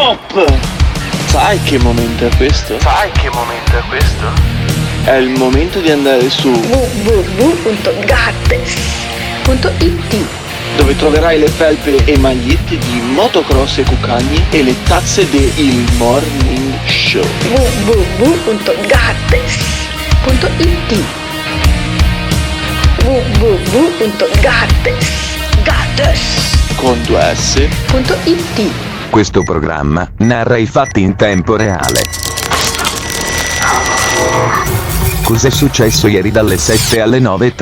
Stop! Sai che momento è questo? È il momento di andare su www.gattes.it, dove troverai le felpe e magliette di motocross e cucagni e le tazze de Il Morning Show. www.gattes.it, www.gattes Con 2S.it. Questo programma narra i fatti in tempo reale. Cos'è successo ieri dalle 7 alle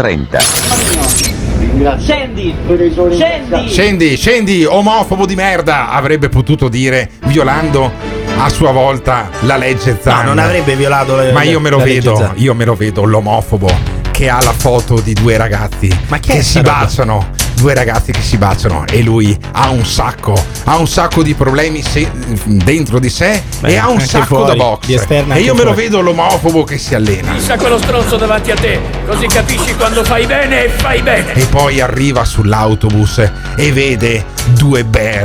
9:30? Scendi, omofobo di merda, avrebbe potuto dire, violando a sua volta la legge Zan. No, non avrebbe violato la legge. Ma io me lo vedo l'omofobo che ha la foto di due ragazzi che si baciano. Due ragazzi che si baciano e lui ha un sacco di problemi dentro di sé. Beh, e ha un sacco fuori, da box. E io me lo vedo l'omofobo che si allena. Fissa quello stronzo davanti a te, così capisci quando fai bene e fai bene. E poi arriva sull'autobus e vede due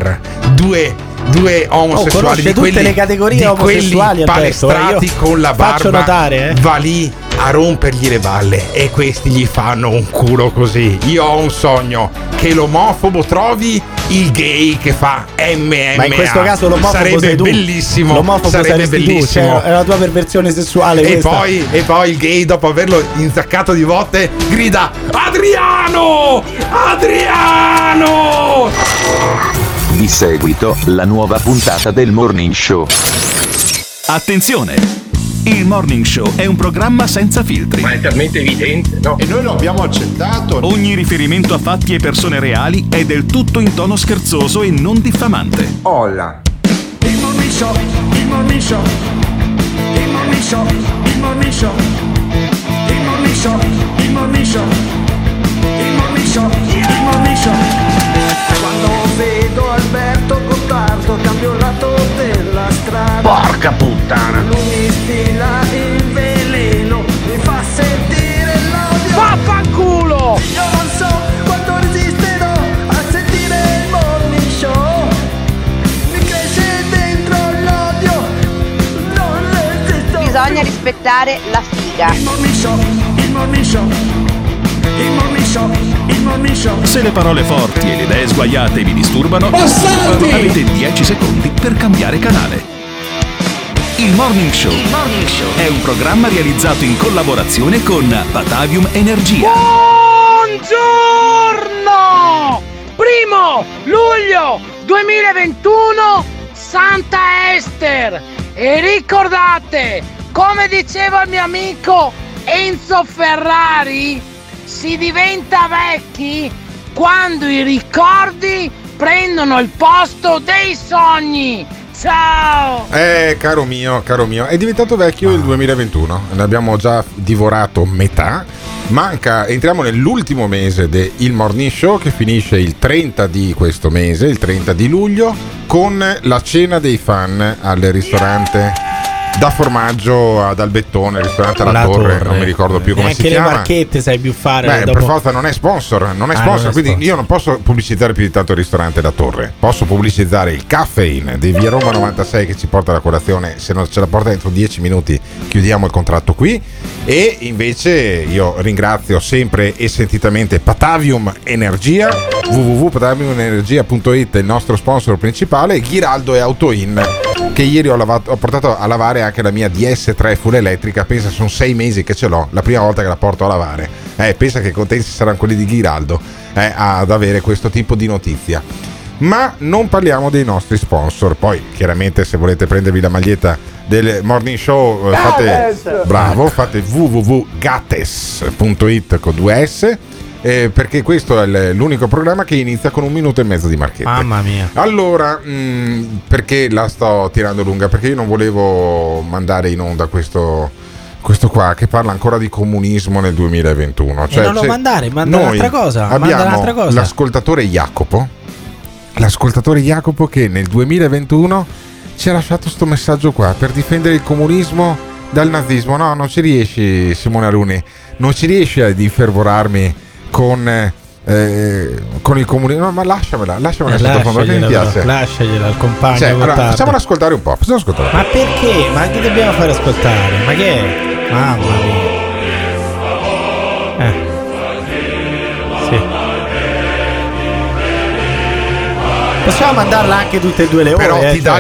omosessuali di quelli, tutte le categorie omosessuali palestrati con la barba. Faccio notare, Va lì a rompergli le balle e questi gli fanno un culo così. Io ho un sogno, che l'omofobo trovi il gay che fa MMA. Ma in questo caso l'omofobo sarebbe sei tu. bellissimo. L'omofobo sarebbe bellissimo. Tu, cioè, è la tua perversione sessuale e questa. poi il gay, dopo averlo inzaccato di botte, grida: Adriano! Di seguito, la nuova puntata del Morning Show. Attenzione! Il Morning Show è un programma senza filtri. Ma è talmente evidente, no? E noi lo abbiamo accettato. Ogni riferimento a fatti e persone reali è del tutto in tono scherzoso e non diffamante. Olla. Il Morning Show, il Morning Show, il Morning Show, il Morning Show, il Morning Show, il Morning Show, il Morning Show, il Morning Show. Quando vedo Alberto Gottardo cambio lato della strada. Porca puttana! Lui mi stila il veleno, mi fa sentire l'odio. Vaffanculo! Io non so quanto resisterò a sentire il Morning Show. Mi cresce dentro l'odio, non resisto. Bisogna rispettare la figa. Il Morning Show, il Morning Show, il Morning Show, il Morning Show. Se le parole forti e le idee sguaiate vi disturbano, avete 10 secondi per cambiare canale. Il Morning Show è un programma realizzato in collaborazione con Batavium Energia. Buongiorno! 1 luglio 2021, Santa Ester. E ricordate, come diceva il mio amico Enzo Ferrari, si diventa vecchi quando i ricordi prendono il posto dei sogni. Ciao! Caro mio, è diventato vecchio il 2021. Ne abbiamo già divorato metà. Entriamo nell'ultimo mese del Morning Show, che finisce il 30 di questo mese, il 30 di luglio, con la cena dei fan al ristorante da formaggio ad Albettone, ristorante alla Torre, non mi ricordo più come si chiama. Anche le marchette sai più fare. Beh, per forza non è sponsor, quindi sponsor. Io non posso pubblicizzare più di tanto il ristorante da Torre. Posso pubblicizzare il Caffeine di Via Roma 96 che ci porta la colazione. Se non ce la porta entro 10 minuti chiudiamo il contratto qui. E invece io ringrazio sempre e sentitamente Batavium Energia, www.bataviumenergia.it, il nostro sponsor principale, Ghiraldo e Autoin, che ieri ho portato a lavare anche la mia DS3 full elettrica. Pensa, sono 6 mesi che ce l'ho, la prima volta che la porto a lavare. Pensa che contenti saranno quelli di Ghiraldo ad avere questo tipo di notizia. Ma non parliamo dei nostri sponsor. Poi chiaramente, se volete prendervi la maglietta del Morning Show, fate www.gattes.it con 2S, perché questo è l'unico programma che inizia con 1 minuto e mezzo di marchette. Mamma mia. Allora, perché la sto tirando lunga? Perché io non volevo mandare in onda questo qua che parla ancora di comunismo nel 2021. Cioè, non lo manda un'altra cosa. Abbiamo l'ascoltatore Jacopo che nel 2021 ci ha lasciato sto messaggio qua per difendere il comunismo dal nazismo. No, non ci riesci, Simone Aluni, non ci riesci ad infervorarmi con con il comunismo. No, ma lasciamela sottofondo che mi piace. Lasciagliela al compagno. Cioè, allora, facciamola ascoltare un po'. Ma perché? Ma che dobbiamo fare ascoltare? Ma che è? Mamma mia. Sì. Possiamo mandarla anche tutte e due le ore. Però ti dà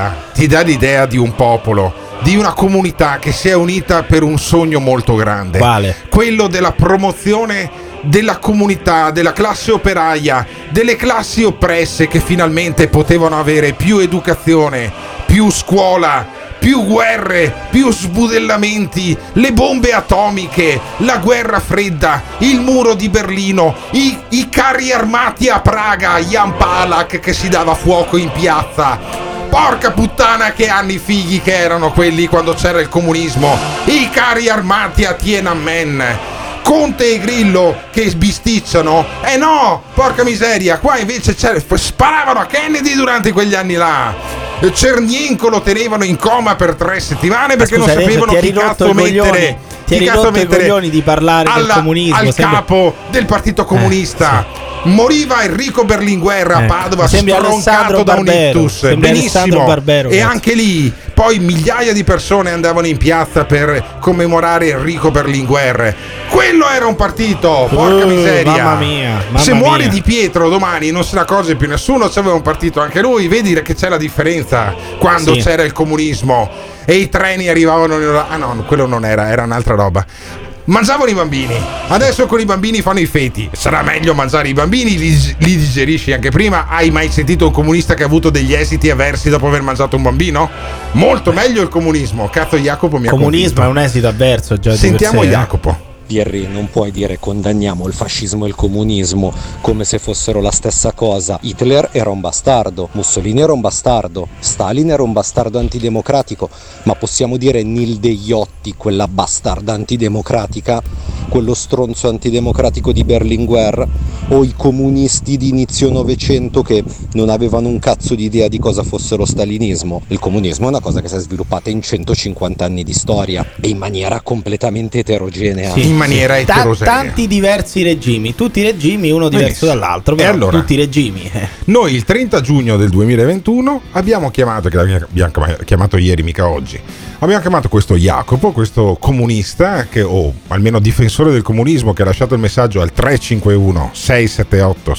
l'idea di un popolo, di una comunità che si è unita per un sogno molto grande. Quale? Quello della promozione della comunità, della classe operaia, delle classi oppresse che finalmente potevano avere più educazione, più scuola, più guerre, più sbudellamenti, le bombe atomiche, la guerra fredda, il muro di Berlino, i carri armati a Praga, Jan Palach che si dava fuoco in piazza. Porca puttana che anni figli che erano quelli quando c'era il comunismo, i carri armati a Tiananmen, Conte e Grillo che bisticciano. No, porca miseria, qua invece sparavano a Kennedy durante quegli anni là. Cernenko lo tenevano in coma per 3 settimane perché non sapevano chi cazzo mettere. Ti hai ridotto i coglioni di parlare del comunismo al capo del partito comunista. Sì. Moriva Enrico Berlinguer a Padova, stroncato da un ictus. Benissimo. Barbero, e anche lì poi migliaia di persone andavano in piazza per commemorare Enrico Berlinguer. Quello era un partito, porca miseria. Mamma mia. Se muore Di Pietro domani non se ne accorge più nessuno, c'aveva un partito anche lui. Vedi che c'è la differenza quando c'era il comunismo e i treni arrivavano. No, quello non era un'altra roba. Mangiavano i bambini, adesso con i bambini fanno i feti. Sarà meglio mangiare i bambini, li digerisci anche prima. Hai mai sentito un comunista che ha avuto degli esiti avversi dopo aver mangiato un bambino? Molto meglio il comunismo. Cazzo, Jacopo mi ha comunismo convinto. È un esito avverso già. Sentiamo Jacopo. Pierri, non puoi dire condanniamo il fascismo e il comunismo come se fossero la stessa cosa. Hitler era un bastardo, Mussolini era un bastardo, Stalin era un bastardo antidemocratico, ma possiamo dire Nilde Iotti, quella bastarda antidemocratica, quello stronzo antidemocratico di Berlinguer, o i comunisti di inizio Novecento che non avevano un cazzo di idea di cosa fosse lo stalinismo. Il comunismo è una cosa che si è sviluppata in 150 anni di storia e in maniera completamente eterogenea. Sì. Maniera eterogenea. Tanti diversi regimi, tutti regimi uno diverso dall'altro, però allora, tutti regimi. Noi il 30 giugno del 2021 abbiamo chiamato, che abbiamo chiamato ieri, mica oggi, abbiamo chiamato questo Jacopo, questo comunista o almeno difensore del comunismo, che ha lasciato il messaggio al 351 678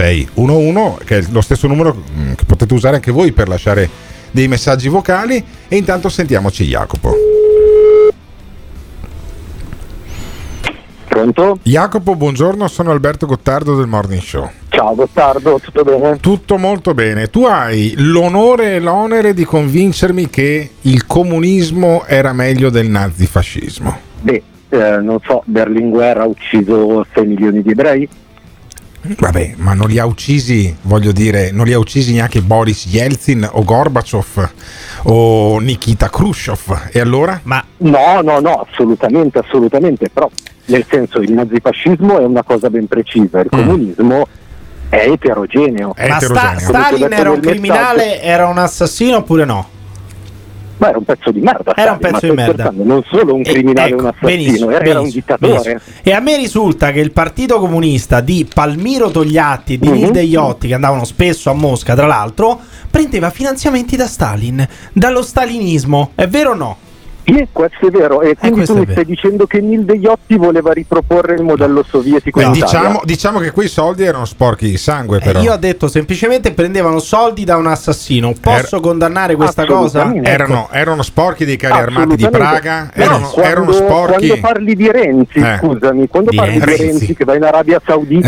6611, che è lo stesso numero che potete usare anche voi per lasciare dei messaggi vocali. E intanto sentiamoci Jacopo. Pronto? Jacopo, buongiorno, sono Alberto Gottardo del Morning Show. Ciao Gottardo, tutto bene? Tutto molto bene. Tu hai l'onore e l'onere di convincermi che il comunismo era meglio del nazifascismo. Non so, Berlinguer ha ucciso 6 milioni di ebrei? Vabbè, ma non li ha uccisi, voglio dire, non li ha uccisi neanche Boris Yeltsin o Gorbaciov o Nikita Khrushchev. E allora? No, assolutamente, però nel senso il nazifascismo è una cosa ben precisa, il comunismo è eterogeneo. Stalin era un criminale, era un assassino oppure no? Ma era un pezzo di merda. Era un pezzo di merda. Non solo un criminale, un assassino, era un dittatore. Benissimo. E a me risulta che il Partito Comunista di Palmiro Togliatti e di Nilde Iotti, che andavano spesso a Mosca, tra l'altro, prendeva finanziamenti da Stalin, dallo stalinismo. È vero o no? Sì, questo è vero, e quindi tu mi stai dicendo che Nilde Iotti voleva riproporre il modello sovietico in Italia. Diciamo che quei soldi erano sporchi di sangue, però. Io ho detto semplicemente prendevano soldi da un assassino. Posso condannare questa cosa? Erano sporchi dei carri armati di Praga. Erano sporchi. Quando parli di Renzi, scusami, di Renzi che va in Arabia Saudita.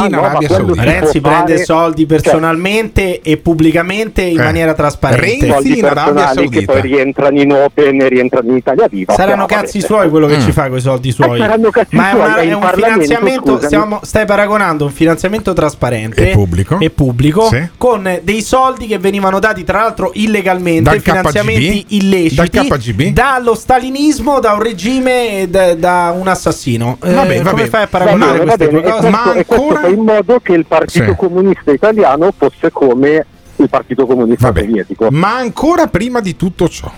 Renzi prende soldi personalmente e pubblicamente in maniera trasparente. Renzi in Arabia Saudita, che poi rientrano in Open e rientrano in Italia Viva. Saranno cazzi suoi quello che ci fa con i soldi suoi. Ma è un finanziamento, stai paragonando un finanziamento trasparente e pubblico sì, con dei soldi che venivano dati tra l'altro illegalmente, dal finanziamenti KGB, illeciti dallo stalinismo, da un regime, da un assassino. Come fai a paragonare queste due cose? Ma ancora in modo che il Partito Comunista Italiano fosse come il Partito Comunista sovietico. Ma ancora prima di tutto ciò,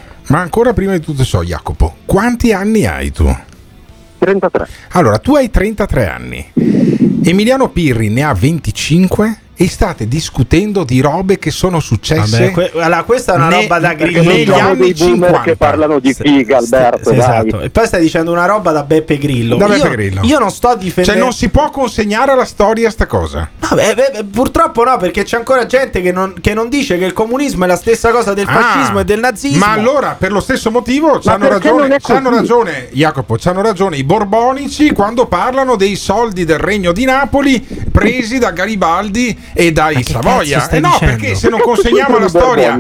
Jacopo, quanti anni hai tu? 33. Allora, tu hai 33 anni. Emiliano Pirri ne ha 25 e state discutendo di robe che sono successe. Allora, questa è una roba da Grillo negli anni 50 che parlano di figa, Alberto. Esatto. E poi stai dicendo una roba da Beppe Grillo. Io non sto difendendo. Cioè, non si può consegnare alla storia sta cosa. Purtroppo no, perché c'è ancora gente che non dice che il comunismo è la stessa cosa del fascismo e del nazismo. Ma allora, per lo stesso motivo, c'hanno ragione, Jacopo, c'hanno ragione i borbonici quando parlano dei soldi del Regno di Napoli presi da Garibaldi e dai Savoia. No, perché se non consegniamo alla storia,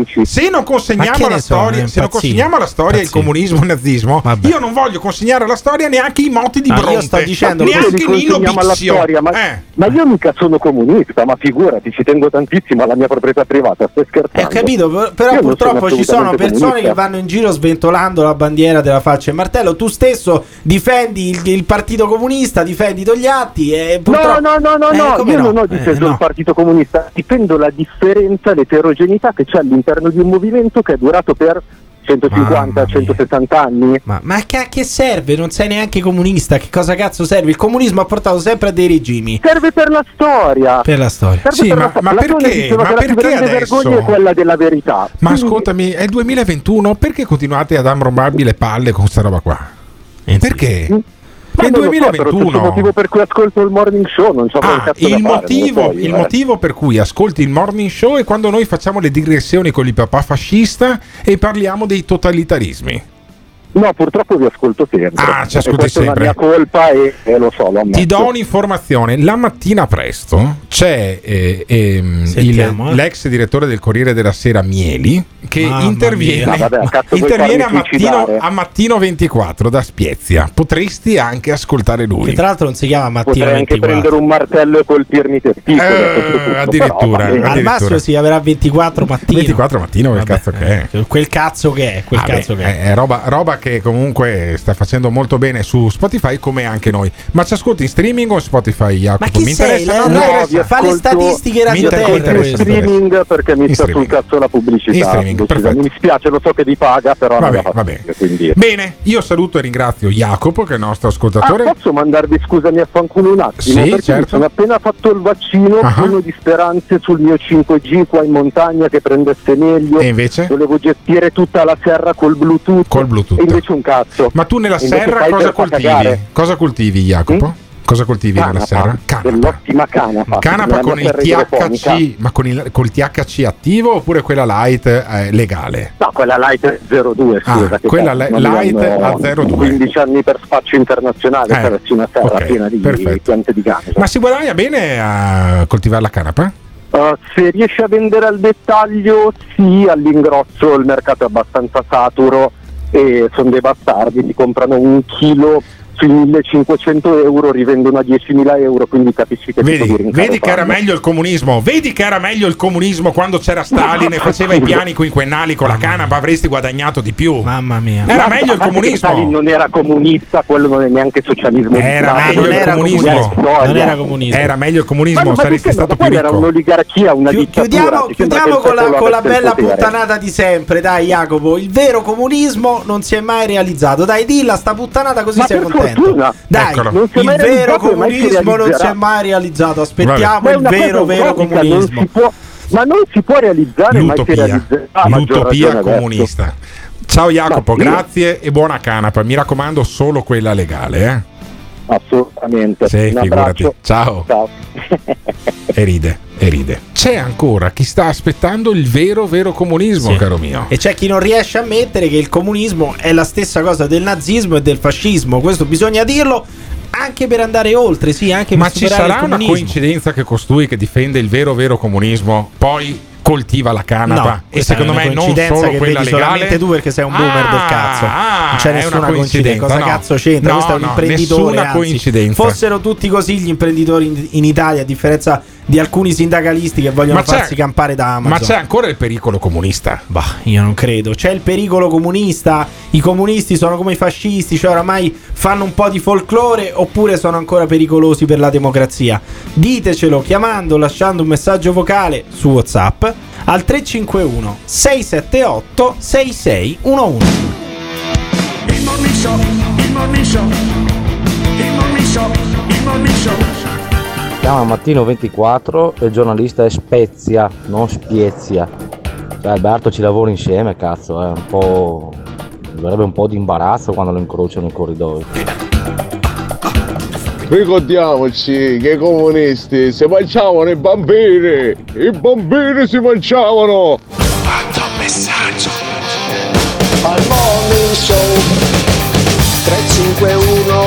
il comunismo e il nazismo, io non voglio consegnare alla storia neanche i moti di Bronte. Io sto dicendo neanche Nino Bixio. Ma io mica sono comunista, ma figurati, ci tengo tantissimo alla mia proprietà privata, stai scherzando? Ho capito, però io purtroppo ci sono persone comunista. che vanno in giro sventolando la bandiera della falce e martello. Tu stesso difendi il partito comunista, difendi Togliatti e purtroppo... No, io non ho difeso il partito comunista, difendo la differenza, l'eterogeneità che c'è all'interno di un movimento che è durato per 150-170 anni. Ma a che serve? Non sei neanche comunista. Che cosa cazzo serve? Il comunismo ha portato sempre a dei regimi. Serve per la storia. Per la storia. Sì, ma perché? Ma perché adesso? Vergogna è quella della verità. Ma ascoltami, è il 2021, perché continuate ad ambrobbarvi le palle con sta roba qua? Perché? È il 2021. È il motivo per cui ascolto il morning show. Non so il motivo per cui ascolti il morning show è quando noi facciamo le digressioni con il papà fascista e parliamo dei totalitarismi. No, purtroppo vi ascolto sempre. Ci ascolti sempre. È la mia colpa e lo so, lo ammetto. Ti do un'informazione. La mattina presto c'è l'ex direttore del Corriere della Sera Mieli che interviene a Mattino 24 da Spiezia. Potresti anche ascoltare lui. Che tra l'altro non si chiama Mattino Potrei 24. Anche prendere un martello e colpirmi addirittura. Al massimo si avrà 24 mattino. 24 mattino, quel cazzo che è. Quel cazzo che è. È roba che comunque sta facendo molto bene su Spotify, come anche noi. Ma ci ascolti in streaming o Spotify, Jacopo? Ma chi mi sei? Fa le statistiche in streaming perché mi sta sul cazzo la pubblicità. In streaming, mi spiace, lo so che vi paga, però vabbè. Quindi... Bene, io saluto e ringrazio Jacopo, che è il nostro ascoltatore. Posso mandarvi scusami a fanculo un attimo? Sì, perché certo. sono appena fatto il vaccino, pieno di speranze sul mio 5G qua in montagna che prendesse meglio. E invece? Volevo gestire tutta la serra col Bluetooth. E invece un cazzo. Ma tu nella serra cosa coltivi? Cosa coltivi, Jacopo? Cosa coltivi nella serra? Dell'ottima canapa. Canapa con il THC, ma col THC attivo oppure quella light legale? No, quella light è 02, scusa. Quella light a 02. 15 anni per spaccio internazionale, saresti una serra piena di piante di canapa. Ma si guadagna bene a coltivare la canapa? Se riesci a vendere al dettaglio, sì, all'ingrosso il mercato è abbastanza saturo e sono dei bastardi, ti comprano un chilo sui 1.500 euro, rivendono a 10.000 euro, quindi capisci che vedi che era meglio il comunismo. Vedi che era meglio il comunismo quando c'era Stalin e faceva i piani quinquennali con la canapa, avresti guadagnato di più. Mamma mia. Era meglio il comunismo. Stalin non era comunista, quello non è neanche socialismo. Era meglio il comunismo. Non era comunismo. Era meglio il comunismo, saresti stato più ricco. Era un'oligarchia, una dittatura. Chiudiamo con la bella puttanata di sempre, dai Jacopo. Il vero comunismo non si è mai realizzato. Dai, dilla sta puttanata così sei contento. Dai, il vero comunismo non si è mai realizzato. Aspettiamo il vero comunismo. Ma non si può realizzare l'utopia comunista. Ciao Jacopo, grazie e buona canapa. Mi raccomando, solo quella legale, Assolutamente. Sì, figurati. Ciao. E ride. C'è ancora chi sta aspettando il vero comunismo, caro mio. E c'è chi non riesce a ammettere che il comunismo è la stessa cosa del nazismo e del fascismo. Questo bisogna dirlo anche per andare oltre, anche ma per ci sarà una coincidenza che costui che difende il vero comunismo poi coltiva la canapa? E secondo me non solo che quella vedi legale. Solamente tu, perché sei un boomer del cazzo. Non c'è nessuna coincidenza. Cosa cazzo c'entra? Questo è un imprenditore. Nessuna coincidenza. Fossero tutti così gli imprenditori in Italia, a differenza di alcuni sindacalisti che vogliono farsi campare da Amazon. Ma c'è ancora il pericolo comunista? Io non credo. C'è il pericolo comunista? I comunisti sono come i fascisti, cioè oramai fanno un po' di folklore, oppure sono ancora pericolosi per la democrazia? Ditecelo chiamando, lasciando un messaggio vocale su WhatsApp al 351 678 6611. Il Morning Show, il Morning Show, il Morning Show, il Morning Show. chiama Mattino 24 e il giornalista è Spezia, non Spiezia. Cioè Alberto ci lavora insieme, cazzo, è un po'... avrebbe un po' di imbarazzo quando lo incrociano nei corridoi. Ricordiamoci che i comunisti si mangiavano i bambini si mangiavano. Manda un messaggio al Morning Show 351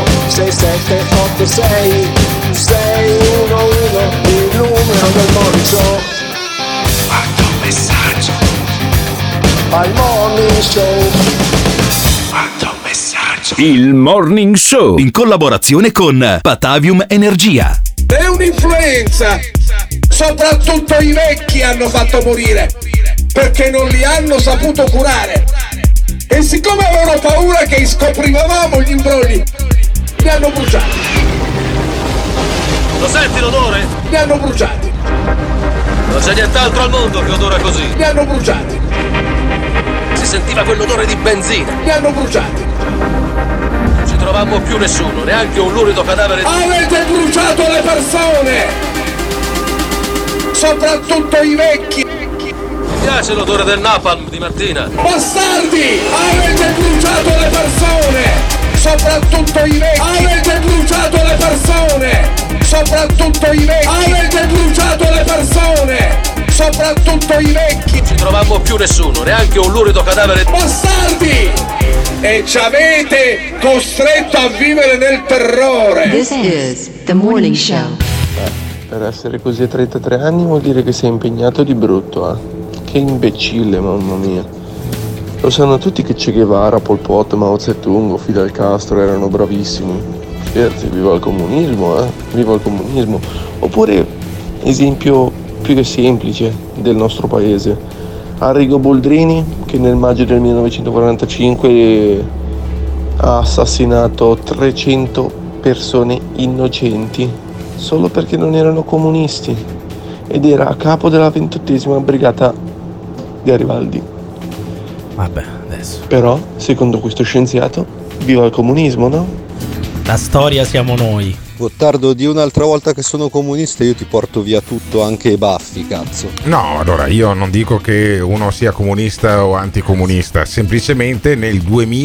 6786 611, il numero del Morning Show. Manda un messaggio al Morning Show. Manda un messaggio. Il Morning Show in collaborazione con Patavium Energia. È un'influenza. Soprattutto i vecchi hanno fatto morire perché non li hanno saputo curare. E siccome avevano paura che scoprivamo gli imbrogli, li hanno bruciati. Lo senti l'odore? Li hanno bruciati. Non c'è nient'altro al mondo che odora così. Li hanno bruciati. Si sentiva quell'odore di benzina. Li hanno bruciati. Non ci trovammo più nessuno, neanche un lurido cadavere. Avete bruciato le persone! Soprattutto i vecchi! Mi piace l'odore del napalm di mattina. Bastardi! Avete bruciato le persone! Soprattutto i vecchi! Avete bruciato le persone! Soprattutto i vecchi! Avete bruciato le persone! Soprattutto i vecchi! Non ci trovammo più nessuno, neanche un lurido cadavere. Bastardi! E ci avete costretto a vivere nel terrore! This is the Morning Show. Per essere così a 33 anni vuol dire che sei impegnato di brutto, eh? Che imbecille, mamma mia. Lo sanno tutti che Che Guevara, Pol Pot, Mao Zedong o Fidel Castro erano bravissimi. Scherzi, viva il comunismo, viva il comunismo. Oppure, esempio più che semplice del nostro paese, Arrigo Boldrini, che nel maggio del 1945 ha assassinato 300 persone innocenti solo perché non erano comunisti ed era a capo della 28ª brigata Garibaldi. Vabbè, adesso. Però, secondo questo scienziato, viva il comunismo, no? La storia siamo noi. Gottardo, di un'altra volta che sono comunista io ti porto via tutto, anche i baffi, cazzo. No, allora io non dico che uno sia comunista o anticomunista, semplicemente nel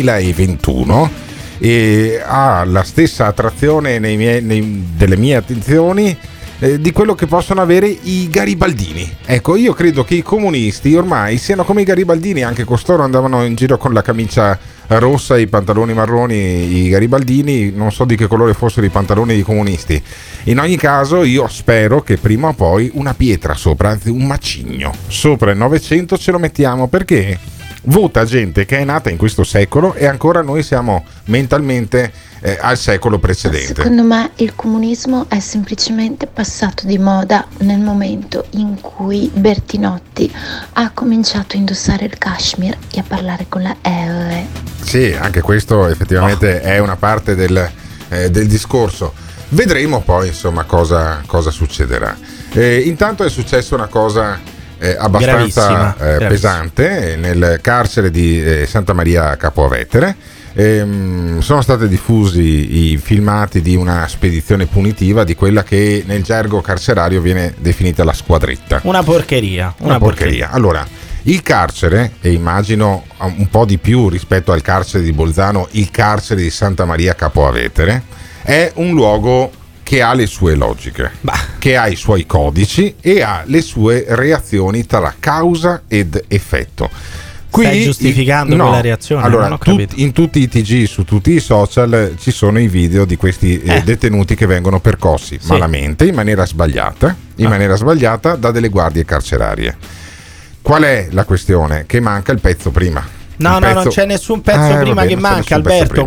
2021 ha la stessa attrazione delle mie attenzioni di quello che possono avere i garibaldini. Ecco, io credo che i comunisti ormai siano come i garibaldini, anche costoro andavano in giro con la camicia rossa e i pantaloni marroni, i garibaldini, non so di che colore fossero i pantaloni dei comunisti. In ogni caso io spero che prima o poi una pietra sopra, anzi un macigno sopra il 900 ce lo mettiamo, perché vota gente che è nata in questo secolo e ancora noi siamo mentalmente al secolo precedente. Secondo me il comunismo è semplicemente passato di moda nel momento in cui Bertinotti ha cominciato a indossare il cashmere e a parlare con la R. Sì, anche questo effettivamente è una parte del discorso. Vedremo poi insomma cosa succederà. Intanto è successa una cosa abbastanza pesante nel carcere di Santa Maria Capua Vetere. Sono stati diffusi i filmati di una spedizione punitiva, di quella che nel gergo carcerario viene definita la squadretta. Una porcheria. Allora, il carcere, e immagino un po' di più rispetto al carcere di Bolzano, il carcere di Santa Maria Capua Vetere, è un luogo che ha le sue logiche, che ha i suoi codici e ha le sue reazioni tra causa ed effetto. Qui stai giustificando quella reazione? Allora, non ho capito. in tutti i TG, su tutti i social ci sono i video di questi detenuti che vengono percossi malamente, in maniera sbagliata da delle guardie carcerarie. Qual è la questione? Che manca il pezzo prima. No, non c'è nessun pezzo prima che manca, Alberto.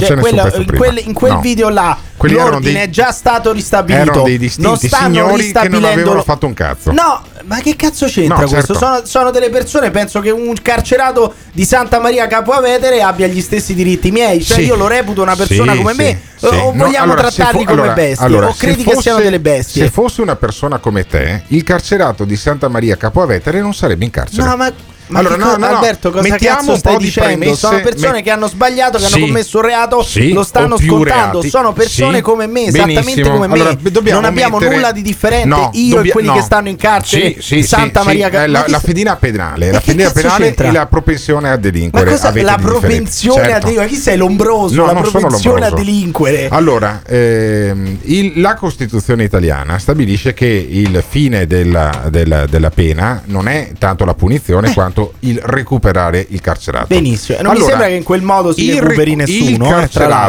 In quel video là l'ordine è già stato ristabilito. Erano dei distinti signori che non avevano fatto un cazzo. No, ma che cazzo c'entra questo? Certo. Sono delle persone, penso che un carcerato di Santa Maria Capua Vetere abbia gli stessi diritti miei. Cioè io lo reputo una persona come me. O vogliamo trattarli come bestie? O credi che siano delle bestie? Se fosse una persona come te, il carcerato di Santa Maria Capua Vetere non sarebbe in carcere. No, ma Ma allora, Alberto, cosa cazzo stai dicendo? Sono persone che hanno sbagliato, che hanno commesso un reato, lo stanno scontando. Sono persone come me, esattamente come me. Allora, non abbiamo nulla di differente. Io e quelli che stanno in carcere, Santa Maria la fedina penale, la fedina penale e la propensione a delinquere. Ma cosa la propensione a delinquere? Chi sei, l'ombroso? La propensione a delinquere. Allora, la Costituzione italiana stabilisce che il fine della pena non è tanto la punizione quanto il recuperare il carcerato. Benissimo, non mi sembra che in quel modo si recuperi nessuno.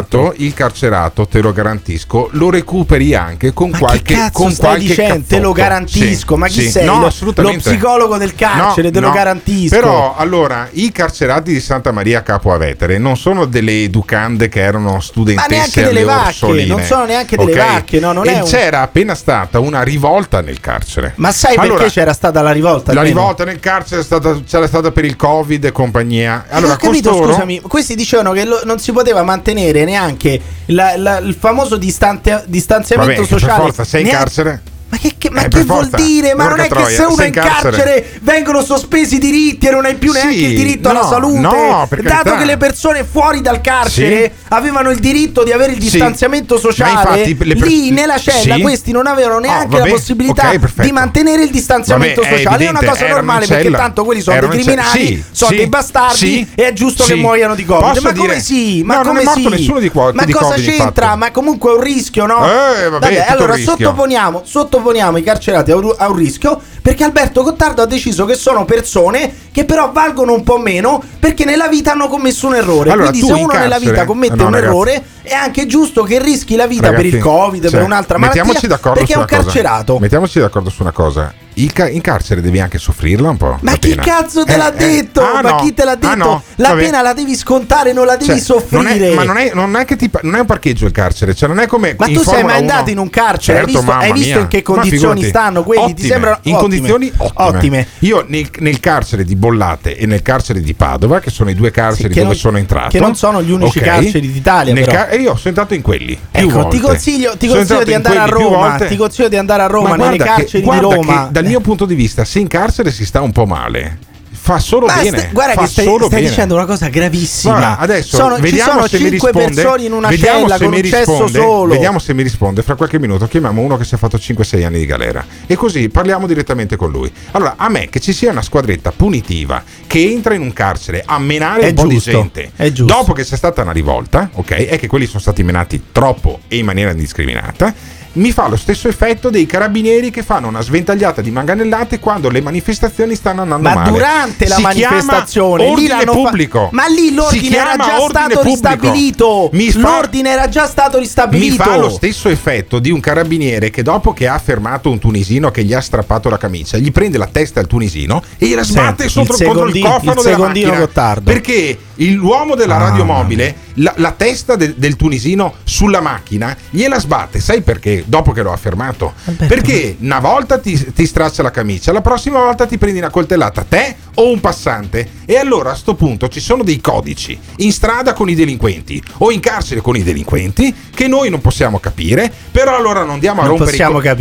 Il carcerato, te lo garantisco, lo recuperi anche con qualche dicendo, te lo garantisco, ma chi sei? No, lo psicologo del carcere, te lo garantisco. Però allora i carcerati di Santa Maria Capua Vetere non sono delle educande che erano studentesse alle Orsoline, non sono neanche delle vacche, no, non e c'era appena stata una rivolta nel carcere. Ma sai perché c'era stata la rivolta? La rivolta nel carcere c'era stata per il Covid e compagnia. Allora, ho capito, scusami, questi dicevano che non si poteva mantenere neanche il famoso distanziamento sociale. Per forza, sei in carcere? Ma che vuol dire? Ma non è che se uno è in carcere vengono sospesi i diritti e non hai più neanche il diritto alla salute? No, dato che le persone fuori dal carcere avevano il diritto di avere il distanziamento sociale, lì nella cella questi non avevano neanche la possibilità di mantenere il distanziamento sociale. È una cosa normale, perché tanto quelli sono dei criminali, sono dei bastardi e è giusto che muoiano di Covid. Ma come sì? Ma come sì? Nessuno di Covid. Ma cosa c'entra? Ma comunque è un rischio, no? Vabbè, allora sottoponiamo i carcerati a un rischio, perché Alberto Gottardo ha deciso che sono persone che però valgono un po' meno perché nella vita hanno commesso un errore. Allora, quindi se uno nella vita commette un errore è anche giusto che rischi la vita per il Covid, per un'altra malattia, perché è un carcerato. Mettiamoci d'accordo su una cosa: in carcere devi anche soffrirla un po'. Ma chi cazzo te l'ha detto? Chi te l'ha detto? La pena la devi scontare, non la devi soffrire. Non è un parcheggio il carcere, cioè non è come. Ma tu sei mai andato in un carcere? Hai visto in che condizioni stanno quelli? Ottime, ti sembrano in condizioni ottime. Io nel carcere di Bollate e nel carcere di Padova, che sono i due carceri dove sono entrato, che non sono gli unici carceri d'Italia, e io sono entrato in quelli. Ti consiglio di andare a Roma. Ti consiglio di andare a Roma, nelle carceri di Roma. Dal mio punto di vista, se in carcere si sta un po' male, fa solo bene. Guarda che stai dicendo una cosa gravissima. Guarda, adesso vediamo se mi risponde. 5 persone in una cella con un cesso solo. Vediamo se mi risponde. Fra qualche minuto chiamiamo uno che si è fatto 5-6 anni di galera e così parliamo direttamente con lui. Allora, a me che ci sia una squadretta punitiva che entra in un carcere a menare un po' di gente dopo che c'è stata una rivolta, ok? È che quelli sono stati menati troppo e in maniera indiscriminata. Mi fa lo stesso effetto dei carabinieri che fanno una sventagliata di manganellate quando le manifestazioni stanno andando male. Ma durante la manifestazione ordine pubblico. Ma lì l'ordine era già stato ristabilito. L'ordine era già stato ristabilito. Mi fa lo stesso effetto di un carabiniere che dopo che ha fermato un tunisino che gli ha strappato la camicia, gli prende la testa al tunisino e gliela sbatte contro il cofano della macchina. Gottardo. Perché l'uomo della radiomobile la testa del tunisino sulla macchina gliela sbatte. Sai perché? Dopo che lo ha fermato. Perché una volta ti straccia la camicia, la prossima volta ti prendi una coltellata te o un passante. E allora a sto punto ci sono dei codici in strada con i delinquenti o in carcere con i delinquenti che noi non possiamo capire. Però allora non andiamo a rompere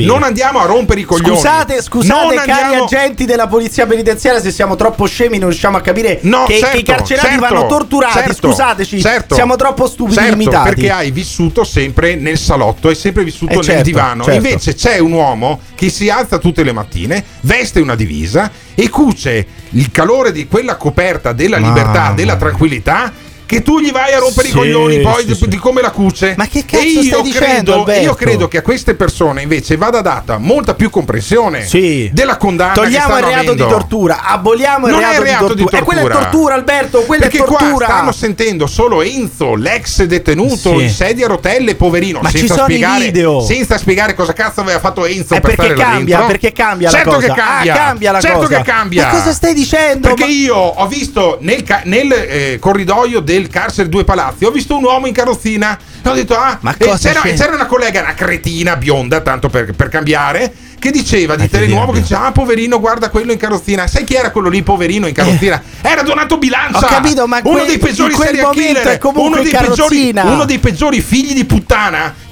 i coglioni. Scusate cari agenti della polizia penitenziaria, se siamo troppo scemi non riusciamo a capire che i carcerati vanno torturati. Scusateci, siamo troppo stupidi, limitati. Perché hai vissuto sempre nel salotto, hai sempre vissuto nel divano. Invece c'è un uomo che si alza tutte le mattine, veste una divisa e cuce il calore di quella coperta della libertà, della tranquillità, che tu gli vai a rompere i coglioni poi di come la cuce. Ma che cazzo stai dicendo, Alberto? Io credo che a queste persone invece vada data molta più comprensione della condanna. Togliamo che il reato avendo. Di tortura, aboliamo il reato di tortura. E quella è tortura, Alberto, quella perché è tortura. Qua stanno sentendo solo Enzo, l'ex detenuto in sedia a rotelle, poverino, ma senza spiegare cosa cazzo aveva fatto Enzo per stare là dentro. Perché cambia la cosa. Cambia la cosa. Certo che cambia. Ma cosa stai dicendo? Perché io ho visto nel corridoio del carcere Due Palazzi, ho visto un uomo in carrozzina e ho detto c'era una collega, una cretina bionda, tanto per cambiare, che diceva di Telenuovo, che diceva poverino, guarda quello in carrozzina. Sai chi era quello lì poverino in carrozzina? Era Donato Bilancia. Ho capito, ma uno dei peggiori serial killer, uno dei peggiori figli di puttana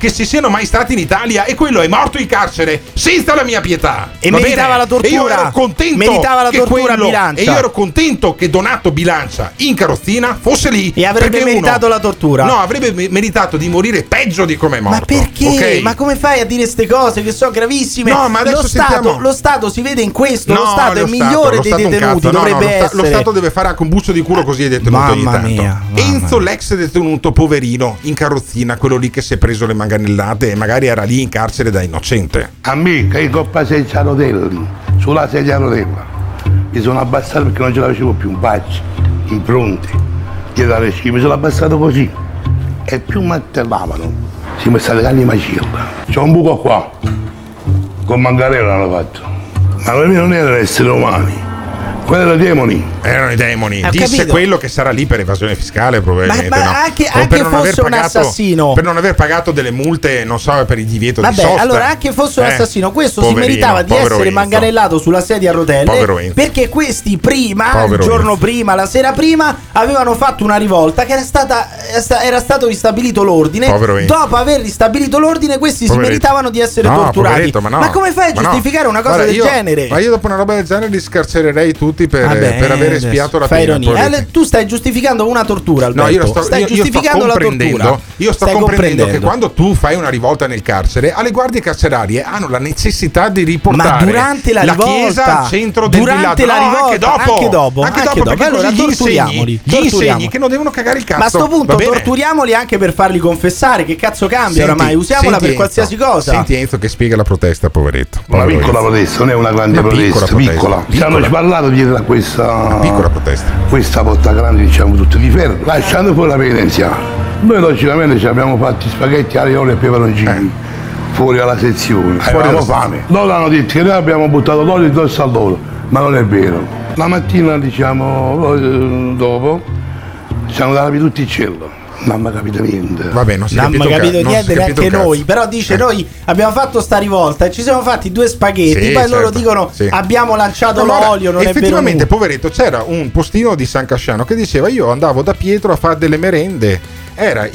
che si siano mai stati in Italia, e quello è morto in carcere senza la mia pietà. E meritava la tortura. E io ero contento meritava la tortura a Bilancia. E io ero contento che Donato Bilancia in carrozzina fosse lì. E avrebbe meritato la tortura. No, avrebbe meritato di morire peggio di come è morto. Ma perché? Okay? Ma come fai a dire queste cose che sono gravissime? No, ma adesso lo Stato si vede in questo. No, lo Stato è il migliore dei detenuti. Dovrebbe essere. Lo Stato deve fare anche un buccio di culo così ai detenuti ogni tanto. Mia. Enzo, l'ex detenuto poverino in carrozzina, quello lì che si è preso le manganellate e magari era lì in carcere da innocente. A me che in coppa senza rotelli, sulla sedia a rotella, mi sono abbassato perché non ce la facevo più, in faccia, in fronte, dietro alle scie, mi sono abbassato così e più mi atterravano, si mi sta legando in macilla. C'ho un buco qua, con mangarello l'hanno fatto, ma per me non erano esseri umani. Quelli erano i demoni. Erano i demoni. Disse capito. Quello che sarà lì per evasione fiscale, probabilmente. Ma anche fosse un assassino. Per non aver pagato delle multe, non so, per il divieto di sosta. Allora, anche fosse un assassino, questo si meritava di essere manganellato sulla sedia a rotelle. Perché questi prima, il giorno prima, la sera prima, avevano fatto una rivolta che era stato ristabilito l'ordine. Dopo aver ristabilito l'ordine, questi si meritavano di essere torturati. Ma come fai a giustificare una cosa del genere? Ma io dopo una roba del genere li scarcererei tutti per aver espiato la pena. Tu stai giustificando una tortura, Alberto. No, io sto comprendendo che quando tu fai una rivolta nel carcere, alle guardie carcerarie hanno la necessità di riportare durante la rivolta, chiesa al centro del villaggio. Anche dopo, perché allora gli insegni che non devono cagare il cazzo. Ma a sto punto torturiamoli anche per farli confessare. Che cazzo cambia oramai? Usiamola per qualsiasi cosa. Senti Enzo che spiega la protesta, poveretto. Una piccola protesta, non è una grande protesta, piccola. Ci hanno sballato dietro a questa piccola protesta, questa botta grande, diciamo, tutti di ferro, lasciando poi la penitenziaria. Noi logicamente ci abbiamo fatti spaghetti, aioli e peperoncini fuori alla sezione, avevamo fame. Loro hanno detto che noi abbiamo buttato l'olio addosso a loro, ma non è vero. La mattina, diciamo, dopo ci hanno dato tutti il cielo. Non mi capito niente. Vabbè, non si è capito niente neanche noi. Però dice noi abbiamo fatto sta rivolta e ci siamo fatti 2 spaghetti. Poi loro dicono abbiamo lanciato l'olio. Non effettivamente, è vero. Poveretto, c'era un postino di San Casciano che diceva: io andavo da Pietro a fare delle merende. È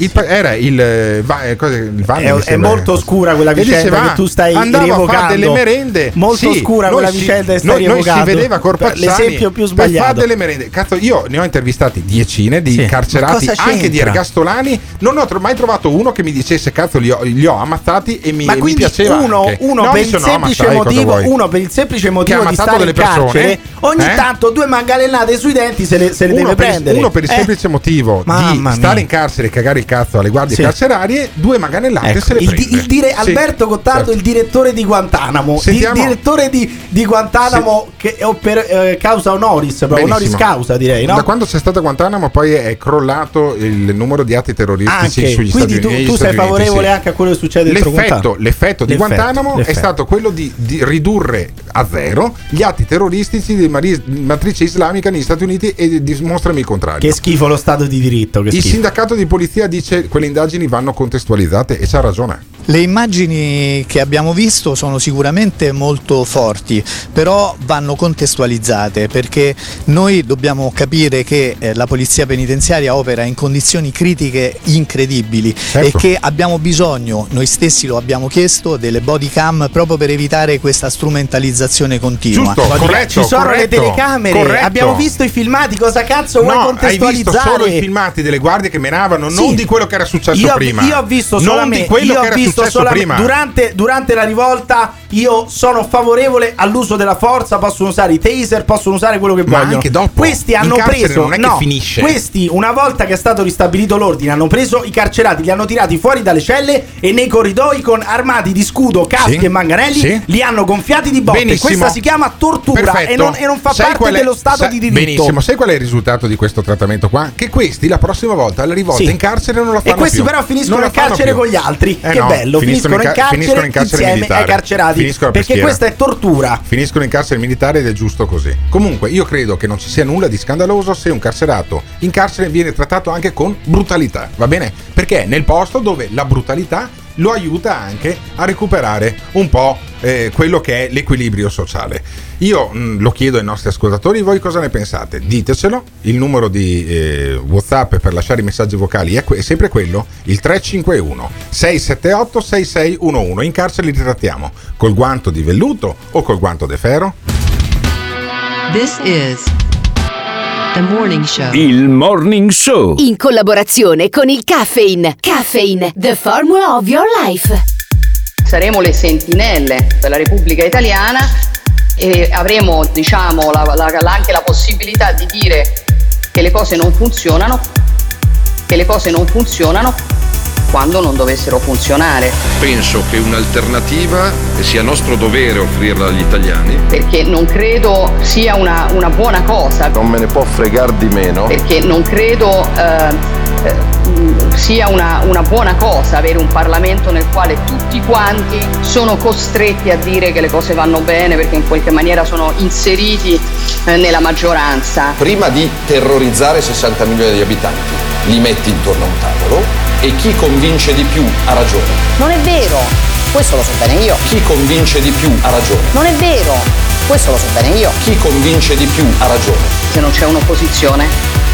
molto oscura quella vicenda che tu stai rievocando. A fare delle merende. Molto oscura quella vicenda che stai rievocando. Noi si vedeva Corpacciani l'esempio più sbagliato. Per fare delle merende. Cazzo, io ne ho intervistati decine di carcerati, anche di ergastolani. Non ho mai trovato uno che mi dicesse cazzo li ho ammazzati e mi piaceva. Uno per il semplice motivo di stare in carcere, ogni tanto 2 manganellate sui denti se le deve prendere. Uno per il semplice motivo di stare in carcere, cagare il cazzo alle guardie carcerarie, 2 manganellate se le prende. Alberto Gottardo, il direttore di Guantanamo, il direttore di Guantanamo che per causa honoris causa, direi, no? Da quando c'è stata Guantanamo poi è crollato il numero di atti terroristici sugli Stati Uniti. Quindi tu sei favorevole anche a quello che succede dentro Guantanamo. L'effetto di Guantanamo è stato quello di ridurre a zero gli atti terroristici di matrice islamica negli Stati Uniti, e dimostrami il contrario. Che schifo lo Stato di diritto. Il sindacato di polizia dice quelle indagini vanno contestualizzate, e c'ha ragione. Le immagini che abbiamo visto sono sicuramente molto forti, però vanno contestualizzate, perché noi dobbiamo capire che la polizia penitenziaria opera in condizioni critiche incredibili, e che abbiamo bisogno, noi stessi lo abbiamo chiesto, delle body cam proprio per evitare questa strumentalizzazione continua. Giusto, corretto, ci sono le telecamere, abbiamo visto i filmati, cosa cazzo vuoi contestualizzare? Hai visto solo i filmati delle guardie che menavano, non di quello che era successo prima. Io ho visto solamente durante la rivolta. Io sono favorevole all'uso della forza, possono usare i taser, possono usare quello che vogliono. Anche dopo. Questi hanno preso, non è che finisce. Questi, una volta che è stato ristabilito l'ordine, hanno preso i carcerati, li hanno tirati fuori dalle celle e nei corridoi con armati di scudo, caschi e manganelli, li hanno gonfiati di botte. Benissimo. Questa si chiama tortura e non fa parte dello Stato di diritto. Benissimo, sai qual è il risultato di questo trattamento qua? Che questi la prossima volta alla rivolta in carcere non la fanno più. E questi però finiscono in carcere con gli altri. Che bello, finiscono in carcere insieme ai carcerati. Perché questa è tortura. Finiscono in carcere militare ed è giusto così. Comunque io credo che non ci sia nulla di scandaloso se un carcerato in carcere viene trattato anche con brutalità, va bene? Perché è nel posto dove la brutalità lo aiuta anche a recuperare un po' quello che è l'equilibrio sociale. Io lo chiedo ai nostri ascoltatori, voi cosa ne pensate? Ditecelo. Il numero di WhatsApp per lasciare i messaggi vocali è sempre quello, il 351 678 6611. In carcere li trattiamo col guanto di velluto o col guanto de ferro? This is The Morning Show. Il Morning Show. In collaborazione con il Caffeine. Caffeine, the formula of your life. Saremo le sentinelle della Repubblica Italiana e avremo, diciamo, anche la possibilità di dire che le cose non funzionano, quando non dovessero funzionare. Penso che un'alternativa sia nostro dovere offrirla agli italiani. Perché non credo sia una buona cosa. Non me ne può fregare di meno. Perché non credo sia una buona cosa avere un Parlamento nel quale tutti quanti sono costretti a dire che le cose vanno bene perché in qualche maniera sono inseriti nella maggioranza. Prima di terrorizzare 60 milioni di abitanti, li metti intorno a un tavolo e chi convince di più ha ragione. Non è vero, questo lo so bene io. Chi convince di più ha ragione. Non è vero, questo lo so bene io. Chi convince di più ha ragione. Se non c'è un'opposizione,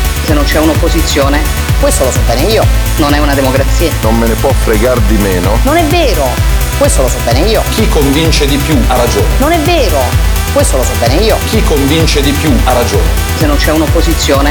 questo lo so bene io, non è una democrazia. Non me ne può fregare di meno. Non è vero, questo lo so bene io. Chi convince di più ha ragione. Non è vero, questo lo so bene io. Chi convince di più ha ragione. Se non c'è un'opposizione,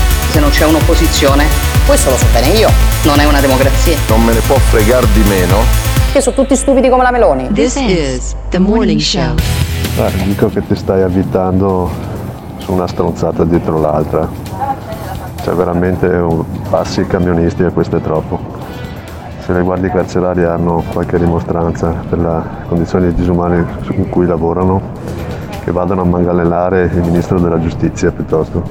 questo lo so bene io, non è una democrazia. Non me ne può fregare di meno. Che sono tutti stupidi come la Meloni. This is The Morning Show. Dico che ti stai avvitando su una stronzata dietro l'altra. Cioè veramente passi camionisti e questo è troppo. Se le guardie carcerarie hanno qualche rimostranza per le condizioni disumane in cui lavorano, che vadano a manganellare il ministro della giustizia piuttosto.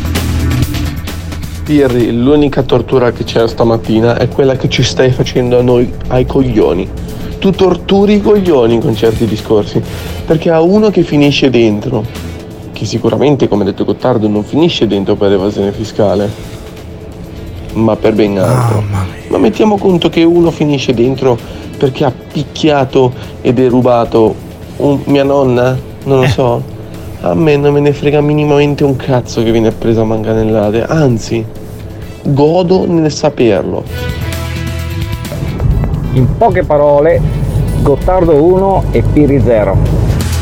Pirri, l'unica tortura che c'era stamattina è quella che ci stai facendo a noi, ai coglioni. Tu torturi i coglioni con certi discorsi, perché a uno che finisce dentro, che sicuramente, come ha detto Gottardo, non finisce dentro per evasione fiscale, ma per ben altro. Ma mettiamo conto che uno finisce dentro perché ha picchiato e derubato mia nonna, non lo so. A me non me ne frega minimamente un cazzo che viene presa a manganellate, anzi, godo nel saperlo. In poche parole, Gottardo 1 e Pirri 0.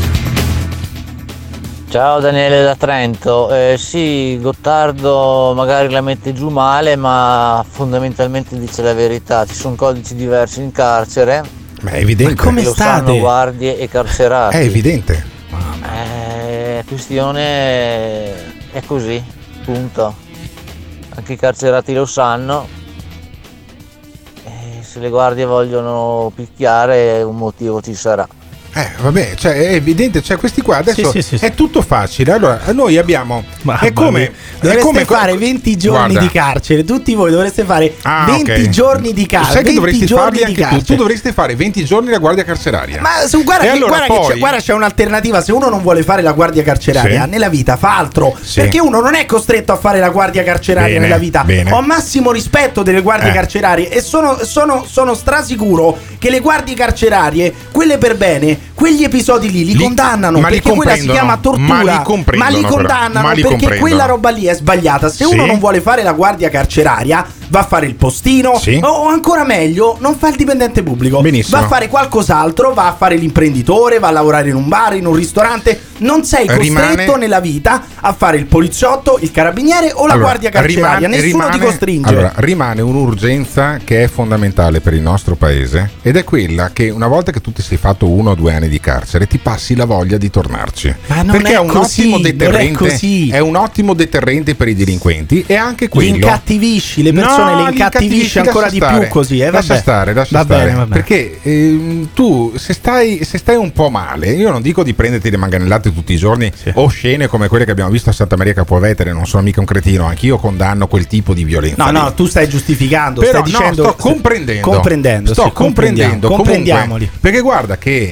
Ciao Daniele da Trento, sì, Gottardo magari la mette giù male, ma fondamentalmente dice la verità. Ci sono codici diversi in carcere. Ma è evidente. Ma come lo state? Sanno guardie e carcerati. È evidente. Questione è così, punto. Anche i carcerati lo sanno. Se le guardie vogliono picchiare, un motivo ci sarà. Vabbè, cioè è evidente, cioè questi qua adesso sì. è tutto facile. Allora, noi abbiamo dovreste fare 20 giorni di carcere, tutti voi dovreste fare 20 giorni di carcere. Sai che dovresti farli anche tu dovresti fare 20 giorni la guardia carceraria. Ma guarda, c'è un'alternativa. Se uno non vuole fare la guardia carceraria nella vita, fa altro, perché uno non è costretto a fare la guardia carceraria nella vita. Ho massimo rispetto delle guardie carcerarie e sono strasicuro che le guardie carcerarie, quelle per bene, quegli episodi lì li condannano, perché quella si chiama tortura, ma li condannano perché quella roba lì è sbagliata. Se uno non vuole fare la guardia carceraria, va a fare il postino, o ancora meglio non fa il dipendente pubblico. Benissimo. Va a fare qualcos'altro, va a fare l'imprenditore, va a lavorare in un bar, in un ristorante. Non sei costretto nella vita a fare il poliziotto, il carabiniere o la guardia carceraria. Nessuno ti costringe. Allora, rimane un'urgenza che è fondamentale per il nostro paese, ed è quella che una volta che tu ti sei fatto 1 o 2 anni di carcere ti passi la voglia di tornarci, perché è un ottimo deterrente. È un ottimo deterrente per i delinquenti, e anche quello li incattivisci le persone, le incattivisci ancora di più così. Lascia stare. Bene. Perché tu se stai un po' male, io non dico di prenderti le manganellate tutti i giorni o scene come quelle che abbiamo visto a Santa Maria Capovetere, non sono mica un cretino, anch'io condanno quel tipo di violenza. No, tu stai giustificando, però stai dicendo, sto comprendendo. Comprendiamoli. Perché guarda che hanno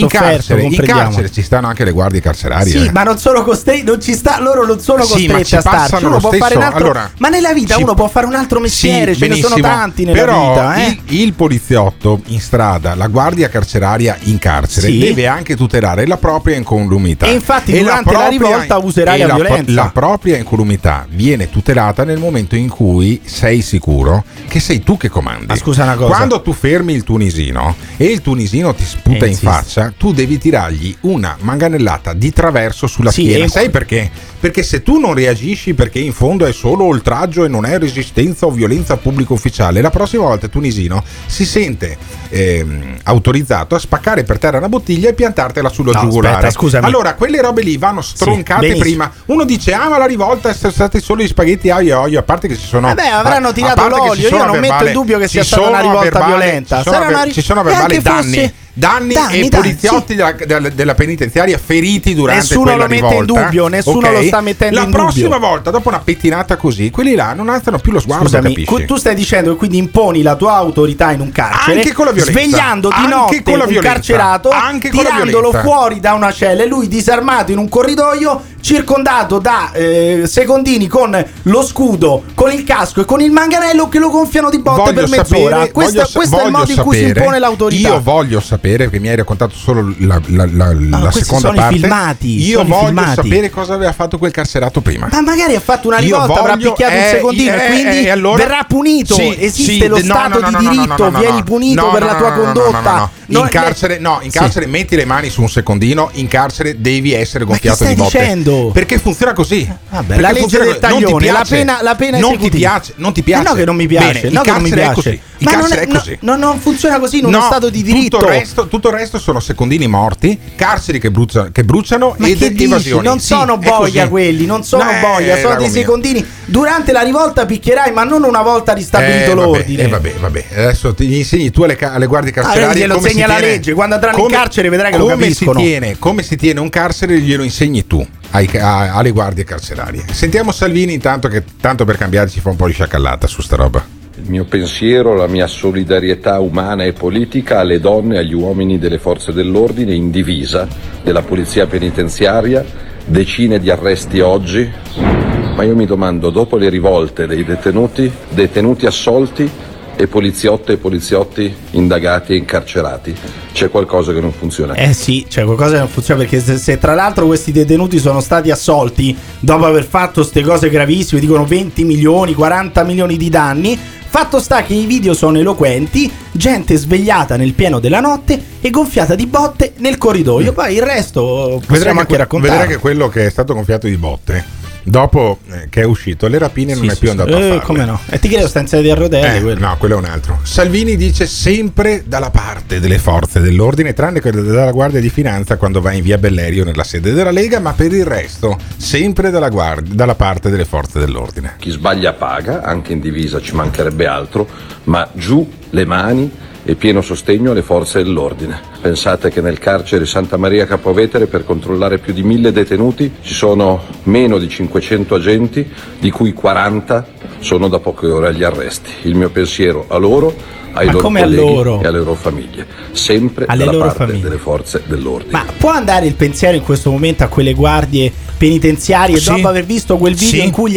sofferto, in carcere ci stanno anche le guardie carcerarie. Sì, ma non sono costretti, loro non sono costretti a starci. Uno può fare un altro, ma nella vita uno può fare un altro mestiere, ce ne sono tanti nella vita. Il poliziotto in strada, la guardia carceraria in carcere, deve anche tutelare la propria incolumità. E infatti durante la rivolta userà la violenza. La propria incolumità viene tutelata nel momento in cui sei sicuro che sei tu che comandi. Ma scusa una cosa. Quando tu fermi il tunisino e il tunisino ti sputa in faccia, tu devi tirargli una manganellata di traverso sulla schiena. Sai perché? Perché se tu non reagisci, perché in fondo è solo oltraggio e non è resistenza o violenza pubblica ufficiale, la prossima volta il tunisino si sente autorizzato a spaccare per terra una bottiglia e piantartela sullo giugulare. Aspetta, scusami. Allora quelle robe lì vanno stroncate prima. Uno dice ma la rivolta sono stati solo gli spaghetti aglio e olio, a parte che ci sono avranno tirato l'olio, io non metto in dubbio che sia stata una rivolta violenta. Ci sono verbali danni e poliziotti della penitenziaria feriti durante quella rivolta. Nessuno lo sta mettendo in dubbio. La prossima volta, dopo una pettinata così, quelli là non alzano più lo sguardo. Scusami, tu stai dicendo che quindi imponi la tua autorità in un carcere, anche con la violenza, svegliando di notte un carcerato, tirandolo fuori da una cella e lui disarmato in un corridoio, circondato da secondini con lo scudo, con il casco e con il manganello che lo gonfiano di botte per mezz'ora. Questo è il modo in cui si impone l'autorità. Io voglio sapere, perché mi hai raccontato solo la seconda parte. Io voglio sapere cosa aveva fatto quel carcerato prima. Ma magari ha fatto una rivolta, avrà picchiato un secondino e quindi allora verrà punito. Esiste lo Stato di diritto, vieni punito per la tua condotta. In carcere metti le mani su un secondino, in carcere devi essere gonfiato di botte. Dicendo? Perché funziona così. Vabbè, la legge del taglione, la pena non ti piace. No che non mi piace. Bene, è così. Il carcere è così. Non funziona così in uno Stato di diritto. Tutto il resto sono secondini morti, carceri che bruciano ed evasioni. Non sono boia quelli, non sono boia, sono dei secondini. Durante la rivolta picchierai, ma non una volta ristabilito l'ordine. Vabbè. Adesso ti insegni tu alle guardie carcerarie come si tiene la legge. Quando andranno in carcere vedrai che lo capiscono. Come si tiene un carcere glielo insegni tu alle guardie carcerarie. Sentiamo Salvini intanto, che tanto per cambiare ci fa un po' di sciacallata su sta roba. Il mio pensiero, la mia solidarietà umana e politica alle donne e agli uomini delle forze dell'ordine in divisa, della polizia penitenziaria, decine di arresti oggi, ma io mi domando, dopo le rivolte dei detenuti assolti e poliziotti indagati e incarcerati, c'è qualcosa che non funziona. Sì, c'è qualcosa che non funziona, perché se tra l'altro questi detenuti sono stati assolti dopo aver fatto queste cose gravissime, dicono 20 milioni, 40 milioni di danni, fatto sta che i video sono eloquenti, gente svegliata nel pieno della notte e gonfiata di botte nel corridoio. Poi il resto possiamo anche raccontare. Vedrai che quello che è stato gonfiato di botte, dopo che è uscito le rapine, non è più andato a farle. Come no? E ti chiedo, sta in sedia a rotelle? No, quello è un altro. Salvini dice sempre dalla parte delle forze dell'ordine, tranne che dalla Guardia di Finanza quando va in via Bellerio nella sede della Lega, ma per il resto sempre dalla parte delle forze dell'ordine. Chi sbaglia paga, anche in divisa, ci mancherebbe altro, ma giù le mani e pieno sostegno alle forze dell'ordine. Pensate che nel carcere Santa Maria Capovetere, per controllare più di 1000 detenuti, ci sono meno di 500 agenti, di cui 40 sono da poche ore agli arresti. Il mio pensiero a loro, ai loro colleghi e alle loro famiglie, sempre alle dalla loro parte famiglie. delle forze dell'ordine. Ma può andare il pensiero in questo momento a quelle guardie penitenziarie dopo aver visto quel video in cui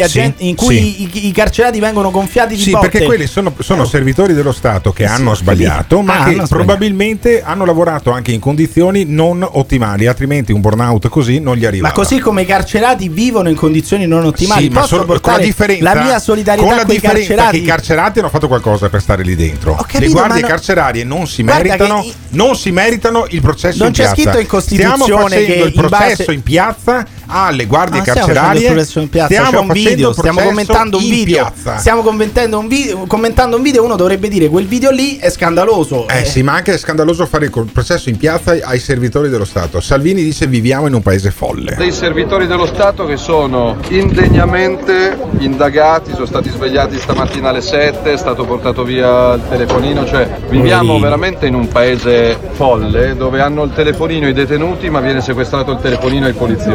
i carcerati vengono gonfiati di botte? Sì, perché quelli sono servitori dello Stato che hanno sbagliato, ma che probabilmente hanno lavorato anche in condizioni non ottimali, altrimenti un burnout così non gli arriva. Ma così come i carcerati vivono in condizioni non ottimali, posso portare la mia solidarietà con i carcerati? Che i carcerati hanno fatto qualcosa per stare lì dentro. Le guardie carcerarie non si meritano il processo in piazza. Non c'è scritto in Costituzione stiamo facendo che il processo in piazza alle guardie carcerarie. Stiamo commentando un video. Stiamo commentando un video. Uno dovrebbe dire quel video lì è scandaloso. Sì, ma anche è scandaloso fare il processo in piazza ai servitori dello Stato. Salvini dice viviamo in un paese folle. Dei servitori dello Stato che sono indegnamente indagati, sono stati svegliati stamattina alle 7, è stato portato via il telefonino, cioè viviamo veramente in un paese folle dove hanno il telefonino i detenuti ma viene sequestrato il telefonino ai poliziotti.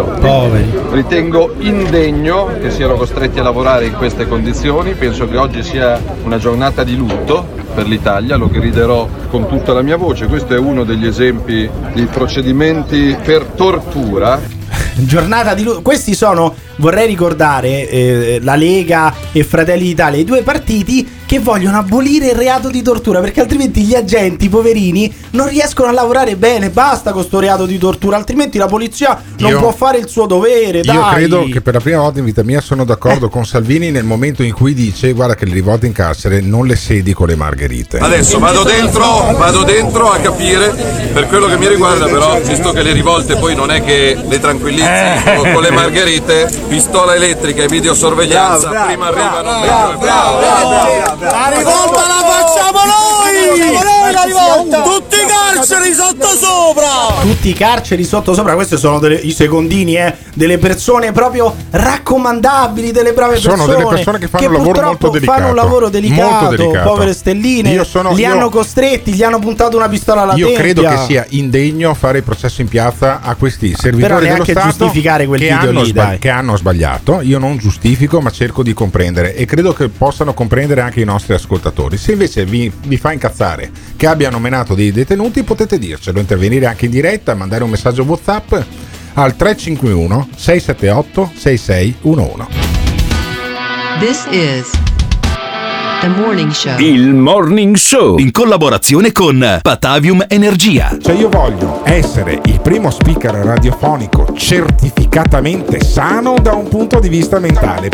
poveri. Ritengo indegno che siano costretti a lavorare in queste condizioni. Penso che oggi sia una giornata di lutto per l'Italia, lo griderò con tutta la mia voce. Questo è uno degli esempi di procedimenti per tortura. Giornata di lutto. Questi sono, vorrei ricordare, la Lega e Fratelli d'Italia, i due partiti che vogliono abolire il reato di tortura, perché altrimenti gli agenti poverini non riescono a lavorare bene. Basta con sto reato di tortura, altrimenti la polizia non può fare il suo dovere. Dai. Io credo che per la prima volta in vita mia sono d'accordo con Salvini nel momento in cui dice: guarda che le rivolte in carcere non le sedi con le margherite. Adesso vado dentro a capire. Per quello che mi riguarda, però, visto che le rivolte poi non è che le tranquillizzi con le margherite, pistola elettrica e videosorveglianza, prima arrivano. Bravo. La rivolta la facciamo noi la rivolta! Tutti i carceri sottosopra! Tutti i carceri sottosopra, questi sono i secondini, delle persone proprio raccomandabili, delle brave persone. Sono delle persone che fanno un lavoro molto delicato. Fanno un lavoro delicato, povere stelline. Hanno costretti, gli hanno puntato una pistola alla tempia. Io credo che sia indegno fare il processo in piazza a questi servitori dello Stato giustificare quel che hanno sbagliato. Io non giustifico, ma cerco di comprendere, e credo che possano comprendere anche i nostri ascoltatori. Se invece vi fa incazzare che abbiano menato dei detenuti, potete dircelo, intervenire anche in diretta, mandare un messaggio WhatsApp al 351 678 6611. This is The Morning Show. Il Morning Show in collaborazione con Patavium Energia. Cioè, io voglio essere il primo speaker radiofonico certificatamente sano da un punto di vista mentale.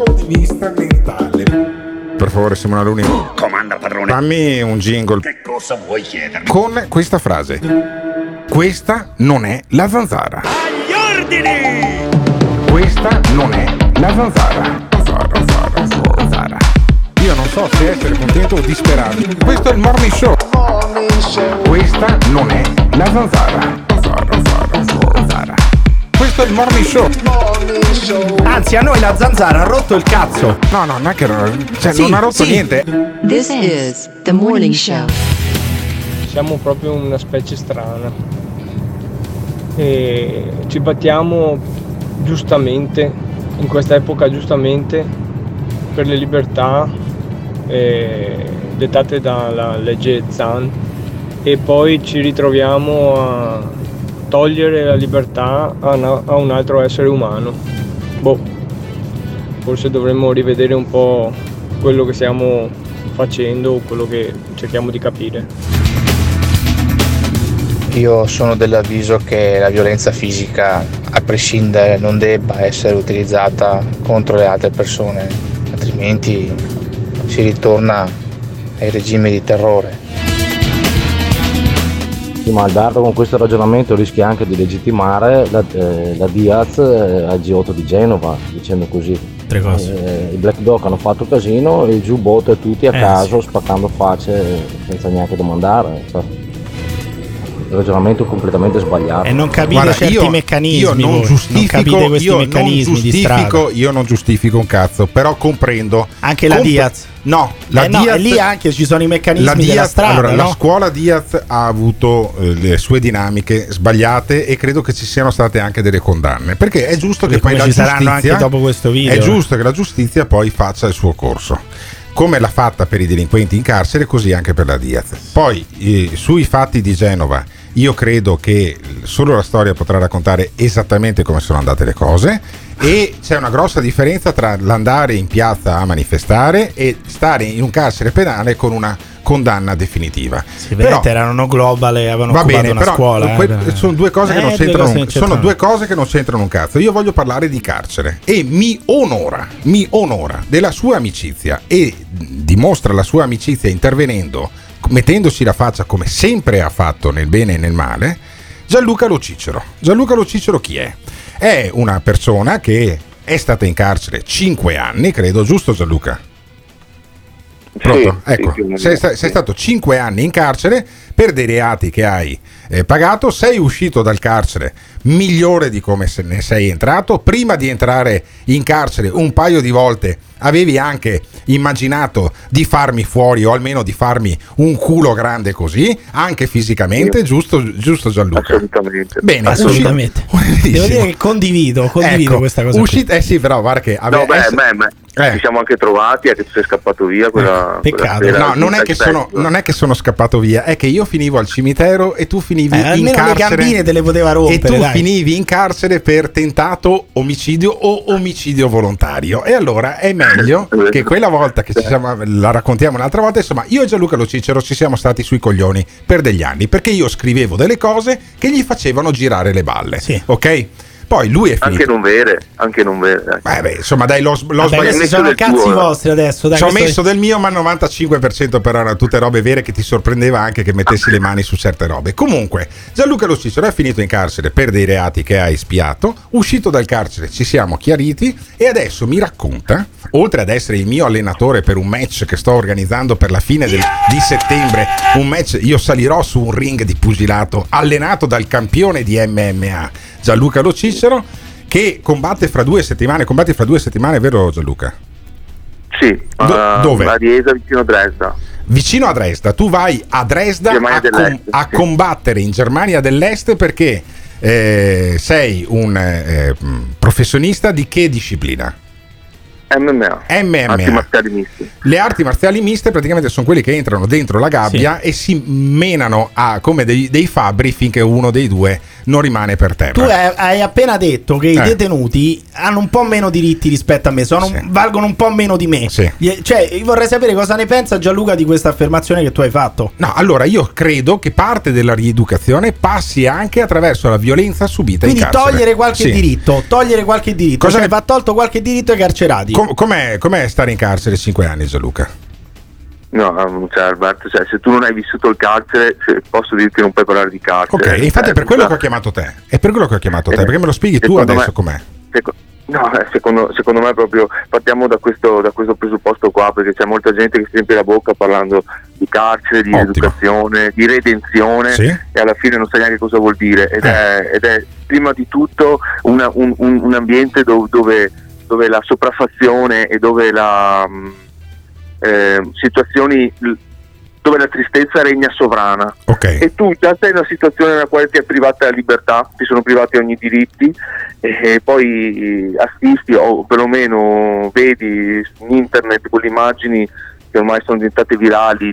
Per favore, Simona Luni, comanda padrone, fammi un jingle. Che cosa vuoi chiedermi? Con questa frase: questa non è la zanzara. Agli ordini! Questa non è la zanzara. Zanzara. Io non so se essere contento o disperato. Questo è il Morning Show. Questa non è la zanzara. Zanzara. Questo è il Morning Show. Anzi, a noi la zanzara ha rotto il cazzo. No, non è che non ha rotto niente. This is The Morning Show. Siamo proprio una specie strana e ci battiamo giustamente, in questa epoca giustamente, per le libertà dettate dalla legge Zan, e poi ci ritroviamo a togliere la libertà a un altro essere umano. Forse dovremmo rivedere un po' quello che stiamo facendo, quello che cerchiamo di capire. Io sono dell'avviso che la violenza fisica, a prescindere, non debba essere utilizzata contro le altre persone, altrimenti si ritorna ai regimi di terrore. Sì, ma Alberto, con questo ragionamento rischi anche di legittimare la Diaz al G8 di Genova, dicendo così. Tre cose. I Black Dog hanno fatto casino, il giubbotto e tutti a caso, spaccando facce senza neanche domandare. Cioè, il ragionamento è completamente sbagliato. E non capite certi meccanismi. Io non giustifico un cazzo, però comprendo. Anche la Diaz. No, Diaz, lì anche ci sono i meccanismi della strada. Allora, la scuola Diaz ha avuto le sue dinamiche sbagliate e credo che ci siano state anche delle condanne, perché è giusto che poi ci saranno anche dopo questo video. È giusto che la giustizia poi faccia il suo corso. Come l'ha fatta per i delinquenti in carcere, così anche per la Diaz. Poi sui fatti di Genova, io credo che solo la storia potrà raccontare esattamente come sono andate le cose, e c'è una grossa differenza tra l'andare in piazza a manifestare e stare in un carcere penale con una condanna definitiva. Sì, però erano global e avevano occupato una scuola. Sono due cose che non c'entrano. Sono due cose che non c'entrano un cazzo. Io voglio parlare di carcere e mi onora della sua amicizia, e dimostra la sua amicizia intervenendo, mettendosi la faccia come sempre ha fatto nel bene e nel male, Gianluca Lo Cicero. Gianluca Lo Cicero chi è? È una persona che è stata in carcere 5 anni, credo, giusto Gianluca? Pronto? Sì, ecco, sei stato 5 anni in carcere per dei reati che hai pagato, sei uscito dal carcere migliore di come se ne sei entrato. Prima di entrare in carcere un paio di volte avevi anche immaginato di farmi fuori, o almeno di farmi un culo grande così, anche fisicamente, giusto Gianluca? Assolutamente. Bene, assolutamente. Devo dire che condivido questa cosa. Sì, però guarda che ci siamo anche trovati, è che tu sei scappato via peccato. No, non è che sono scappato via, è che io finivo al cimitero e tu finivi in carcere. Le gambine te le poteva rompere, e tu finivi in carcere per tentato omicidio o omicidio volontario. E allora è meglio che quella volta che la raccontiamo un'altra volta, insomma, io e Gianluca Lo Cicero ci siamo stati sui coglioni per degli anni, perché io scrivevo delle cose che gli facevano girare le balle, ok? Poi lui è finito. Anche non vere. Insomma, dai, l'ho sbagliato. Sono cazzi vostri adesso. Ci ho messo del mio, ma il 95% però erano tutte robe vere, che ti sorprendeva anche che mettessi le mani su certe robe. Comunque, Gianluca Lo Cicero è finito in carcere per dei reati che ha espiato. Uscito dal carcere ci siamo chiariti e adesso mi racconta, oltre ad essere il mio allenatore per un match che sto organizzando per la fine di settembre, un match, io salirò su un ring di pugilato allenato dal campione di MMA Gianluca Lo Cicero, che combatte fra 2 settimane, vero Gianluca? Sì, dove? A Riesa, vicino a Dresda. Vicino a Dresda, tu vai a Dresda a combattere in Germania dell'Est perché sei un professionista di che disciplina? MMA. Arti marziali miste. Le arti marziali miste praticamente sono quelli che entrano dentro la gabbia e si menano come dei fabbri finché uno dei due non rimane per terra. Tu hai appena detto che i detenuti hanno un po' meno diritti rispetto a me, valgono un po' meno di me. Cioè, io vorrei sapere cosa ne pensa Gianluca di questa affermazione che tu hai fatto. No, allora io credo che parte della rieducazione passi anche attraverso la violenza subita in carcere. Quindi togliere qualche diritto. Cosa va tolto qualche diritto ai carcerati. Com'è stare in carcere 5 anni, Gianluca? No, Alberto, se tu non hai vissuto il carcere, posso dirti che non puoi parlare di carcere. Ok, infatti è per quello che ho chiamato te. Perché me lo spieghi tu adesso com'è. Secondo me proprio partiamo da questo presupposto qua, perché c'è molta gente che si riempie la bocca parlando di carcere, di educazione, di redenzione, e alla fine non sa neanche cosa vuol dire. Ed è prima di tutto un ambiente dove la sopraffazione e dove situazioni dove la tristezza regna sovrana, e tu già sei in una situazione nella quale ti è privata la libertà, ti sono privati ogni diritti, e poi assisti o perlomeno vedi su internet quelle immagini che ormai sono diventate virali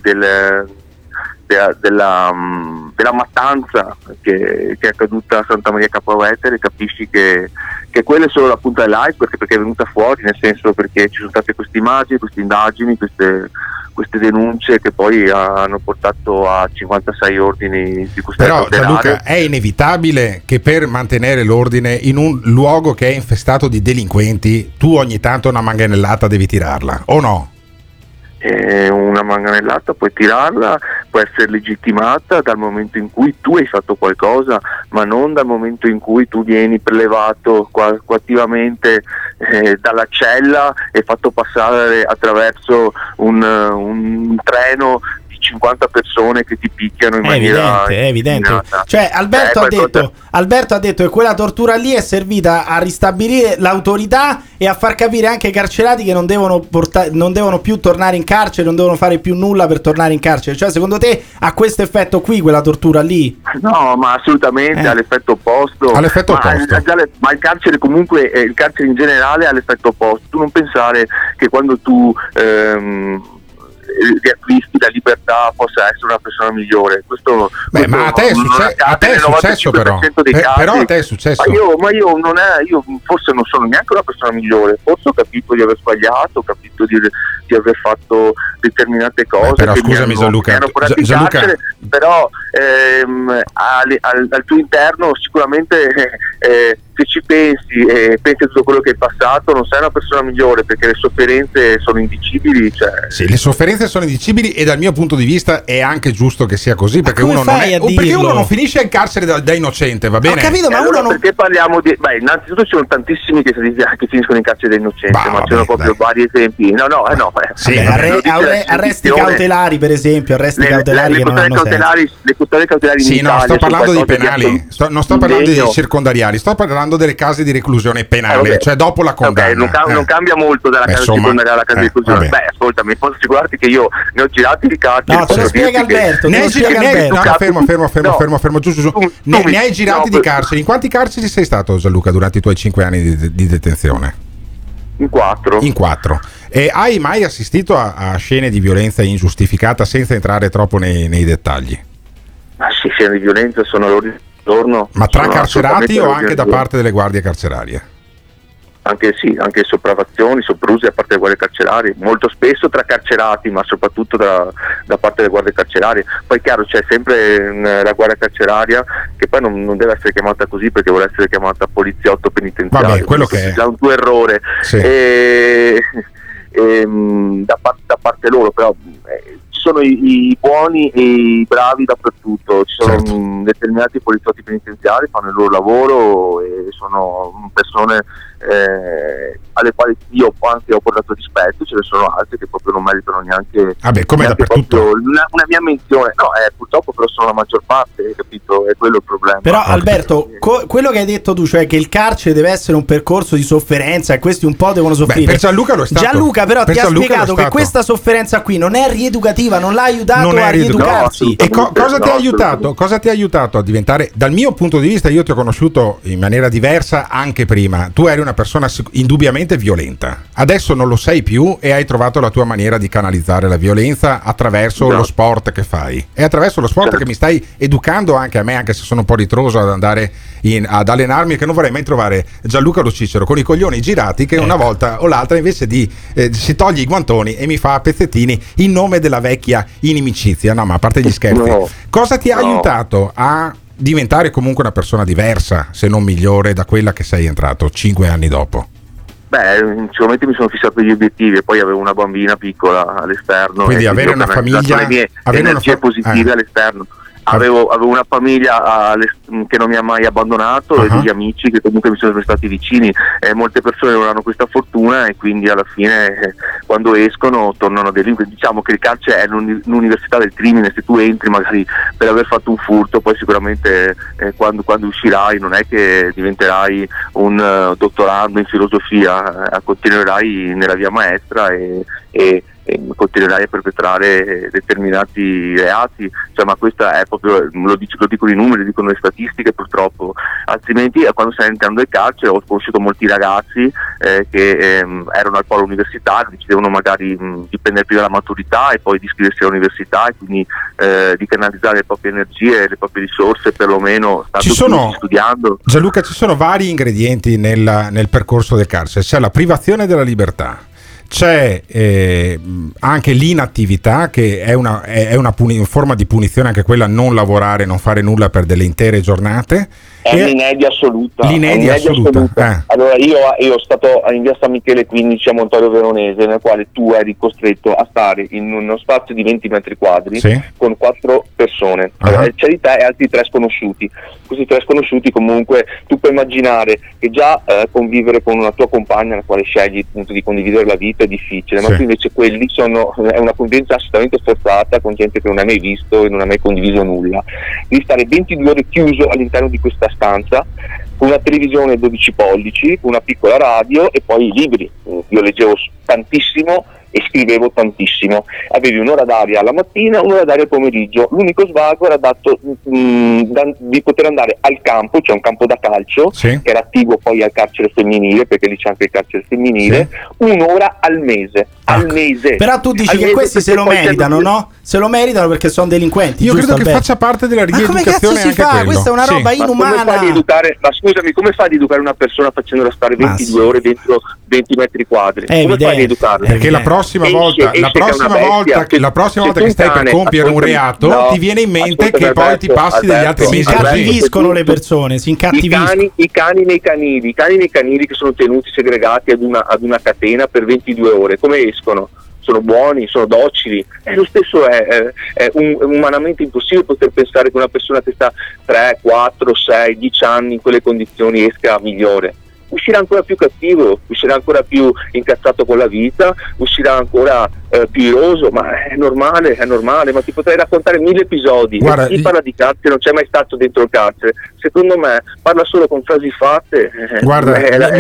della mattanza che è accaduta a Santa Maria Capua Vetere, e capisci che quella è solo la punta dell'iceberg, perché è venuta fuori, nel senso perché ci sono state queste immagini, queste indagini, queste denunce che poi hanno portato a 56 ordini di custodia cautelare. Però Gianluca, è inevitabile che per mantenere l'ordine in un luogo che è infestato di delinquenti tu ogni tanto una manganellata devi tirarla, o no? Una manganellata puoi tirarla, può essere legittimata dal momento in cui tu hai fatto qualcosa, ma non dal momento in cui tu vieni prelevato coattivamente dalla cella e fatto passare attraverso un treno 50 persone che ti picchiano in maniera evidente. Cioè Alberto ha detto che quella tortura lì è servita a ristabilire l'autorità e a far capire anche ai carcerati che non devono più tornare in carcere, non devono fare più nulla per tornare in carcere. Cioè secondo te ha questo effetto qui quella tortura lì? No, ma assolutamente ha l'effetto opposto. Ma il carcere comunque, il carcere in generale ha l'effetto opposto. Tu non pensare che quando tu riacquisti la libertà possa essere una persona migliore. Ma a te è successo però a te è successo. Ma io forse non sono neanche una persona migliore, forse ho capito di aver sbagliato, ho capito di aver fatto determinate cose. Però scusami Gianluca, però al tuo interno sicuramente se ci pensi e pensi a tutto quello che è passato, non sei una persona migliore, perché le sofferenze sono indicibili. Sì, le sofferenze sono indicibili e dal mio punto di vista è anche giusto che sia così, perché uno non finisce in carcere da innocente, va bene? Ho capito, ma uno non... Perché parliamo di... Beh, innanzitutto ci sono tantissimi che finiscono in carcere da innocente, ma ci sono proprio vari esempi. Sì, arresti cautelari, per esempio, le custodie cautelari in Italia. No, sto parlando di penali, non sto parlando di circondariali, sto parlando delle case di reclusione penale, cioè dopo la condanna. Non cambia molto dalla casa circondariale alla casa di reclusione. Ascoltami, posso assicurarti che io ne ho girati di carceri. No, ce lo spiega Alberto. Fermo, giù. Ne hai girati di carceri. In quanti carceri sei stato, Gianluca, durante i tuoi 5 anni di detenzione? In 4. E hai mai assistito a scene di violenza ingiustificata, senza entrare troppo nei dettagli? Ma sì, scene di violenza sono l'ordine del giorno. Ma tra carcerati o anche da parte delle guardie carcerarie? Anche sopraffazioni, soprusi da parte delle guardie carcerarie, molto spesso tra carcerati, ma soprattutto da parte delle guardie carcerarie. Poi chiaro, c'è sempre la guardia carceraria che poi non deve essere chiamata così, perché vuole essere chiamata poliziotto penitenziario. Vabbè, quello che è già un tuo errore. Sì. Da parte loro, però ci sono i buoni e i bravi dappertutto, ci sono determinati poliziotti penitenziari, fanno il loro lavoro e sono persone alle quali io anche ho portato rispetto. Ce ne sono altri che proprio non meritano neanche come dappertutto una mia menzione. Purtroppo però sono la maggior parte, capito? È quello il problema. Però Alberto, quello che hai detto tu, cioè che il carcere deve essere un percorso di sofferenza e questi un po' devono soffrire. Per Gianluca lo è stato. Gianluca però ti ha spiegato che questa sofferenza qui non è rieducativa, non l'ha aiutato a rieducarsi. E cosa ti ha aiutato? Cosa ti ha aiutato a diventare, dal mio punto di vista, io ti ho conosciuto in maniera diversa anche prima. Tu eri una persona indubbiamente violenta. Adesso non lo sei più e hai trovato la tua maniera di canalizzare la violenza attraverso lo sport che fai. E attraverso lo sport che mi stai educando anche a me, anche se sono un po' ritroso ad andare ad allenarmi, che non vorrei mai trovare Gianluca Lo Cicero con i coglioni girati che una volta o l'altra invece si toglie i guantoni e mi fa a pezzettini in nome della vecchia inimicizia. No, ma a parte gli scherzi, cosa ti ha aiutato a diventare comunque una persona diversa, se non migliore, da quella che sei entrato 5 anni dopo? Sicuramente mi sono fissato gli obiettivi e poi avevo una bambina piccola all'esterno. Quindi avere una famiglia, le mie energie positive all'esterno. Avevo una famiglia che non mi ha mai abbandonato e degli amici che comunque mi sono sempre stati vicini. Molte persone non hanno questa fortuna e quindi alla fine quando escono tornano delinquenti. Diciamo che il carcere è l'università del crimine. Se tu entri magari per aver fatto un furto, poi sicuramente quando uscirai non è che diventerai un dottorando in filosofia, continuerai nella via maestra e continuerai a perpetrare determinati reati, ma questa è proprio, lo dicono i numeri, dicono le statistiche purtroppo. Altrimenti quando stai entrando nel carcere ho conosciuto molti ragazzi che erano al polo universitario, decidevano magari di prendere prima la maturità e poi di iscriversi all'università e quindi di canalizzare le proprie energie, le proprie risorse, perlomeno studiando. Gianluca, ci sono vari ingredienti nel percorso del carcere. C'è la privazione della libertà, c'è anche l'inattività, che è una forma di punizione, anche quella, non lavorare, non fare nulla per delle intere giornate. È un'inedia assoluta. Assoluta. Allora io ero stato in via San Michele 15 a Montorio Veronese, nel quale tu eri costretto a stare in uno spazio di 20 metri quadri con 4 persone. C'è di te e altri 3 sconosciuti. Questi 3 sconosciuti, comunque tu puoi immaginare che già convivere con una tua compagna, la quale scegli appunto di condividere la vita, è difficile, ma tu invece quelli è una convivenza assolutamente forzata con gente che non hai mai visto e non ha mai condiviso nulla. Devi stare 22 ore chiuso all'interno di questa stanza con una televisione 12 pollici, con una piccola radio e poi i libri. Io leggevo tantissimo e scrivevo tantissimo. Avevi un'ora d'aria alla mattina, un'ora d'aria al pomeriggio. L'unico svago era dato di poter andare al campo, cioè un campo da calcio, che era attiguo poi al carcere femminile, perché lì c'è anche il carcere femminile, un'ora al mese. Al mese. Però tu dici che questi se lo meritano, no? se lo meritano perché sono delinquenti. Io credo Alberto? che faccia parte della rieducazione. Ma come cazzo si fa? Quello. Questa è una roba inumana. Ma scusami, come fai ad educare una persona facendola stare 22 ore dentro 20 metri quadri? Come fai ad educarla? Perché la prossima volta che stai per compiere un reato ti viene in mente che poi ti passi degli altri mesi. Si incattiviscono le persone, si incattiviscono. I cani nei canili che sono tenuti segregati ad una catena per 22 ore, come escono? Sono buoni, sono docili. Lo stesso è umanamente impossibile poter pensare che una persona che sta 3, 4, 6, 10 anni in quelle condizioni esca migliore. Uscirà ancora più cattivo, uscirà ancora più incazzato con la vita, uscirà ancora più iroso, ma è normale, ma ti potrei raccontare 1000 episodi. Guarda, chi parla di carcere non c'è mai stato dentro il carcere, secondo me parla solo con frasi fatte. Guarda,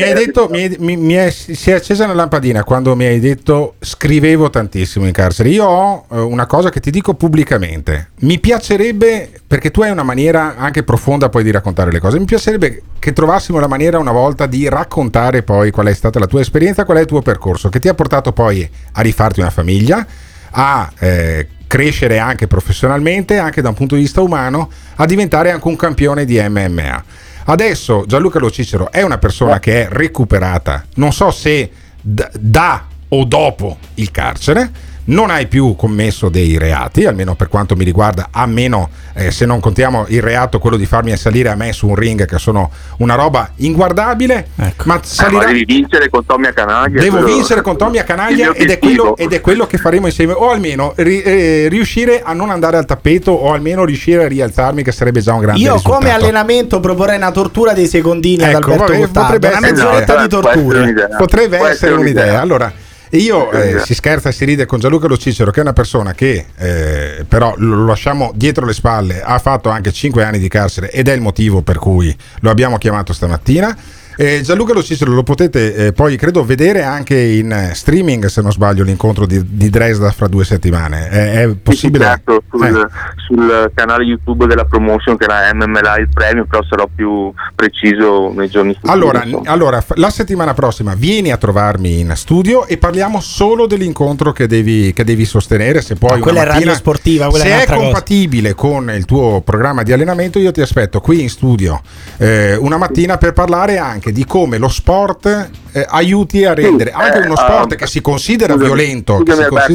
si è accesa una lampadina quando mi hai detto scrivevo tantissimo in carcere. Io ho una cosa che ti dico pubblicamente, mi piacerebbe, perché tu hai una maniera anche profonda poi di raccontare le cose, mi piacerebbe che trovassimo la maniera una volta di raccontare poi qual è stata la tua esperienza, qual è il tuo percorso che ti ha portato poi a rifarti una famiglia, a crescere anche professionalmente, anche da un punto di vista umano, a diventare anche un campione di MMA. Adesso Gianluca Lo Cicero è una persona che è recuperata, non so se da o dopo il carcere, non hai più commesso dei reati, almeno per quanto mi riguarda, a meno se non contiamo il reato, quello di farmi salire a me su un ring, che sono una roba inguardabile. Ecco. Ma devi vincere con Tommy Canaglia. Devo vincere con Tommy Canaglia ed è quello che faremo insieme, o almeno riuscire a non andare al tappeto, o almeno riuscire a rialzarmi, che sarebbe già un grande risultato. Io come allenamento proporrei una tortura dei secondini ad Alberto Gottardo, una mezz'oretta di tortura. Potrebbe essere un'idea. Allora, io si scherza e si ride con Gianluca Lo Cicero, che è una persona che però lo lasciamo dietro le spalle, ha fatto anche 5 anni di carcere ed è il motivo per cui lo abbiamo chiamato stamattina. Gianluca Lo Cicero lo potete poi credo vedere anche in streaming, se non sbaglio, l'incontro di Dresda fra 2 settimane. È possibile? Certo, sul canale YouTube della promotion, che era MMA Live Premium, però sarò più preciso nei giorni futuri. Allora, la settimana prossima vieni a trovarmi in studio e parliamo solo dell'incontro che devi sostenere. Se poi quella è radio sportiva, quella se è compatibile con il tuo programma di allenamento, io ti aspetto qui in studio una mattina per parlare anche di come lo sport aiuti a rendere anche uno sport che si considera violento,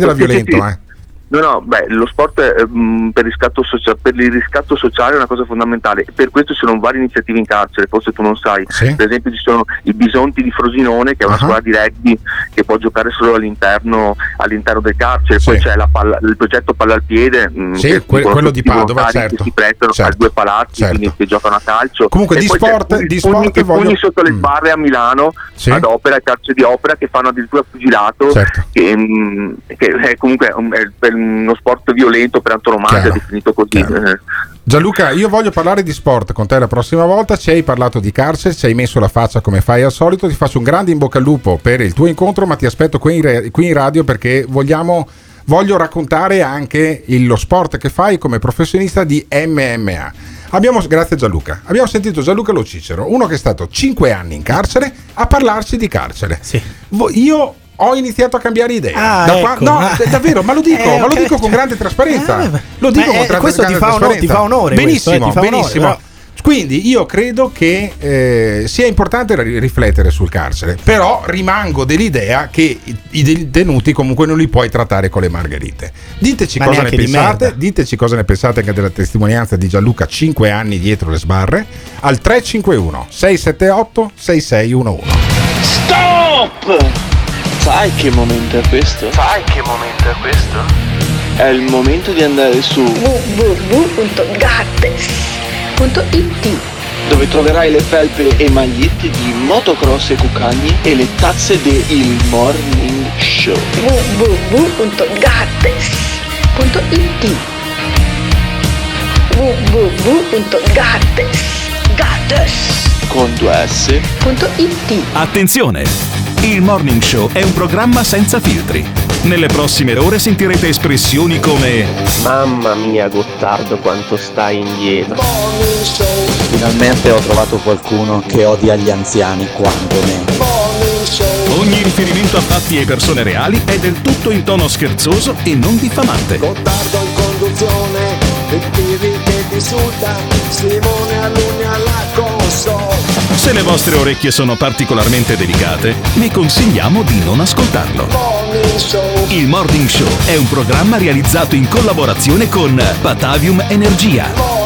lo sport per il riscatto sociale è una cosa fondamentale. Per questo ci sono varie iniziative in carcere, forse tu non sai. Per esempio ci sono i Bisonti di Frosinone, che è una squadra di rugby che può giocare solo all'interno del carcere. Poi c'è il progetto Palla al Piede, quello di Padova, che si prestano a 2 palazzi, quindi che giocano a calcio. Comunque di sport pugni sotto le sbarre a Milano, ad Opera, il carcere di Opera, che fanno addirittura pugilato, che è comunque per uno sport violento per antonomasia, definito così. Gianluca, io voglio parlare di sport con te la prossima volta. Ci hai parlato di carcere, ci hai messo la faccia come fai al solito. Ti faccio un grande in bocca al lupo per il tuo incontro, ma ti aspetto qui in radio, perché voglio raccontare anche lo sport che fai come professionista di MMA. Grazie Gianluca. Abbiamo sentito Gianluca Lo Cicero, uno che è stato 5 anni in carcere, a parlarci di carcere. Io ho iniziato a cambiare idea. Davvero, ma lo dico con grande trasparenza. Questo ti fa onore. Benissimo. Quindi io credo che sia importante riflettere sul carcere, però rimango dell'idea che i detenuti comunque non li puoi trattare con le margherite. Diteci cosa ne pensate anche della testimonianza di Gianluca, 5 anni dietro le sbarre, al 351 678 6611. Stop! Sai che momento è questo? È il momento di andare su www.gattes.it, dove troverai le felpe e magliette di motocross e cucagni e le tazze de Il Morning Show. www.gattes.it, www.gattes con 2s.it. Attenzione! Il Morning Show è un programma senza filtri. Nelle prossime ore sentirete espressioni come: mamma mia Gottardo, quanto stai indietro. Finalmente ho trovato qualcuno che odia gli anziani quanto me. Ogni riferimento a fatti e persone reali è del tutto in tono scherzoso e non diffamante. Gottardo in conduzione, il Pirri che ti insulta, Simone Alunni alla console. Se le vostre orecchie sono particolarmente delicate, vi consigliamo di non ascoltarlo. Il Morning Show è un programma realizzato in collaborazione con Batavium Energia.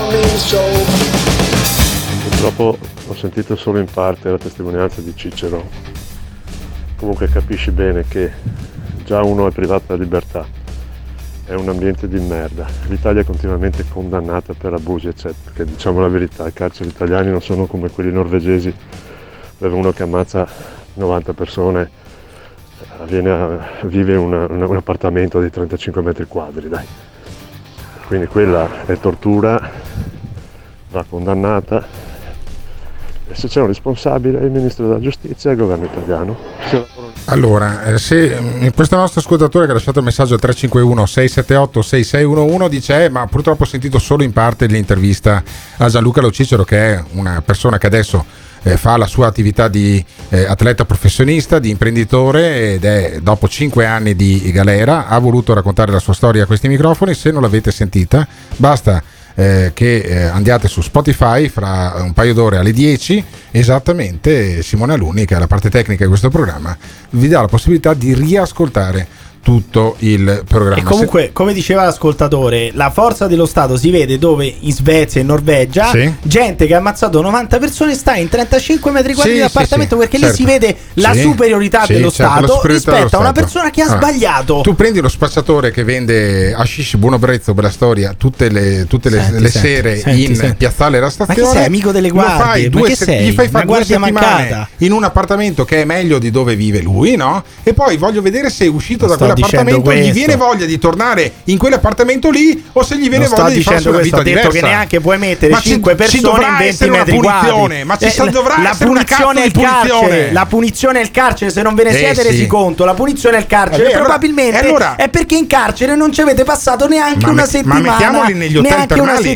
Purtroppo ho sentito solo in parte la testimonianza di Cicero. Comunque capisci bene che già uno è privato della libertà. È un ambiente di merda. L'Italia è continuamente condannata per abusi, eccetera. Perché diciamo la verità, i carceri italiani non sono come quelli norvegesi, dove uno che ammazza 90 persone vive in un appartamento di 35 metri quadri, dai. Quindi quella è tortura, va condannata. E se c'è un responsabile è il Ministro della Giustizia e il governo italiano. Allora, se questo nostro ascoltatore che ha lasciato il messaggio al 351 678 6611 dice ma purtroppo ho sentito solo in parte l'intervista a Gianluca Lo Cicero, che è una persona che adesso fa la sua attività di atleta professionista, di imprenditore, ed è dopo 5 anni di galera ha voluto raccontare la sua storia a questi microfoni. Se non l'avete sentita basta che andiate su Spotify fra un paio d'ore alle 10 esattamente. Simone Alunni, che è la parte tecnica di questo programma, vi dà la possibilità di riascoltare tutto il programma. E comunque, come diceva l'ascoltatore, la forza dello Stato si vede dove in Svezia e Norvegia gente che ha ammazzato 90 persone sta in 35 metri quadri di appartamento, perché lì si vede la superiorità dello Stato rispetto a una persona che ha sbagliato. Tu prendi lo spacciatore che vende hashish buono prezzo, bella storia, tutte le sere in Piazzale La Stazione. Ma che sei, amico delle guardie? Gli fai fare 2 settimane in un appartamento che è meglio di dove vive lui, no? E poi voglio vedere se è uscito da quell'appartamento, gli viene voglia di tornare in quell'appartamento lì o se gli viene voglia di farsi una vita diversa. Ho detto che neanche puoi mettere 5 persone in 20 metri quadri. Ma ci dovrà essere una cazzo di punizione. La punizione è il carcere, se non ve ne siete resi conto. La punizione è il carcere. Probabilmente è perché in carcere non ci avete passato neanche una settimana. Ma mettiamoli negli hotel termali.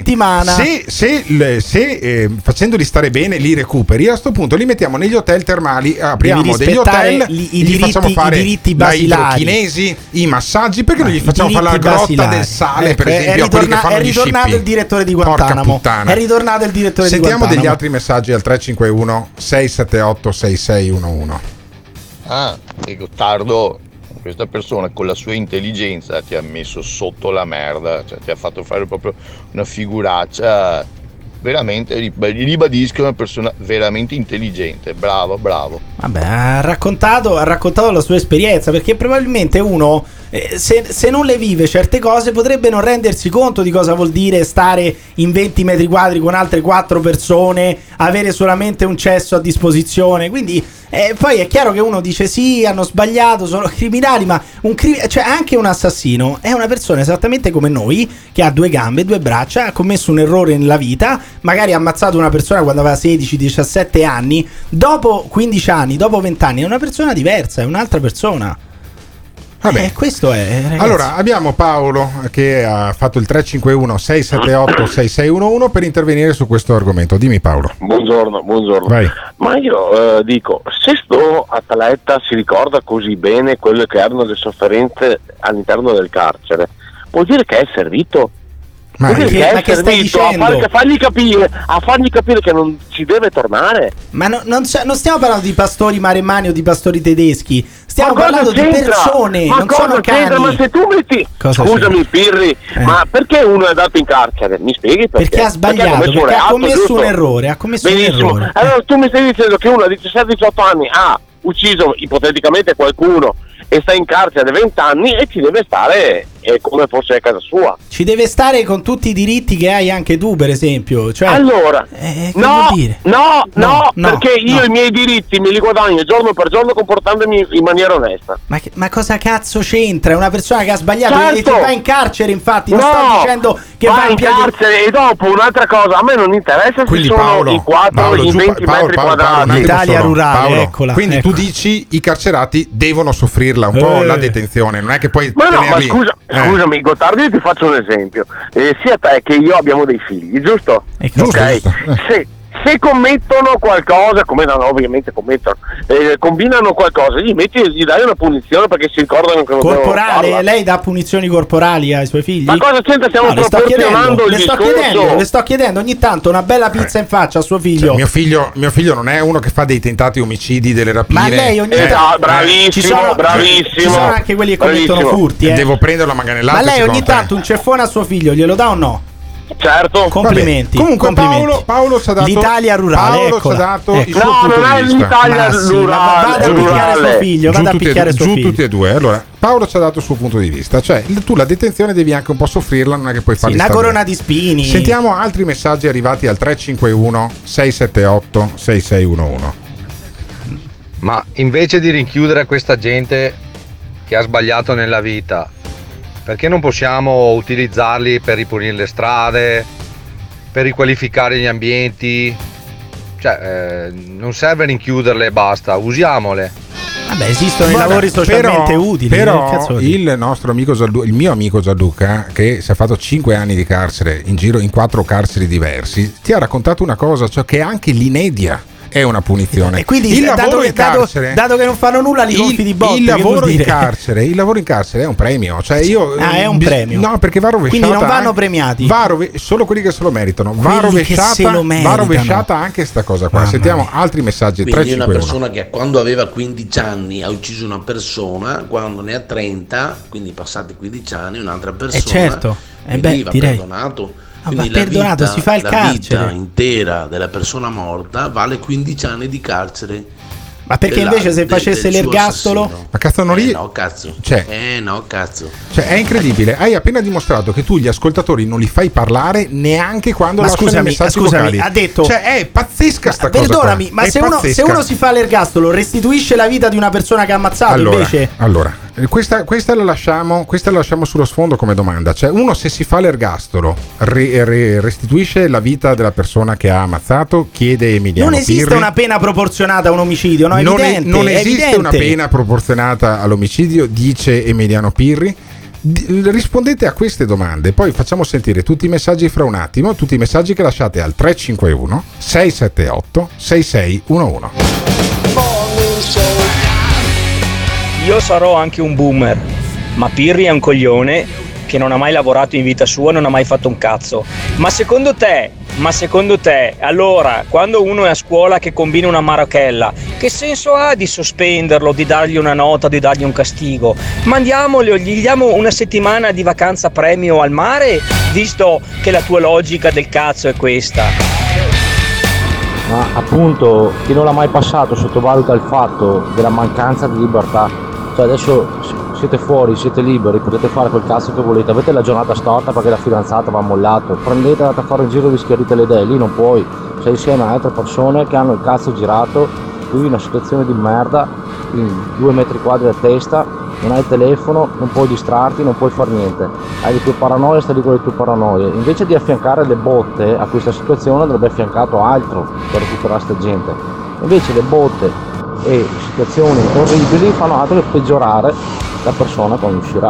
Se facendoli stare bene li recuperi, a sto punto li mettiamo negli hotel termali, apriamo degli hotel, gli facciamo fare i idrochinesi, i massaggi, perché non gli facciamo fare la grotta del sale, per esempio, a quelli che fanno gli scippi. È ritornato il direttore di Guantanamo. Sentiamo degli altri messaggi al 351 678 6611. E Gottardo, questa persona con la sua intelligenza ti ha messo sotto la merda, cioè ti ha fatto fare proprio una figuraccia. Veramente, ribadisco, una persona veramente intelligente. Bravo. Vabbè, ha raccontato la sua esperienza, perché probabilmente uno se non le vive certe cose potrebbe non rendersi conto di cosa vuol dire stare in 20 metri quadri con altre 4 persone, avere solamente un cesso a disposizione. Quindi poi è chiaro che uno dice sì, hanno sbagliato, sono criminali, ma cioè anche un assassino è una persona esattamente come noi, che ha 2 gambe, 2 braccia, ha commesso un errore nella vita, magari ha ammazzato una persona quando aveva 16-17 anni, dopo 15 anni, dopo 20 anni è una persona diversa, è un'altra persona. Vabbè. Questo è, ragazzi. Allora abbiamo Paolo che ha fatto il 351 678 6611 per intervenire su questo argomento. Dimmi Paolo. Buongiorno. Vai. Ma io dico, se sto atleta si ricorda così bene quelle che erano le sofferenze all'interno del carcere, vuol dire che è servito. Ma che stai dicendo? A fargli capire che non ci deve tornare. Ma non stiamo parlando di pastori maremmani o di pastori tedeschi, stiamo parlando di persone, non sono cani. Ma se tu metti, scusami Pirri, ma perché uno è andato in carcere? Mi spieghi perché? Perché ha sbagliato, perché ha commesso un errore. Benissimo. Allora tu mi stai dicendo che uno a 17-18 anni ha ucciso ipoteticamente qualcuno e sta in carcere da 20 anni e ci deve stare come fosse a casa sua. Ci deve stare con tutti i diritti che hai anche tu, per esempio. Cioè, allora, no, perché io i miei diritti me li guadagno giorno per giorno comportandomi in maniera onesta. Ma cosa cazzo c'entra? È una persona che ha sbagliato e va in carcere, infatti. Non sto dicendo che va in carcere. E dopo un'altra cosa, a me non interessa. Quindi, se sono i 4 i 20 metri quadrati. L'Italia rurale, eccola. Quindi tu dici i carcerati devono soffrirla un po' la detenzione, non è che poi tenerli. Scusami, Gottardo, io ti faccio un esempio. Sia te che io abbiamo dei figli, giusto? Giusto. se commettono qualcosa, come no, ovviamente commettono, combinano qualcosa, gli dai una punizione perché si ricordano che non corporale. Lei dà punizioni corporali ai suoi figli? Ma cosa c'entra? Stiamo proporzionando il discorso. Le sto chiedendo ogni tanto una bella pizza in faccia a suo figlio. Cioè, mio figlio non è uno che fa dei tentati omicidi, delle rapine. Ma lei ogni tanto bravissimo. Ci sono anche quelli che commettono furti. Devo prenderlo a manganellate. Ma lei ogni tanto un ceffone a suo figlio glielo dà o no? Certo. Complimenti. Comunque Paolo ci ha dato l'Italia rurale. Paolo ci ha dato il suo no, punto non di è vista. l'Italia rurale. Vada a picchiare suo figlio. Vada a picchiare suo figlio. Tutti e due. Allora, Paolo ci ha dato il suo punto di vista. Cioè, tu la detenzione devi anche un po' soffrirla, non è che puoi farli una corona di spini. Sentiamo altri messaggi arrivati al 351 678 6611. Ma invece di rinchiudere questa gente che ha sbagliato nella vita, perché non possiamo utilizzarli per ripulire le strade, per riqualificare gli ambienti? Cioè, non serve rinchiuderle e basta, usiamole. Vabbè, esistono i lavori socialmente utili. Però il nostro amico il mio amico Gianluca, che si è fatto 5 anni di carcere in giro in 4 carceri diversi, ti ha raccontato una cosa, cioè che anche l'inedia è una punizione. E quindi dato che non fanno nulla li gonfi di botte. Il lavoro in carcere è un premio. Cioè è un premio. No, perché va rovesciata. Quindi non vanno premiati. Solo quelli che se lo meritano. Va rovesciata anche sta cosa qua. Sentiamo altri messaggi. Quindi una persona che quando aveva 15 anni ha ucciso una persona, quando ne ha 30, quindi passati 15 anni, un'altra persona certo. veniva perdonato. Quindi perdonato, si fa il carcere. La vita intera della persona morta vale 15 anni di carcere. Ma perché invece se facesse l'ergastolo? Ma cazzo non no, cazzo. No, cazzo. Cioè, è incredibile. Hai appena dimostrato che tu gli ascoltatori non li fai parlare neanche quando lasciano i messaggi vocali. Ha detto. Cioè, è pazzesca sta cosa. Perdonami, ma se uno si fa l'ergastolo, restituisce la vita di una persona che ha ammazzato invece? Allora, questa la lasciamo sullo sfondo come domanda. Cioè, uno se si fa l'ergastolo restituisce la vita della persona che ha ammazzato? Chiede Emiliano Pirri. Non esiste una pena proporzionata a un omicidio, no? Non esiste una pena proporzionata all'omicidio, dice Emiliano Pirri. Rispondete a queste domande, poi facciamo sentire tutti i messaggi fra un attimo, tutti i messaggi che lasciate al 351 678 6611. Io sarò anche un boomer, ma Pirri è un coglione che non ha mai lavorato in vita sua, non ha mai fatto un cazzo. Ma secondo te, allora, quando uno è a scuola che combina una marachella, che senso ha di sospenderlo, di dargli una nota, di dargli un castigo? Gli diamo una settimana di vacanza premio al mare, visto che la tua logica del cazzo è questa. Ma appunto, chi non l'ha mai passato sottovaluta il fatto della mancanza di libertà. Cioè adesso siete fuori, siete liberi, potete fare quel cazzo che volete, avete la giornata storta perché la fidanzata va mollato, prendete, andate a fare in giro, vi schierite le idee, lì non puoi, sei insieme a altre persone che hanno il cazzo girato, tu in una situazione di merda, in 2 metri quadri a testa, non hai il telefono, non puoi distrarti, non puoi fare niente, hai le tue paranoie, stai lì con le tue paranoie, invece di affiancare le botte a questa situazione andrebbe affiancato altro per recuperare sta gente, invece le botte e situazioni orribili fanno altro che peggiorare la persona quando uscirà.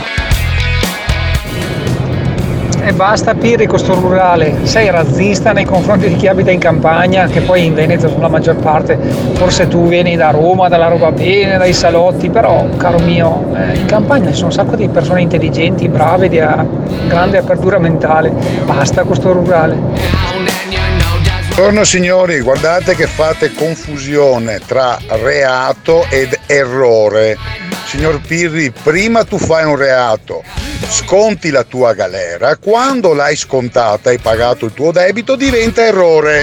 E basta Pirri con sto rurale, sei razzista nei confronti di chi abita in campagna, che poi in Veneto sono la maggior parte, forse tu vieni da Roma, dalla roba bene, dai salotti, però caro mio, in campagna ci sono un sacco di persone intelligenti, brave, di grande apertura mentale, basta con sto rurale. Buongiorno signori, guardate che fate confusione tra reato ed errore. Signor Pirri, prima tu fai un reato, sconti la tua galera, quando l'hai scontata e pagato il tuo debito diventa errore.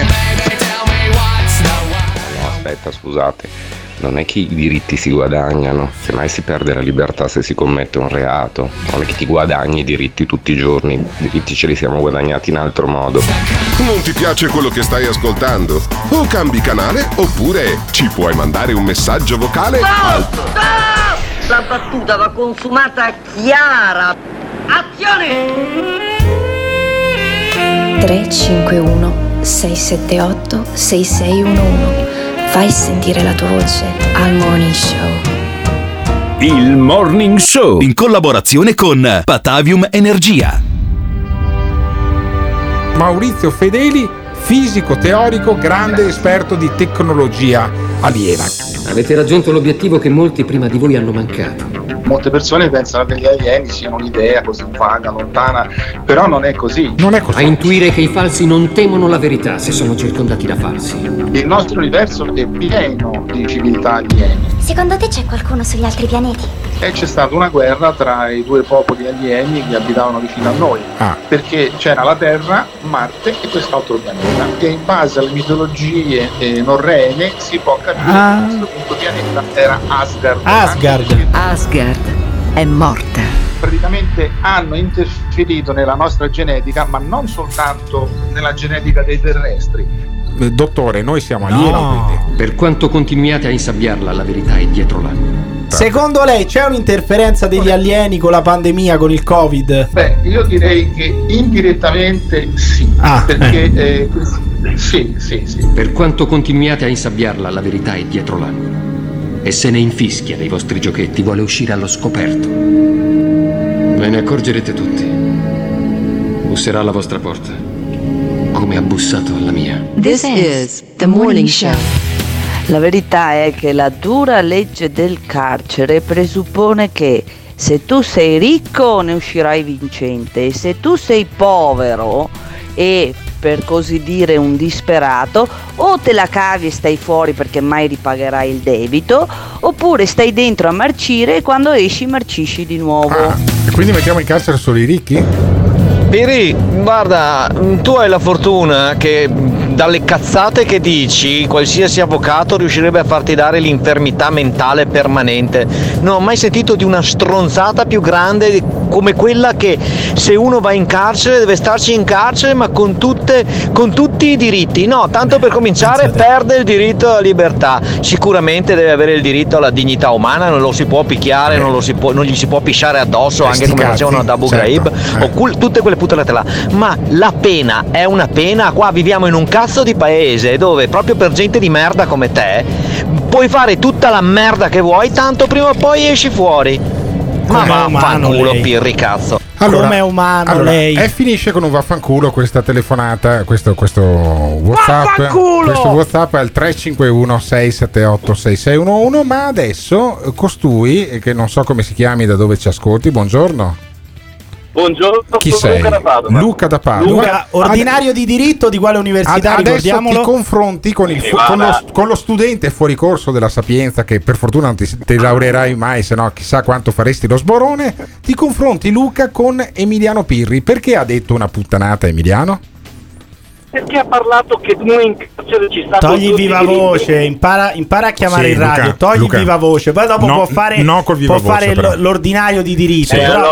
No, aspetta, scusate. Non è che i diritti si guadagnano, semmai si perde la libertà se si commette un reato. Non è che ti guadagni i diritti tutti i giorni, i diritti ce li siamo guadagnati in altro modo. Non ti piace quello che stai ascoltando? O cambi canale oppure ci puoi mandare un messaggio vocale al... La battuta va consumata chiara. Azione! 351 678 6611. Fai sentire la tua voce al Morning Show. Il Morning Show in collaborazione con Patavium Energia. Maurizio Fedeli fisico teorico, grande esperto di tecnologia aliena. Avete raggiunto l'obiettivo che molti prima di voi hanno mancato. Molte persone pensano che gli alieni siano un'idea così vaga, lontana, però non è così. Non è così. A intuire che i falsi non temono la verità se sono circondati da falsi. Il nostro universo è pieno di civiltà alieni. Secondo te c'è qualcuno sugli altri pianeti? E c'è stata una guerra tra i due popoli alieni che abitavano vicino a noi, perché c'era la Terra, Marte e quest'altro pianeta, e in base alle mitologie norrene si può capire che questo punto pianeta era Asgard. Asgard è morta. Praticamente hanno interferito nella nostra genetica, ma non soltanto nella genetica dei terrestri. Dottore, noi siamo alieni, quindi. Per quanto continuiate a insabbiarla, la verità è dietro l'angolo. Secondo lei c'è un'interferenza degli alieni con la pandemia, con il Covid? Beh, io direi che indirettamente sì, perché sì. Per quanto continuiate a insabbiarla, la verità è dietro l'angolo. E se ne infischia dei vostri giochetti, vuole uscire allo scoperto. Ve ne accorgerete tutti. Busserà alla vostra porta, come ha bussato alla mia. This is the morning show. La verità è che la dura legge del carcere presuppone che se tu sei ricco ne uscirai vincente, e se tu sei povero e per così dire un disperato, o te la cavi e stai fuori perché mai ripagherai il debito, oppure stai dentro a marcire e quando esci marcisci di nuovo. E quindi mettiamo in carcere solo i ricchi? Piri, guarda, tu hai la fortuna che dalle cazzate che dici qualsiasi avvocato riuscirebbe a farti dare l'infermità mentale permanente. Non ho mai sentito di una stronzata più grande come quella che se uno va in carcere deve starci in carcere, ma con tutti i diritti. No, tanto per cominciare perde il diritto alla libertà. Sicuramente deve avere il diritto alla dignità umana, non lo si può picchiare, non gli si può pisciare addosso, anche come facevano ad Abu Ghraib, o tutte quelle puttanate là. Ma la pena è una pena. Qua viviamo in un cazzo di paese dove proprio per gente di merda come te puoi fare tutta la merda che vuoi, tanto prima o poi esci fuori. Ma vaffanculo, Pirri, cazzo. Allora, come è umano lei? E finisce con un vaffanculo questa telefonata, questo WhatsApp. Questo WhatsApp è il 351 678 6611. Ma adesso costui, che non so come si chiami, da dove ci ascolti, buongiorno. Buongiorno, chi sei? Luca da Padova. Luca, ordinario di diritto di quale università? Adesso ti confronti con lo studente fuori corso della Sapienza, che per fortuna non ti laureerai mai, se no chissà quanto faresti lo sborone. Ti confronti, Luca, con Emiliano Pirri. Perché ha detto una puttanata, Emiliano? Perché ha parlato che noi in carcere ci sta. Togli viva voce, impara a chiamare in radio. Togli viva voce, poi dopo può fare l'ordinario di diritto.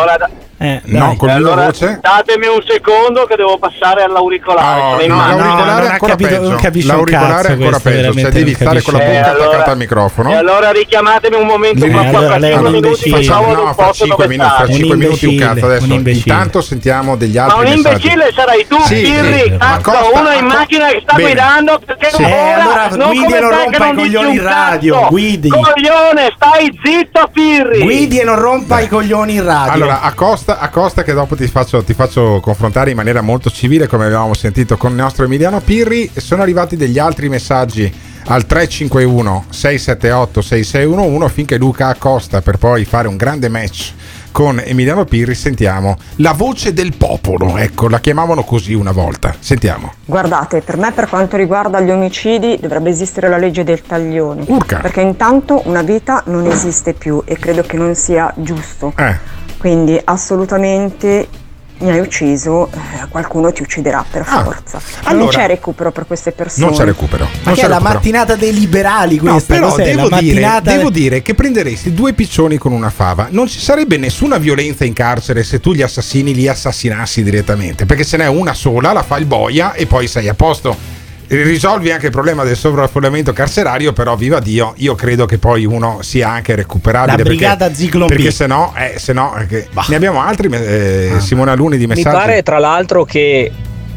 Allora datemi un secondo che devo passare all'auricolare. Non capisco. L'auricolare è ancora peggio, cioè devi stare con la bocca attaccata al microfono. E allora richiamatemi un momento fra 5 minuti. Fra 5 minuti un cazzo. Adesso intanto sentiamo degli altri messaggi. Ma un imbecille sarai tu, Pirri. Uno in macchina che sta guidando, perché allora guidi e non rompa i coglioni in radio. Guidi, coglione, stai zitto, Pirri. Guidi e non rompa i coglioni in radio. Allora Acosta che dopo ti faccio confrontare in maniera molto civile, come avevamo sentito con il nostro Emiliano Pirri. Sono arrivati degli altri messaggi al 351 678 6611 finché Luca Acosta, per poi fare un grande match con Emiliano Pirri. Sentiamo la voce del popolo, ecco, la chiamavano così una volta. Sentiamo. Guardate, per me, per quanto riguarda gli omicidi, dovrebbe esistere la legge del taglione. Urca. Perché intanto una vita non esiste più e credo che non sia giusto. Quindi assolutamente mi hai ucciso, qualcuno ti ucciderà per forza. Allora, non c'è recupero per queste persone. Non c'è recupero. Ma che è la mattinata dei liberali questa? No, però devo dire che prenderesti due piccioni con una fava. Non ci sarebbe nessuna violenza in carcere se tu gli assassini li assassinassi direttamente, perché se n'è una sola, la fa il boia e poi sei a posto. Risolvi anche il problema del sovraffollamento carcerario, però viva Dio, io credo che poi uno sia anche recuperabile. La brigata Zyklon B. Perché se no ne abbiamo altri. Simona Luni di messaggi. Mi pare tra l'altro che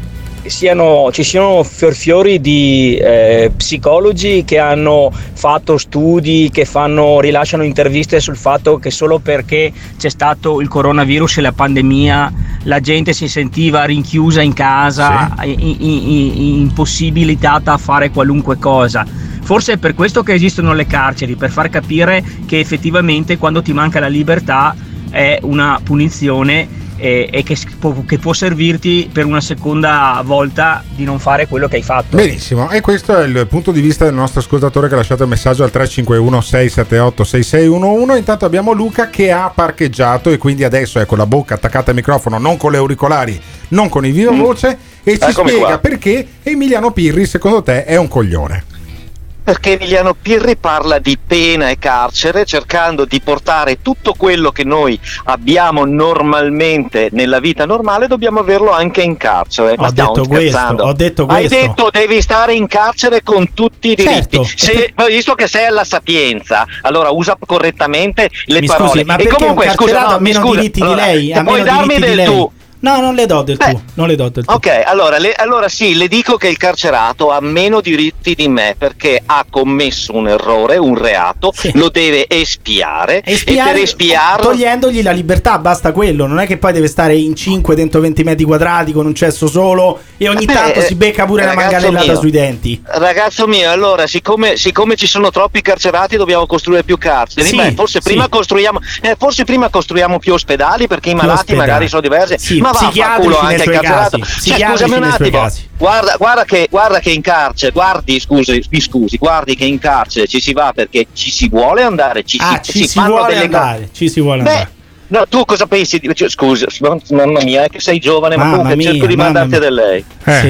ci siano fiori di psicologi che hanno fatto studi, che rilasciano interviste sul fatto che solo perché c'è stato il coronavirus e la pandemia la gente si sentiva rinchiusa in casa, impossibilitata a fare qualunque cosa. Forse è per questo che esistono le carceri, per far capire che effettivamente quando ti manca la libertà è una punizione e che può servirti per una seconda volta di non fare quello che hai fatto. Benissimo, e questo è il punto di vista del nostro ascoltatore che ha lasciato il messaggio al 351 678 6611. Intanto abbiamo Luca che ha parcheggiato e quindi adesso è con la bocca attaccata al microfono, non con le auricolari, non con il viva voce, e ci spiega perché Emiliano Pirri secondo te è un coglione. Perché Emiliano Pirri parla di pena e carcere, cercando di portare tutto quello che noi abbiamo normalmente nella vita normale, dobbiamo averlo anche in carcere. Ho detto questo. Hai detto devi stare in carcere con tutti i diritti. Visto che sei alla Sapienza, allora usa correttamente le parole. Scusi, ma e perché comunque, un carcerato ha meno diritti di lei? Puoi darmi del tu. No, non le do del tu. Non le do del tu. Ok, allora sì, le dico che il carcerato ha meno diritti di me perché ha commesso un errore, un reato, lo deve espiare e per espiarlo togliendogli la libertà, basta quello. Non è che poi deve stare in 5 dentro 20 metri quadrati con un cesso solo e ogni tanto si becca pure la manganellata sui denti. Ragazzo mio, allora siccome ci sono troppi carcerati dobbiamo costruire più carceri. Forse prima costruiamo più ospedali perché i malati magari sono diversi. Ma psichiatrici anche il carcerato. Scusami un attimo. Guarda che in carcere, guardi che in carcere ci si va perché ci si vuole andare, ci si vuole andare. No, tu cosa pensi? Scusa, mamma mia, che sei giovane, ma comunque cerco di mandarti da lei.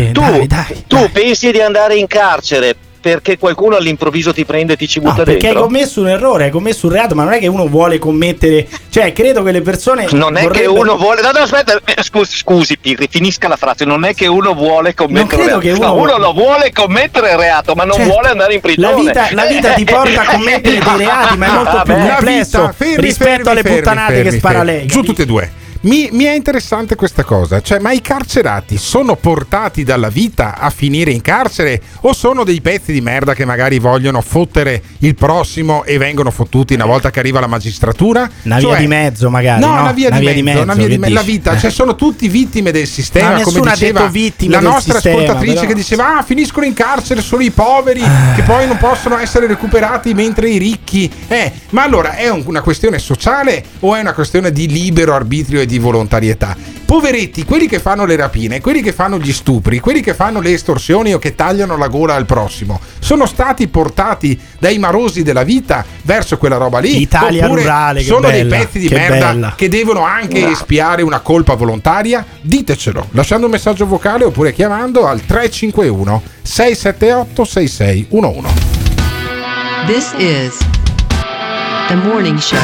Tu pensi di andare in carcere perché qualcuno all'improvviso ti prende e ti ci butta dentro? Perché hai commesso un errore, hai commesso un reato, ma non è che uno vuole commettere, cioè credo che le persone che uno vuole. No, aspetta, scusi Pirri, finisca la frase. Non è che uno vuole commettere il reato. Uno lo vuole commettere il reato, ma non vuole andare in prigione. La vita ti porta a commettere dei reati, ma è molto più complesso rispetto alle puttanate che spara lei. Giù tutte e due. Mi è interessante questa cosa, cioè, ma i carcerati sono portati dalla vita a finire in carcere o sono dei pezzi di merda che magari vogliono fottere il prossimo e vengono fottuti una volta che arriva la magistratura? Una via di mezzo magari. Una via di mezzo. La vita, cioè sono tutti vittime del sistema, come diceva la nostra ascoltatrice che diceva finiscono in carcere solo i poveri che poi non possono essere recuperati mentre i ricchi. Ma allora è una questione sociale o è una questione di libero arbitrio e di volontarietà? Poveretti, quelli che fanno le rapine, quelli che fanno gli stupri, quelli che fanno le estorsioni o che tagliano la gola al prossimo, sono stati portati dai marosi della vita verso quella roba lì? Italia rurale, sono dei pezzi di merda che devono anche espiare una colpa volontaria? Ditecelo lasciando un messaggio vocale oppure chiamando al 351 678 6611. This is The Morning Show.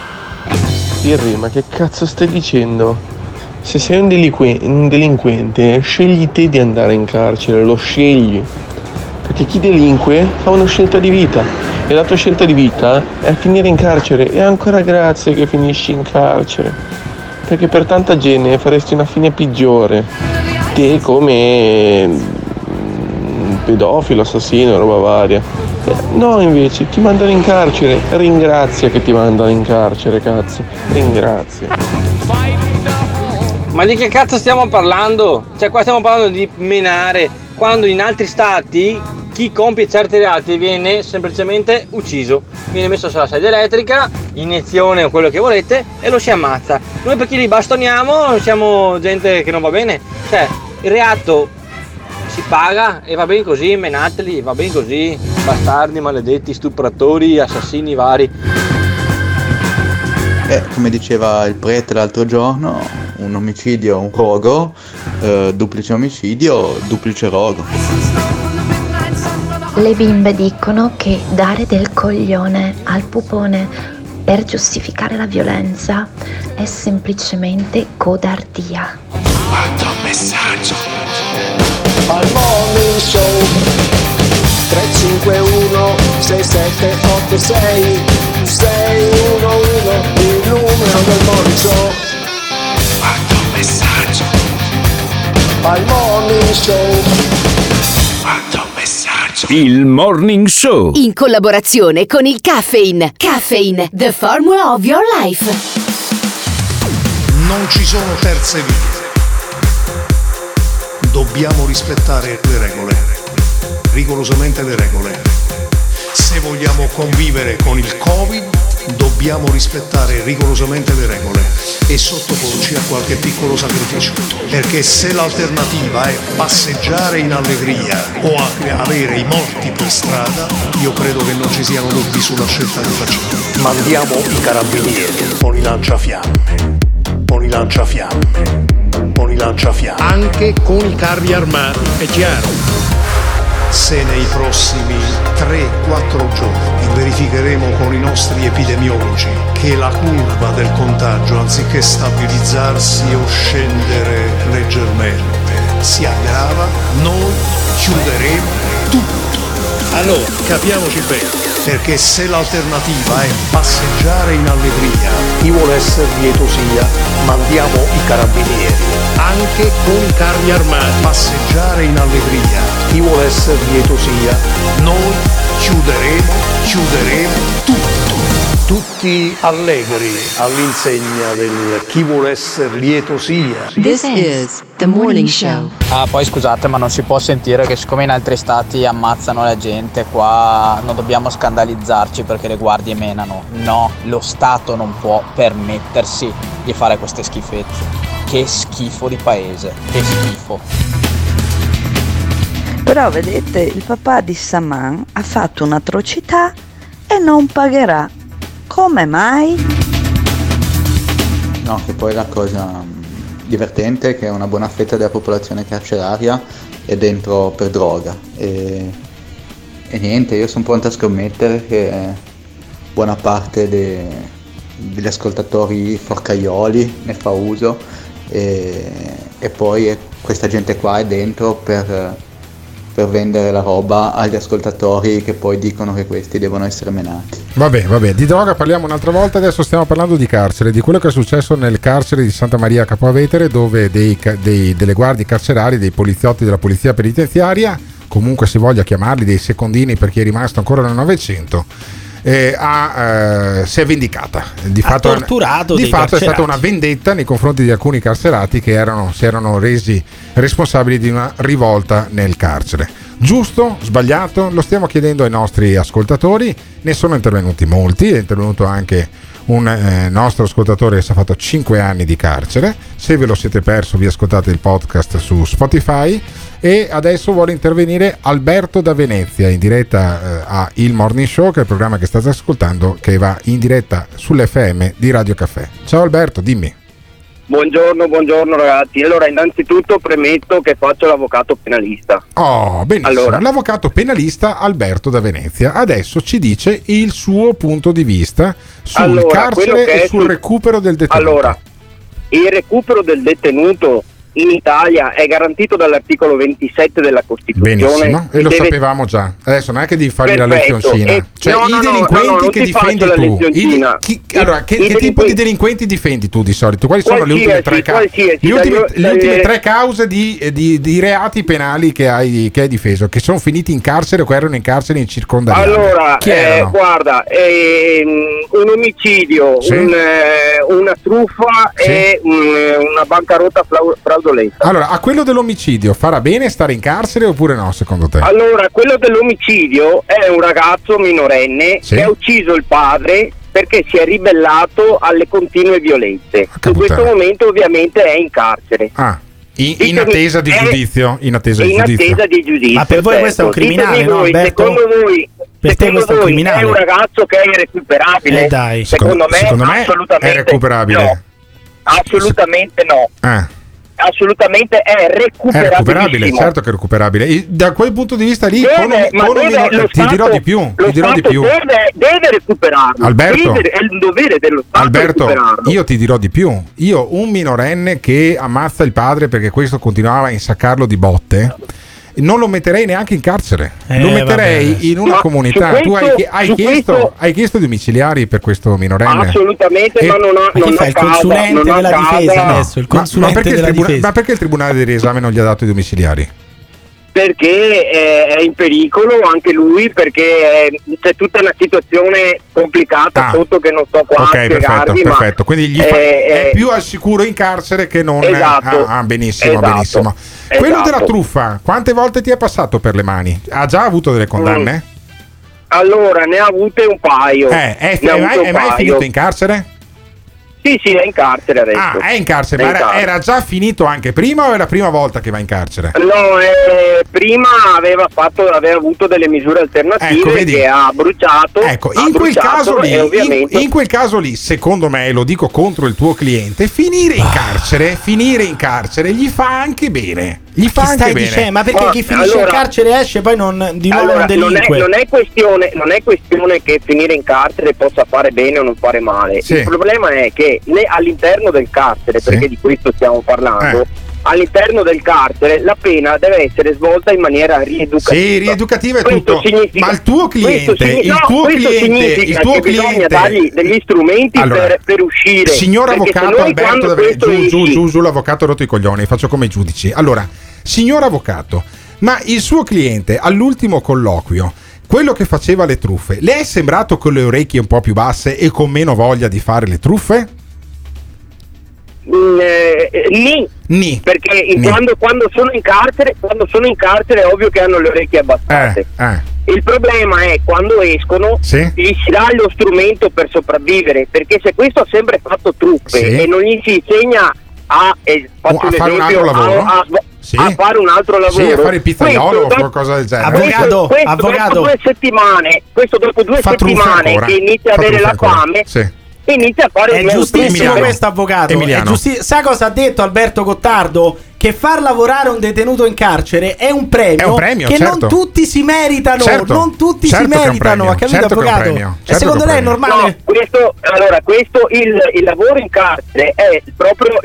Pirri, ma che cazzo stai dicendo? Se sei un delinquente, scegli te di andare in carcere, lo scegli. Perché chi delinque fa una scelta di vita e la tua scelta di vita è finire in carcere. E ancora grazie che finisci in carcere, perché per tanta gente faresti una fine peggiore. Te come pedofilo, assassino, roba varia. No, invece ti mandano in carcere. Ringrazia che ti mandano in carcere, cazzo. Ringrazia. Ma di che cazzo stiamo parlando? Cioè qua stiamo parlando di menare, quando in altri stati chi compie certi reati viene semplicemente ucciso, viene messo sulla sedia elettrica, iniezione o quello che volete e lo si ammazza. Noi perché li bastoniamo siamo gente che non va bene? Cioè il reato si paga e va bene così, menateli, va bene così, bastardi, maledetti, stupratori, assassini vari. Come diceva il prete l'altro giorno, un omicidio, un rogo, duplice omicidio, duplice rogo. Le bimbe dicono che dare del coglione al pupone per giustificare la violenza è semplicemente codardia. Manda un messaggio al Morning Show 351 6786 611, il numero del Morning Show. Manda un messaggio al Morning Show. Manda un messaggio. Il Morning Show in collaborazione con il Caffeine. Caffeine, the formula of your life. Non ci sono terze vie. Dobbiamo rispettare le regole, rigorosamente le regole. Se vogliamo convivere con il Covid, dobbiamo rispettare rigorosamente le regole e sottoporci a qualche piccolo sacrificio. Perché se l'alternativa è passeggiare in allegria o avere i morti per strada, io credo che non ci siano dubbi sulla scelta che facciamo. Mandiamo i carabinieri con i lanciafiamme, con i lanciafiamme, con i lanciafiamme, anche con i carri armati, è chiaro. Se nei prossimi 3-4 giorni verificheremo con i nostri epidemiologi che la curva del contagio, anziché stabilizzarsi o scendere leggermente, si aggrava, noi chiuderemo tutto. Allora, capiamoci bene, perché se l'alternativa è passeggiare in allegria, chi vuole essere lieto sia, mandiamo i carabinieri, anche con i carri armati. Passeggiare in allegria, chi vuole essere lieto sia, noi chiuderemo tutto. Tutti allegri all'insegna del chi vuole essere lieto sia. This is the morning show. Poi scusate, ma non si può sentire che siccome in altri stati ammazzano la gente, qua non dobbiamo scandalizzarci perché le guardie menano. No, lo Stato non può permettersi di fare queste schifezze. Che schifo di paese, che schifo. Però vedete, il papà di Saman ha fatto un'atrocità e non pagherà. Come mai? No, che poi la cosa divertente è che una buona fetta della popolazione carceraria è dentro per droga e niente, io sono pronto a scommettere che buona parte degli ascoltatori forcaioli ne fa uso e poi questa gente qua è dentro per vendere la roba agli ascoltatori che poi dicono che questi devono essere menati. Vabbè, di droga parliamo un'altra volta, adesso stiamo parlando di carcere, di quello che è successo nel carcere di Santa Maria Capua Vetere, dove delle guardie carcerarie, dei poliziotti della polizia penitenziaria, comunque si voglia chiamarli, dei secondini per chi è rimasto ancora nel Novecento, si è vendicata. Di fatto è stata una vendetta nei confronti di alcuni carcerati che si erano resi responsabili di una rivolta nel carcere. Giusto? Sbagliato? Lo stiamo chiedendo ai nostri ascoltatori, ne sono intervenuti molti, è intervenuto anche un nostro ascoltatore che si è fatto 5 anni di carcere. Se ve lo siete perso vi ascoltate il podcast su Spotify. E adesso vuole intervenire Alberto da Venezia in diretta a Il Morning Show, che è il programma che state ascoltando, che va in diretta sull'FM di Radio Caffè. Ciao Alberto, dimmi. Buongiorno ragazzi. Allora, innanzitutto premetto che faccio l'avvocato penalista. Oh, benissimo. Allora, l'avvocato penalista Alberto da Venezia adesso ci dice il suo punto di vista sul carcere e sul recupero del detenuto. Allora, il recupero del detenuto in Italia è garantito dall'articolo 27 della Costituzione. Benissimo, e lo sapevamo già. Adesso non è che devi fargli la lezioncina. Cioè, i delinquenti che difendi tu. Allora, che tipo di delinquenti difendi tu di solito? Quali sono le ultime tre cause? Le ultime tre cause di reati penali che hai difeso, che sono finiti in carcere o che erano in carcere in circondariale? Allora, guarda, un omicidio, sì? Una truffa, sì? E una bancarotta fraudolenta. Allora, a quello dell'omicidio farà bene stare in carcere oppure no, secondo te? Allora, quello dell'omicidio è un ragazzo minorenne, sì? Che ha ucciso il padre perché si è ribellato alle continue violenze. In questo momento ovviamente è in carcere. In attesa di giudizio. In attesa di giudizio. Ma per voi questo è un criminale, no, Alberto? Secondo voi è un ragazzo che è irrecuperabile? Dai. Secondo me assolutamente è recuperabile. No. Assolutamente no. Assolutamente è recuperabile, certo che è recuperabile. Da quel punto di vista lì ti dirò di più. Deve recuperarlo. Alberto, è il dovere dello Stato. Alberto, io ti dirò di più. Io un minorenne che ammazza il padre perché questo continuava a insaccarlo di botte, non lo metterei neanche in carcere, lo metterei in una comunità. Tu hai chiesto i domiciliari per questo minorenne? Assolutamente, ma non ha il consulente della difesa adesso, il consulente della difesa. Ma perché il tribunale di riesame non gli ha dato i domiciliari? perché è in pericolo anche lui, perché c'è tutta una situazione complicata sotto che non sto qua a spiegarvi. Perfetto. Quindi è più al sicuro in carcere che non... Esatto. Benissimo, benissimo. Quello della truffa, quante volte ti è passato per le mani? Ha già avuto delle condanne? Allora, ne ha avute un paio. È mai finito in carcere? Sì, è in carcere adesso. È in carcere, ma era già finito anche prima o è la prima volta che va in carcere? No, prima aveva avuto delle misure alternative che ha bruciato. Ecco, in quel caso lì, secondo me, lo dico contro il tuo cliente, finire in carcere gli fa anche bene. Gli fa anche bene. Dicendo? Ma perché chi finisce in carcere esce poi non delinque? Non è questione che finire in carcere possa fare bene o non fare male. Sì. Il problema è che all'interno del carcere, perché di questo stiamo parlando, all'interno del carcere la pena deve essere svolta in maniera rieducativa. Sì, rieducativa è questo tutto. Ma il tuo cliente, bisogna dargli degli strumenti per uscire. Signor avvocato Alberto, giù l'avvocato rotto i coglioni, faccio come i giudici. Allora, signor avvocato, ma il suo cliente all'ultimo colloquio, quello che faceva le truffe, le è sembrato con le orecchie un po' più basse e con meno voglia di fare le truffe? Nì. Perché quando sono in carcere è ovvio che hanno le orecchie abbassate. Il problema è quando escono gli si dà lo strumento per sopravvivere, perché se questo ha sempre fatto truffe e non gli si insegna a fare un altro lavoro, a fare un altro lavoro, a fare il pizzaiolo o qualcosa del genere. Dopo 2 settimane, che inizia ad avere la fame, inizia a fare il giustissimo questo avvocato. Sa cosa ha detto Alberto Gottardo? Che far lavorare un detenuto in carcere è un premio che non tutti si meritano. Non tutti si meritano, ha capito, avvocato? E secondo lei è normale? Questo il lavoro in carcere è proprio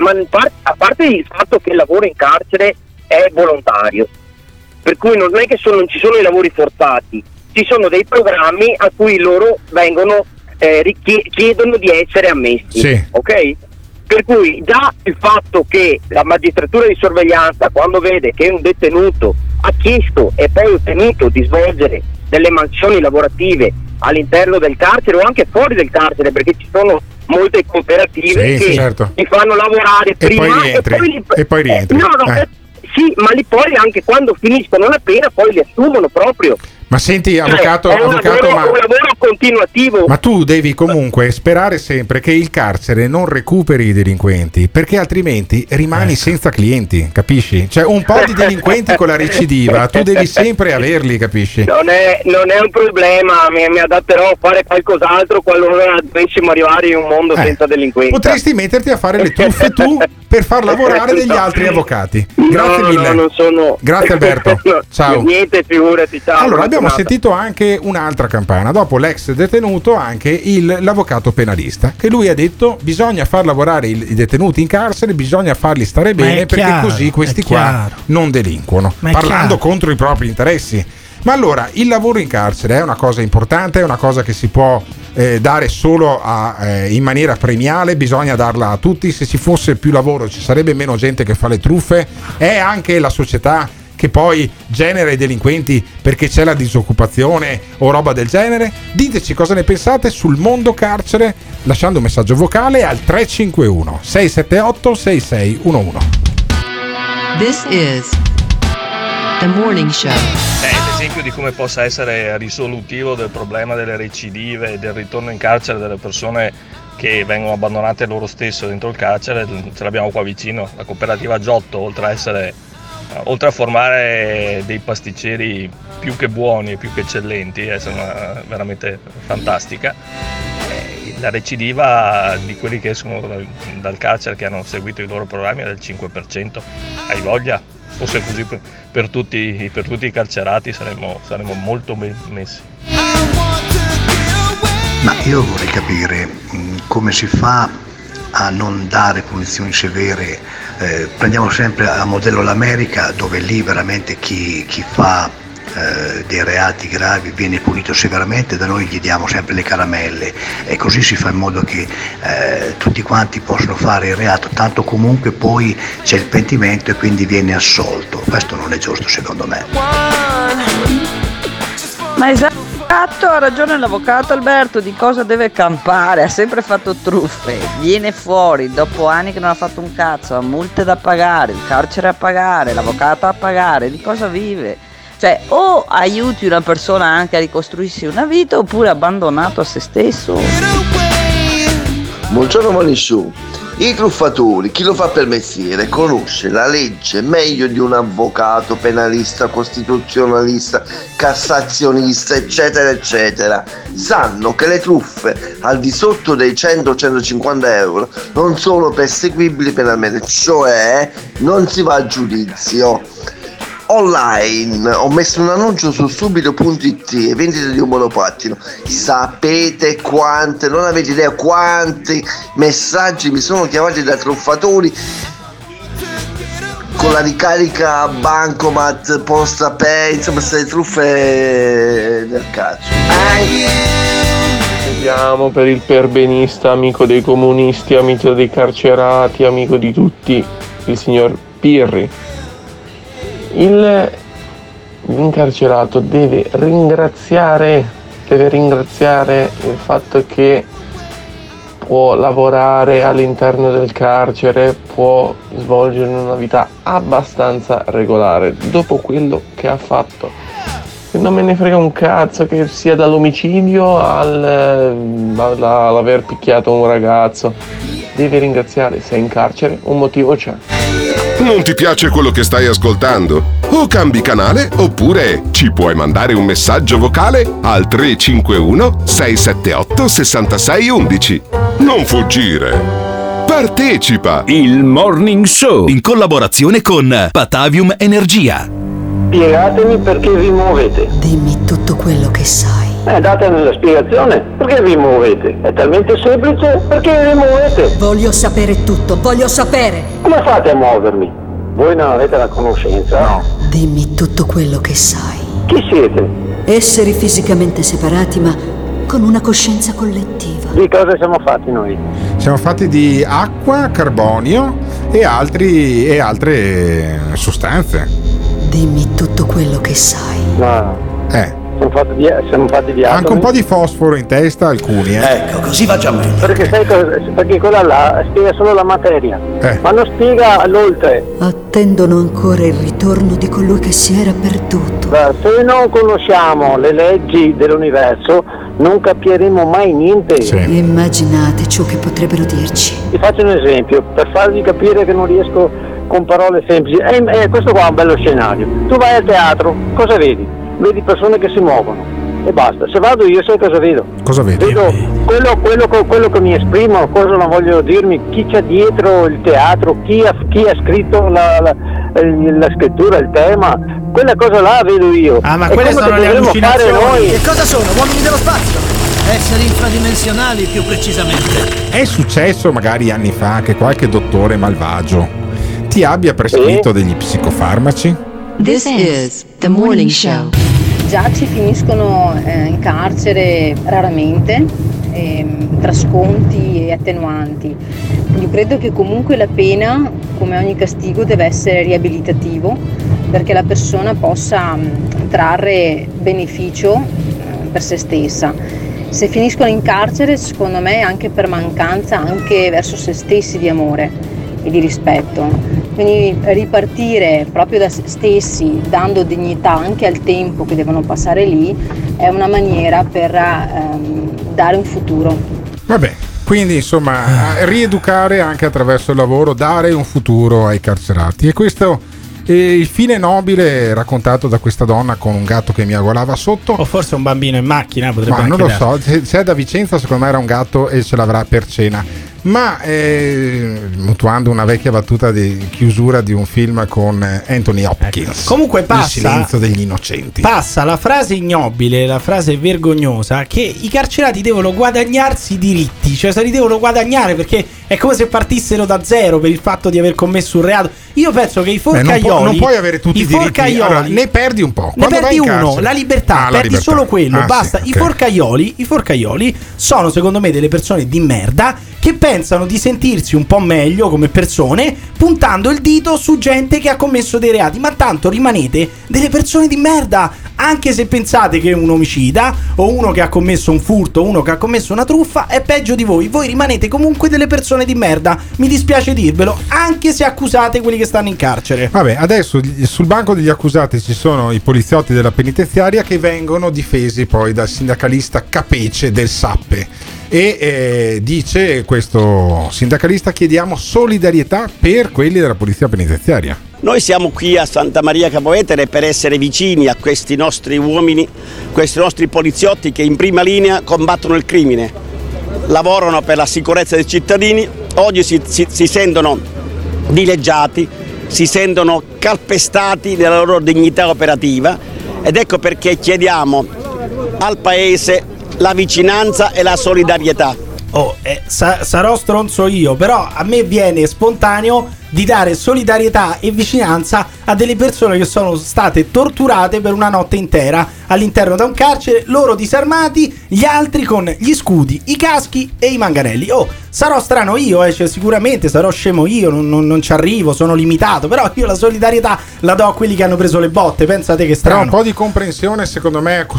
a parte il fatto che il lavoro in carcere è volontario, per cui non è che non ci sono i lavori forzati, ci sono dei programmi a cui loro vengono chiedono di essere ammessi, ok? Per cui già il fatto che la magistratura di sorveglianza, quando vede che un detenuto ha chiesto e poi ottenuto di svolgere delle mansioni lavorative all'interno del carcere o anche fuori del carcere, perché ci sono molte cooperative che li fanno lavorare prima e poi rientri. Sì, ma li poi anche quando finiscono la pena poi li assumono proprio. Ma senti, avvocato, è un lavoro continuativo. Ma tu devi comunque sperare sempre che il carcere non recuperi i delinquenti, perché altrimenti rimani senza clienti, capisci? Cioè un po' di delinquenti con la recidiva tu devi sempre averli, capisci? Non è un problema, mi adatterò a fare qualcos'altro qualora dovessimo arrivare in un mondo senza delinquenti. Potresti metterti a fare le truffe tu per far lavorare degli altri avvocati. Grazie mille. Non sono... Grazie Alberto. Ciao. Niente, figurati, ciao. Allora, abbiamo sentito anche un'altra campana, dopo l'ex detenuto anche l'avvocato penalista, che lui ha detto bisogna far lavorare i detenuti in carcere, bisogna farli stare bene perché così questi qua non delinquono, parlando contro i propri interessi. Ma allora il lavoro in carcere è una cosa importante, è una cosa che si può dare solo in maniera premiale, bisogna darla a tutti. Se ci fosse più lavoro ci sarebbe meno gente che fa le truffe. È anche la società che poi genera i delinquenti perché c'è la disoccupazione o roba del genere? Diteci cosa ne pensate sul mondo carcere lasciando un messaggio vocale al 351 678 6611. This is The Morning Show. L'esempio di come possa essere risolutivo del problema delle recidive e del ritorno in carcere delle persone che vengono abbandonate loro stesse dentro il carcere ce l'abbiamo qua vicino. La cooperativa Giotto, oltre a formare dei pasticceri più che buoni e più che eccellenti, è veramente fantastica, la recidiva di quelli che escono dal carcere, che hanno seguito i loro programmi, è del 5%. Hai voglia? Fosse così per tutti i carcerati saremmo molto ben messi. Ma io vorrei capire come si fa a non dare punizioni severe. Prendiamo sempre a modello l'America, dove lì veramente chi fa dei reati gravi viene punito severamente, da noi gli diamo sempre le caramelle e così si fa in modo che tutti quanti possono fare il reato, tanto comunque poi c'è il pentimento e quindi viene assolto. Questo non è giusto secondo me. Ma esatto, ha ragione l'avvocato Alberto, di cosa deve campare? Ha sempre fatto truffe, viene fuori dopo anni che non ha fatto un cazzo, ha multe da pagare, il carcere a pagare, l'avvocato a pagare, di cosa vive? Cioè, o aiuti una persona anche a ricostruirsi una vita oppure abbandonato a se stesso. Buongiorno Morning Show. I truffatori, chi lo fa per mestiere, conosce la legge meglio di un avvocato, penalista, costituzionalista, cassazionista, eccetera, eccetera. Sanno che le truffe al di sotto dei 100-150 euro non sono perseguibili penalmente, cioè non si va a giudizio. Online ho messo un annuncio su subito.it, vendita di un monopattino. Sapete quante, non avete idea quanti messaggi mi sono chiamati da truffatori con la ricarica Bancomat, Posta Pay, insomma queste truffe del cazzo. Vediamo per il perbenista, amico dei comunisti, amico dei carcerati, amico di tutti, il signor Pirri. L'incarcerato deve ringraziare il fatto che può lavorare all'interno del carcere, può svolgere una vita abbastanza regolare dopo quello che ha fatto. E non me ne frega un cazzo che sia dall'omicidio all'aver picchiato un ragazzo. Deve ringraziare, se è in carcere un motivo c'è. Non ti piace quello che stai ascoltando? O cambi canale oppure ci puoi mandare un messaggio vocale al 351 678 6611. Non fuggire. Partecipa. Il Morning Show in collaborazione con Patavium Energia. Spiegatemi perché vi muovete. Dimmi tutto quello che sai. Datemi la spiegazione. Perché vi muovete? È talmente semplice. Perché vi muovete? Voglio sapere tutto, voglio sapere. Come fate a muovermi? Voi non avete la conoscenza? No. Dimmi tutto quello che sai. Chi siete? Esseri fisicamente separati ma con una coscienza collettiva. Di cosa siamo fatti noi? Siamo fatti di acqua, carbonio e altre sostanze. Dimmi tutto quello che sai. No. Siamo fatti di atomi. Anche un po' di fosforo in testa alcuni. Ecco, così va già meglio. Perché sai cosa? Perché quella là spiega solo la materia, ma non spiega l'oltre. Attendono ancora il ritorno di colui che si era perduto. Se non conosciamo le leggi dell'universo non capiremo mai niente. Sì. Immaginate ciò che potrebbero dirci. Ti faccio un esempio per farvi capire che non riesco con parole semplici. Questo qua è un bello scenario. Tu vai al teatro, cosa vedi? Vedi persone che si muovono e basta. Se vado io, sai cosa vedo? Cosa vedi? Vedo quello che mi esprimo, cosa non voglio dirmi, chi c'è dietro il teatro, chi ha scritto la scrittura, il tema, quella cosa là vedo io. Ma quelle sono le allucinazioni. Noi. Che cosa sono? Uomini dello spazio? Esseri infradimensionali più precisamente. È successo magari anni fa che qualche dottore malvagio ti abbia prescritto degli psicofarmaci? This is the Morning Show. Già ci finiscono in carcere raramente, tra sconti e attenuanti. Io credo che comunque la pena, come ogni castigo, deve essere riabilitativo perché la persona possa trarre beneficio per se stessa. Se finiscono in carcere, secondo me, anche per mancanza anche verso se stessi di amore e di rispetto. Quindi ripartire proprio da se stessi, dando dignità anche al tempo che devono passare lì, è una maniera per dare un futuro. Vabbè, quindi insomma rieducare anche attraverso il lavoro, dare un futuro ai carcerati. E questo è il fine nobile raccontato da questa donna con un gatto che miagolava sotto. O forse un bambino in macchina, potrebbe anche. Ma non lo so, se è da Vicenza secondo me era un gatto e ce l'avrà per cena. Ma mutuando una vecchia battuta di chiusura di un film con Anthony Hopkins, comunque passa Il silenzio degli innocenti. Passa la frase ignobile, la frase vergognosa che i carcerati devono guadagnarsi i diritti, cioè se li devono guadagnare perché è come se partissero da zero per il fatto di aver commesso un reato. Io penso che i forcaioli non puoi avere tutti i diritti. Allora, ne perdi un po'. Ne perdi uno, la libertà, perdi solo quello, basta. Sì, I forcaioli sono secondo me delle persone di merda che pensano di sentirsi un po' meglio come persone puntando il dito su gente che ha commesso dei reati, ma tanto rimanete delle persone di merda, anche se pensate che un omicida o uno che ha commesso un furto, uno che ha commesso una truffa è peggio di voi rimanete comunque delle persone di merda, mi dispiace dirvelo, anche se accusate quelli che stanno in carcere. Vabbè, adesso sul banco degli accusati ci sono i poliziotti della penitenziaria che vengono difesi poi dal sindacalista Capece del Sappe e dice questo sindacalista: chiediamo solidarietà per quelli della polizia penitenziaria. Noi siamo qui a Santa Maria Capovetere per essere vicini a questi nostri uomini, questi nostri poliziotti che in prima linea combattono il crimine, lavorano per la sicurezza dei cittadini, oggi si sentono dileggiati, si sentono calpestati nella loro dignità operativa ed ecco perché chiediamo al Paese la vicinanza e la solidarietà. Sarò stronzo io, però a me viene spontaneo di dare solidarietà e vicinanza a delle persone che sono state torturate per una notte intera all'interno da un carcere, loro disarmati, gli altri con gli scudi, i caschi e i manganelli. Sarò strano io, cioè, sicuramente sarò scemo io, non ci arrivo, sono limitato, però io la solidarietà la do a quelli che hanno preso le botte, pensate che strano. Però un po' di comprensione secondo me a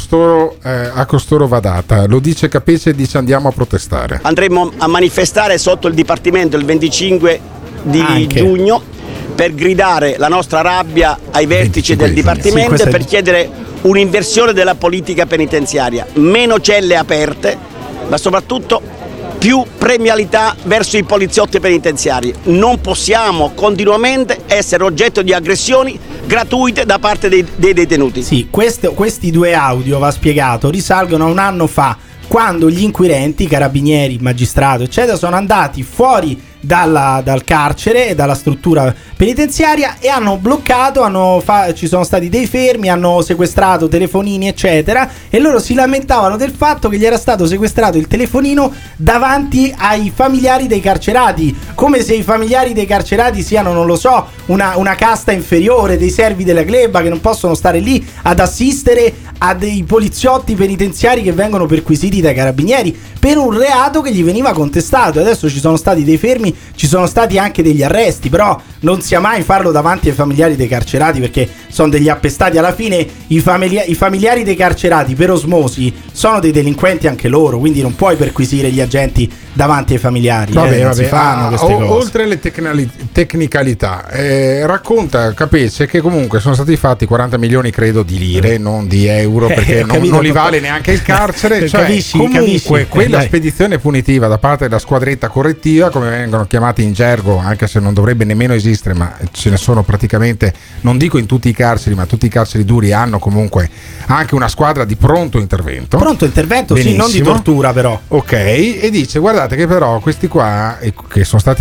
costoro va data. Lo dice Capece e dice andiamo a protestare. Andremo a manifestare sotto il Dipartimento il 25 di giugno per gridare la nostra rabbia ai vertici del Dipartimento e per chiedere un'inversione della politica penitenziaria, meno celle aperte, ma soprattutto più premialità verso i poliziotti penitenziari. Non possiamo continuamente essere oggetto di aggressioni gratuite da parte dei detenuti. Sì, questi due audio, va spiegato, risalgono a un anno fa, quando gli inquirenti, carabinieri, magistrato eccetera sono andati fuori dal carcere e dalla struttura penitenziaria e hanno bloccato, ci sono stati dei fermi, hanno sequestrato telefonini eccetera, e loro si lamentavano del fatto che gli era stato sequestrato il telefonino davanti ai familiari dei carcerati, come se i familiari dei carcerati siano, non lo so, una casta inferiore, dei servi della gleba che non possono stare lì ad assistere a dei poliziotti penitenziari che vengono perquisiti dai carabinieri per un reato che gli veniva contestato. Adesso ci sono stati dei fermi, ci sono stati anche degli arresti, però non sia mai farlo davanti ai familiari dei carcerati, perché sono degli appestati. Alla fine i familiari dei carcerati per osmosi sono dei delinquenti anche loro, quindi non puoi perquisire gli agenti davanti ai familiari. Vabbè, si fanno queste cose. Oltre alle tecnicalità, racconta Capece che comunque sono stati fatti 40 milioni credo di lire, non di euro, perché non li vale neanche il carcere. Cioè, comunque quella spedizione punitiva da parte della squadretta correttiva, come vengono chiamati in gergo, anche se non dovrebbe nemmeno esistere, ma ce ne sono praticamente, non dico in tutti i carceri, ma tutti i carceri duri hanno comunque anche una squadra di pronto intervento. Benissimo. Sì, non di tortura però. Ok, e dice guardate che però questi qua che sono stati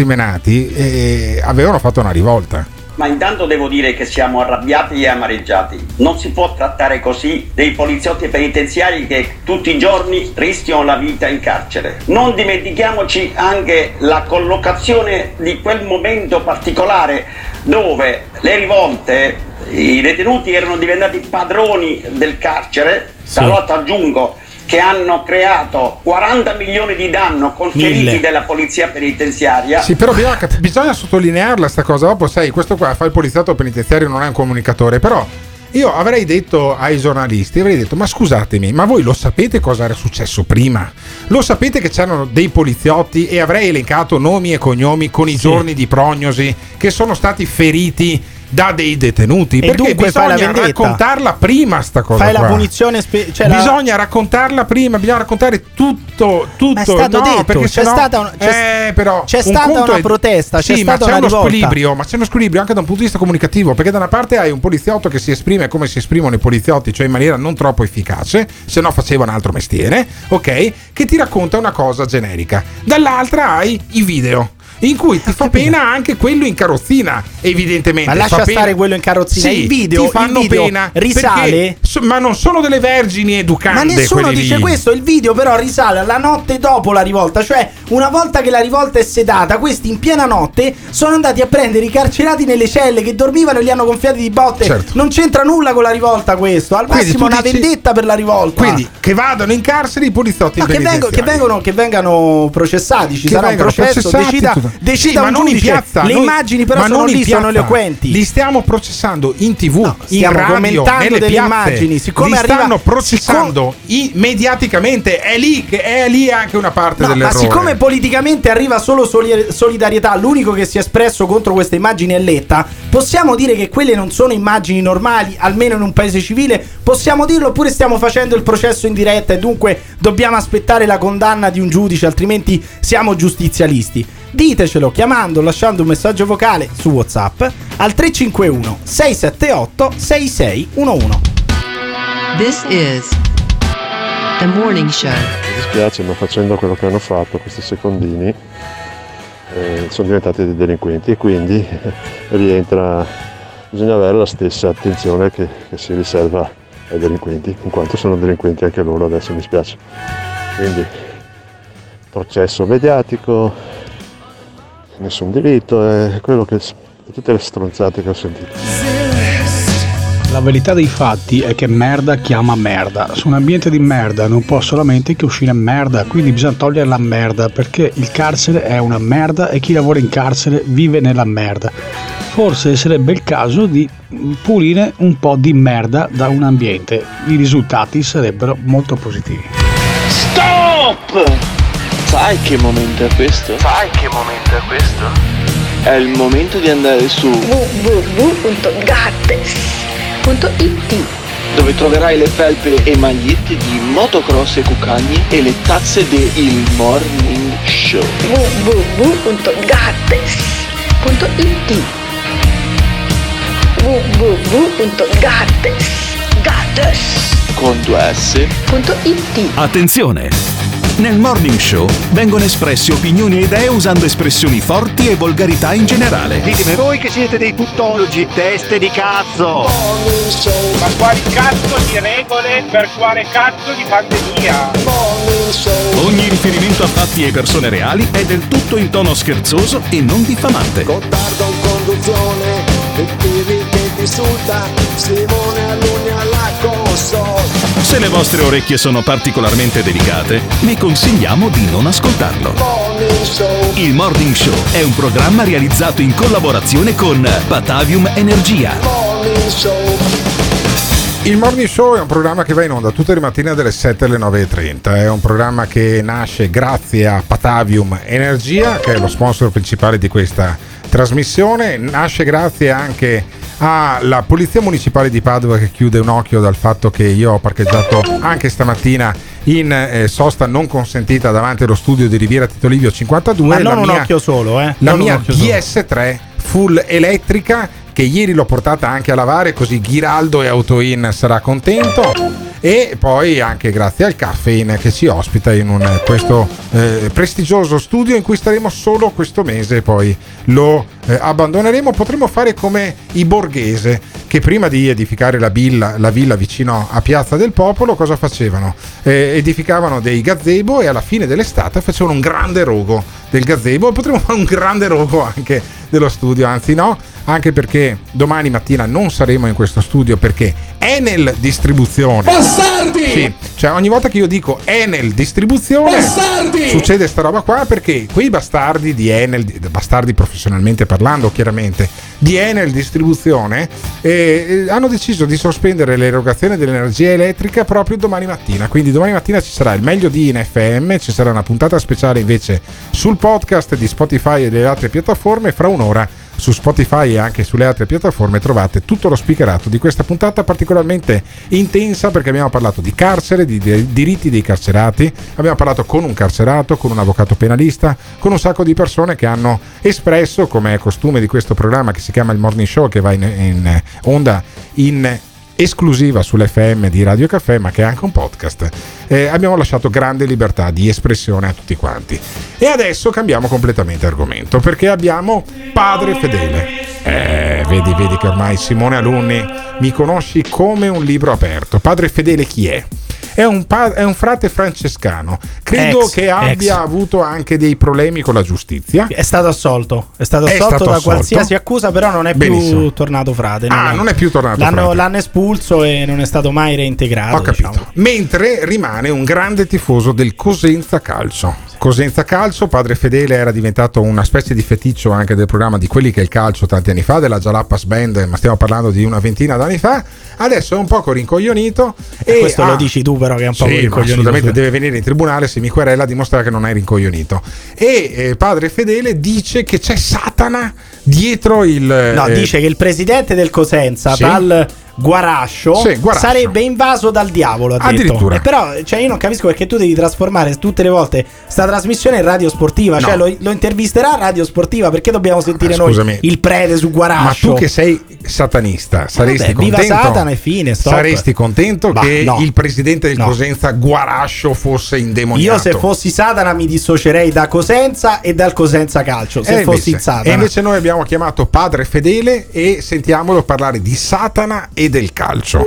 menati avevano fatto una rivolta. Ma intanto devo dire che siamo arrabbiati e amareggiati. Non si può trattare così dei poliziotti penitenziari che tutti i giorni rischiano la vita in carcere. Non dimentichiamoci anche la collocazione di quel momento particolare dove le rivolte, i detenuti erano diventati padroni del carcere. Sì. Talvolta aggiungo che hanno creato 40 milioni di danno con feriti della polizia penitenziaria. Sì, però bisogna sottolinearla sta cosa. Dopo sai, questo qua fa il poliziotto penitenziario, non è un comunicatore, però io avrei detto ai giornalisti, ma scusatemi, ma voi lo sapete cosa era successo prima? Lo sapete che c'erano dei poliziotti, e avrei elencato nomi e cognomi con i giorni di prognosi, che sono stati feriti da dei detenuti, e perché bisogna raccontarla prima sta cosa. Fai qua. La punizione bisogna raccontarla prima, bisogna raccontare tutto. Ma è stato detto, perché c'è stata una protesta, sì, c'è stata una uno squilibrio, ma c'è uno squilibrio anche da un punto di vista comunicativo, perché da una parte hai un poliziotto che si esprime come si esprimono i poliziotti, cioè in maniera non troppo efficace, se no faceva un altro mestiere, ok, che ti racconta una cosa generica. Dall'altra hai i video. in cui ti fa pena anche quello in carrozzina, evidentemente. Ma lascia stare quello in carrozzina, sì, il video ti fanno pena risale, ma non sono delle vergini educande. Ma nessuno dice lì. Questo, il video però risale alla notte dopo la rivolta, cioè una volta che la rivolta è sedata, questi in piena notte sono andati a prendere i carcerati nelle celle che dormivano e li hanno gonfiati di botte. Certo. Non c'entra nulla con la rivolta questo, al massimo una vendetta per la rivolta. Quindi che vadano in carcere i poliziotti che vengano processati, ci sarà un processo, decida ma un non giudice. In piazza, le immagini però sono lì, sono eloquenti. Li stiamo processando in TV, stiamo in radio, commentando nelle delle piazze. immagini, siccome li stanno processando mediaticamente, è lì anche una parte dell'errore. Ma siccome politicamente arriva solo solidarietà, l'unico che si è espresso contro queste immagini è Letta, possiamo dire che quelle non sono immagini normali, almeno in un paese civile? Possiamo dirlo, oppure stiamo facendo il processo in diretta e dunque dobbiamo aspettare la condanna di un giudice, altrimenti siamo giustizialisti? Ditecelo chiamando, lasciando un messaggio vocale su WhatsApp al 351 678 6611. This is The Morning Show. Mi dispiace, ma facendo quello che hanno fatto questi secondini sono diventati dei delinquenti e quindi bisogna avere la stessa attenzione che si riserva ai delinquenti, in quanto sono delinquenti anche loro, adesso mi spiace. Quindi processo mediatico, nessun diritto, è quello che tutte le stronzate che ho sentito. La verità dei fatti è che merda chiama merda. Su un ambiente di merda non può solamente che uscire merda, quindi bisogna togliere la merda, perché il carcere è una merda e chi lavora in carcere vive nella merda. Forse sarebbe il caso di pulire un po' di merda da un ambiente. I risultati sarebbero molto positivi. Stop! Sai che momento è questo? È il momento di andare su www.gattes.it, dove troverai le felpe e magliette di motocross e cucagni e le tazze del Morning Show. www.gattes.it con 2S.it. Attenzione! Nel Morning Show vengono espresse opinioni e idee usando espressioni forti e volgarità in generale. Ditemi voi che siete dei tuttologi, teste di cazzo! Ma quali cazzo di regole per quale cazzo di pandemia? Ogni riferimento a fatti e persone reali è del tutto in tono scherzoso e non diffamante. Gottardo in conduzione, il TV che ti insulta, Simone Alunni alla console. Se le vostre orecchie sono particolarmente delicate, vi consigliamo di non ascoltarlo. Il Morning Show è un programma realizzato in collaborazione con Patavium Energia. Il Morning Show è un programma che va in onda tutte le mattine dalle 7 alle 9.30. È un programma che nasce grazie a Patavium Energia, che è lo sponsor principale di questa trasmissione. Nasce grazie anche alla Polizia Municipale di Padova, che chiude un occhio dal fatto che io ho parcheggiato anche stamattina in sosta non consentita davanti allo studio di Riviera Tito Livio 52. Ma non un occhio solo, La mia DS3 full elettrica, che ieri l'ho portata anche a lavare, così Ghiraldo e Autoin sarà contento. E poi anche grazie al Caffeine che ci ospita in questo prestigioso studio in cui staremo solo questo mese, poi lo abbandoneremo. Potremo fare come i Borghese, che prima di edificare la villa vicino a Piazza del Popolo, cosa facevano? Edificavano dei gazebo e alla fine dell'estate facevano un grande rogo del gazebo, e potremo fare un grande rogo anche dello studio, anzi no, anche perché domani mattina non saremo in questo studio perché Enel Distribuzione. Bastardi! Sì, cioè ogni volta che io dico Enel Distribuzione, bastardi! Succede sta roba qua, perché quei bastardi di Enel, bastardi professionalmente parlando chiaramente, di Enel Distribuzione hanno deciso di sospendere l'erogazione dell'energia elettrica proprio domani mattina. Quindi domani mattina ci sarà il meglio di in FM, ci sarà una puntata speciale invece sul podcast di Spotify e delle altre piattaforme. Fra un'ora su Spotify e anche sulle altre piattaforme trovate tutto lo speakerato di questa puntata particolarmente intensa, perché abbiamo parlato di carcere, di diritti dei carcerati, abbiamo parlato con un carcerato, con un avvocato penalista, con un sacco di persone che hanno espresso, come è costume di questo programma che si chiama il Morning Show, che va in onda in esclusiva sull'FM di Radio Caffè, ma che è anche un podcast. Abbiamo lasciato grande libertà di espressione a tutti quanti. E adesso cambiamo completamente argomento, perché abbiamo Padre Fedele. Vedi che ormai, Simone Alunni, mi conosci come un libro aperto. Padre Fedele chi è? È un frate francescano, credo che abbia avuto anche dei problemi con la giustizia. È stato assolto da qualsiasi accusa, però non è più tornato frate. Non è più tornato frate. L'hanno espulso e non è stato mai reintegrato. Ho capito. Diciamo. Mentre rimane un grande tifoso del Cosenza Calcio. Cosenza Calcio, Padre Fedele era diventato una specie di feticcio anche del programma di Quelli che è il calcio tanti anni fa, della Jalapas Band, ma stiamo parlando di una ventina d'anni fa. Adesso è un poco rincoglionito. E questo lo dici tu, però, che è un po' rincoglionito. Assolutamente, deve venire in tribunale, se mi querela, a dimostrare che non è rincoglionito. E Padre Fedele dice che c'è Satana dietro il... No, dice che il presidente del Cosenza, dal Guarascio, sarebbe invaso dal diavolo, ha detto. E però, io non capisco perché tu devi trasformare tutte le volte sta trasmissione in radio sportiva. No. Cioè lo intervisterà a radio sportiva, perché dobbiamo sentire noi il prete su Guarascio? Ma tu che sei satanista, saresti contento? Viva Satana e fine, stop. Saresti contento che il presidente del Cosenza, Guarascio, fosse indemoniato? Io, se fossi Satana, mi dissocierei da Cosenza e dal Cosenza Calcio, se fossi Satana. E invece noi abbiamo chiamato Padre Fedele e sentiamolo parlare di Satana e del calcio.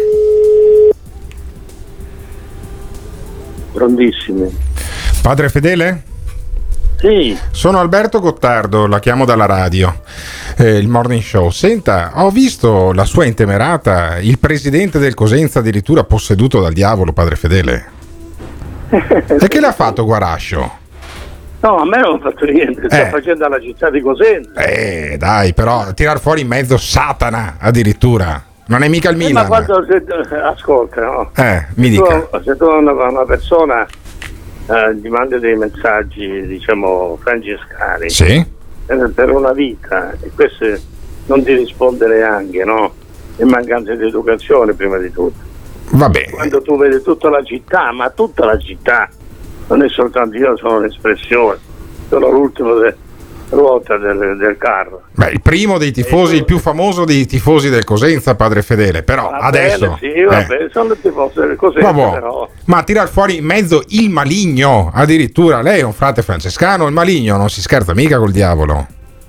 Grandissimi. Padre Fedele? Sì. Sono Alberto Gottardo, la chiamo dalla radio, il Morning Show. Senta, ho visto la sua intemerata, il presidente del Cosenza addirittura posseduto dal diavolo, Padre Fedele. E che l'ha fatto Guarascio? No, a me non ha fatto niente, sta facendo alla città di Cosenza. Dai, però tirar fuori in mezzo Satana addirittura. Non è mica il Milan. Ma quando ascolta, no? Mi dica. Se tu a una persona gli mandi dei messaggi, diciamo, francescani, per una vita, e questo non ti risponde neanche, no? È mancanza di educazione, prima di tutto. Vabbè. Quando tu vedi tutta la città, ma tutta la città, non è soltanto io, sono un'espressione, sono l'ultimo ruota del carro. Beh, il primo dei tifosi, il più famoso dei tifosi del Cosenza, Padre Fedele, però adesso sono i tifosi del Cosenza, però. Ma tirar fuori in mezzo il maligno, addirittura lei è un frate francescano, il maligno non si scherza mica col diavolo.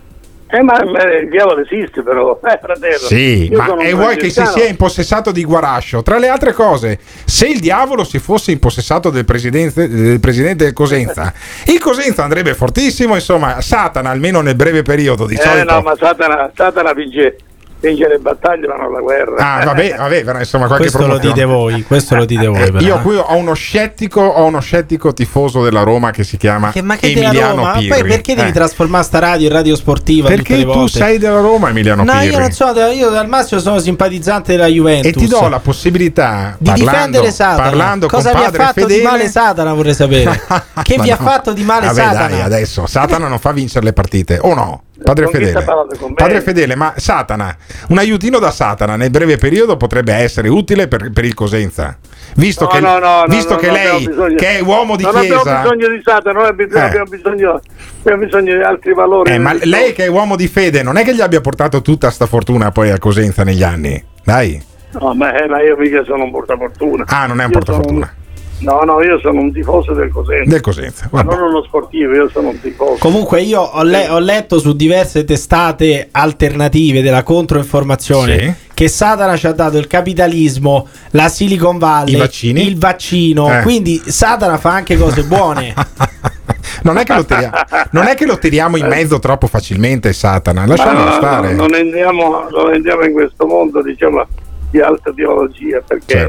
Ma il diavolo esiste, però, fratello. Sì, ma vuoi che si sia impossessato di Guarascio? Tra le altre cose, se il diavolo si fosse impossessato del presidente del Cosenza, il Cosenza andrebbe fortissimo, insomma, Satana, almeno nel breve periodo, di solito. No, ma Satana vince le battaglie, ma non la guerra. Vabbè, però, insomma, qualche questo lo dite voi, però. Io qui ho uno scettico tifoso della Roma che si chiama Emiliano Pirri. Poi perché devi trasformare sta radio in radio sportiva? Perché tu sei della Roma, Emiliano Pirri. No, io non so, io al massimo sono simpatizzante della Juventus. E ti do la possibilità di difendere Satana. Parlando cosa con vi ha fatto Fedele? Di male Satana, vorrei sapere. Che vi ha fatto di male Satana? Dai, adesso Satana non fa vincere le partite, o no? Padre Fedele, ma Satana, un aiutino da Satana nel breve periodo potrebbe essere utile per il Cosenza, visto che lei, che è uomo di chiesa, non abbiamo bisogno di Satana, noi abbiamo bisogno di altri valori. Ma lei, che è uomo di fede, non è che gli abbia portato tutta sta fortuna poi a Cosenza negli anni? Dai. No, ma io mica sono un portafortuna. Non è un portafortuna. No, io sono un tifoso del Cosenza. Ma non uno sportivo, io sono un tifoso. Comunque io ho letto su diverse testate alternative della controinformazione che Satana ci ha dato il capitalismo, la Silicon Valley, il vaccino, quindi Satana fa anche cose buone. Non è che lo tiriamo in mezzo troppo facilmente, Satana, lasciamolo stare. Non entriamo in questo mondo, diciamo, di alta teologia, perché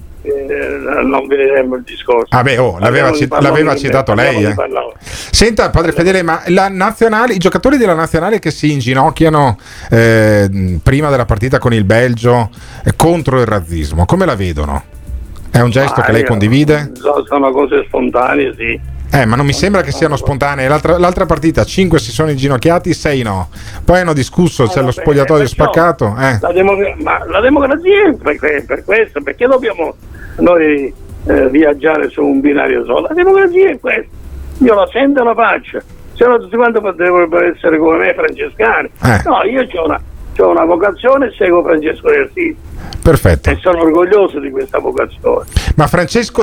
non vedremo il discorso. L'aveva citato lei. Senta, Padre Fedele, ma i giocatori della nazionale che si inginocchiano prima della partita con il Belgio contro il razzismo, come la vedono? È un gesto che lei condivide? Sono cose spontanee, sì. Ma non mi sembra che siano spontanee. L'altra partita 5 si sono inginocchiati, 6 no. Poi hanno discusso, c'è lo spogliatoio spaccato. La democrazia è per questo, perché dobbiamo noi viaggiare su un binario solo? La democrazia è questo. Io la sento e la faccio. Se no tutti quanti dovrebbero essere come me, francescani. No, io ho una vocazione e seguo Francesco di Assisi. Perfetto. E sono orgoglioso di questa vocazione. Ma Francesco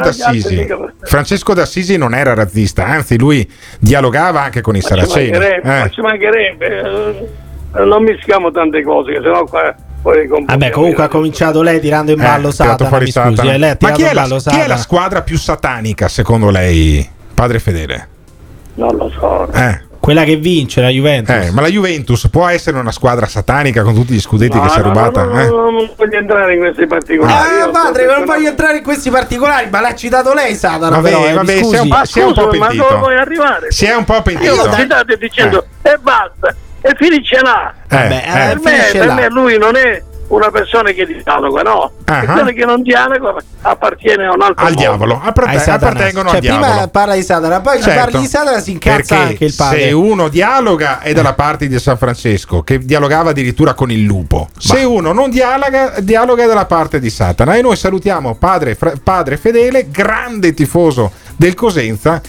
d'Assisi non era razzista, anzi lui dialogava anche con i saraceni. Ma ci mancherebbe, non mischiamo tante cose, che sennò qua poi vabbè, comunque ha cominciato lei tirando in ballo Satana, mi scusi, ma chi è la squadra più satanica secondo lei, padre fedele? Non lo so. Quella che vince, la Juventus. Ma la Juventus può essere una squadra satanica con tutti gli scudetti che si è rubata? Non voglio entrare in questi particolari. Padre, non voglio entrare in questi particolari, ma l'ha citato lei Satana. Vabbè, si è un po' pentito. Ma dove vuoi arrivare? Si è un po' pentito. Io state dicendo e basta, e finisce là. Per me lui non è una persona che dialoga, no? Persone che non dialoga appartiene a un altro al diavolo, appartengono al diavolo. Prima parla di Satana, poi parli di Satana, si incazza anche il padre. Se uno dialoga è dalla parte di San Francesco, che dialogava addirittura con il lupo. Se uno non dialoga è dalla parte di Satana. E noi salutiamo padre fedele, grande tifoso del Cosenza,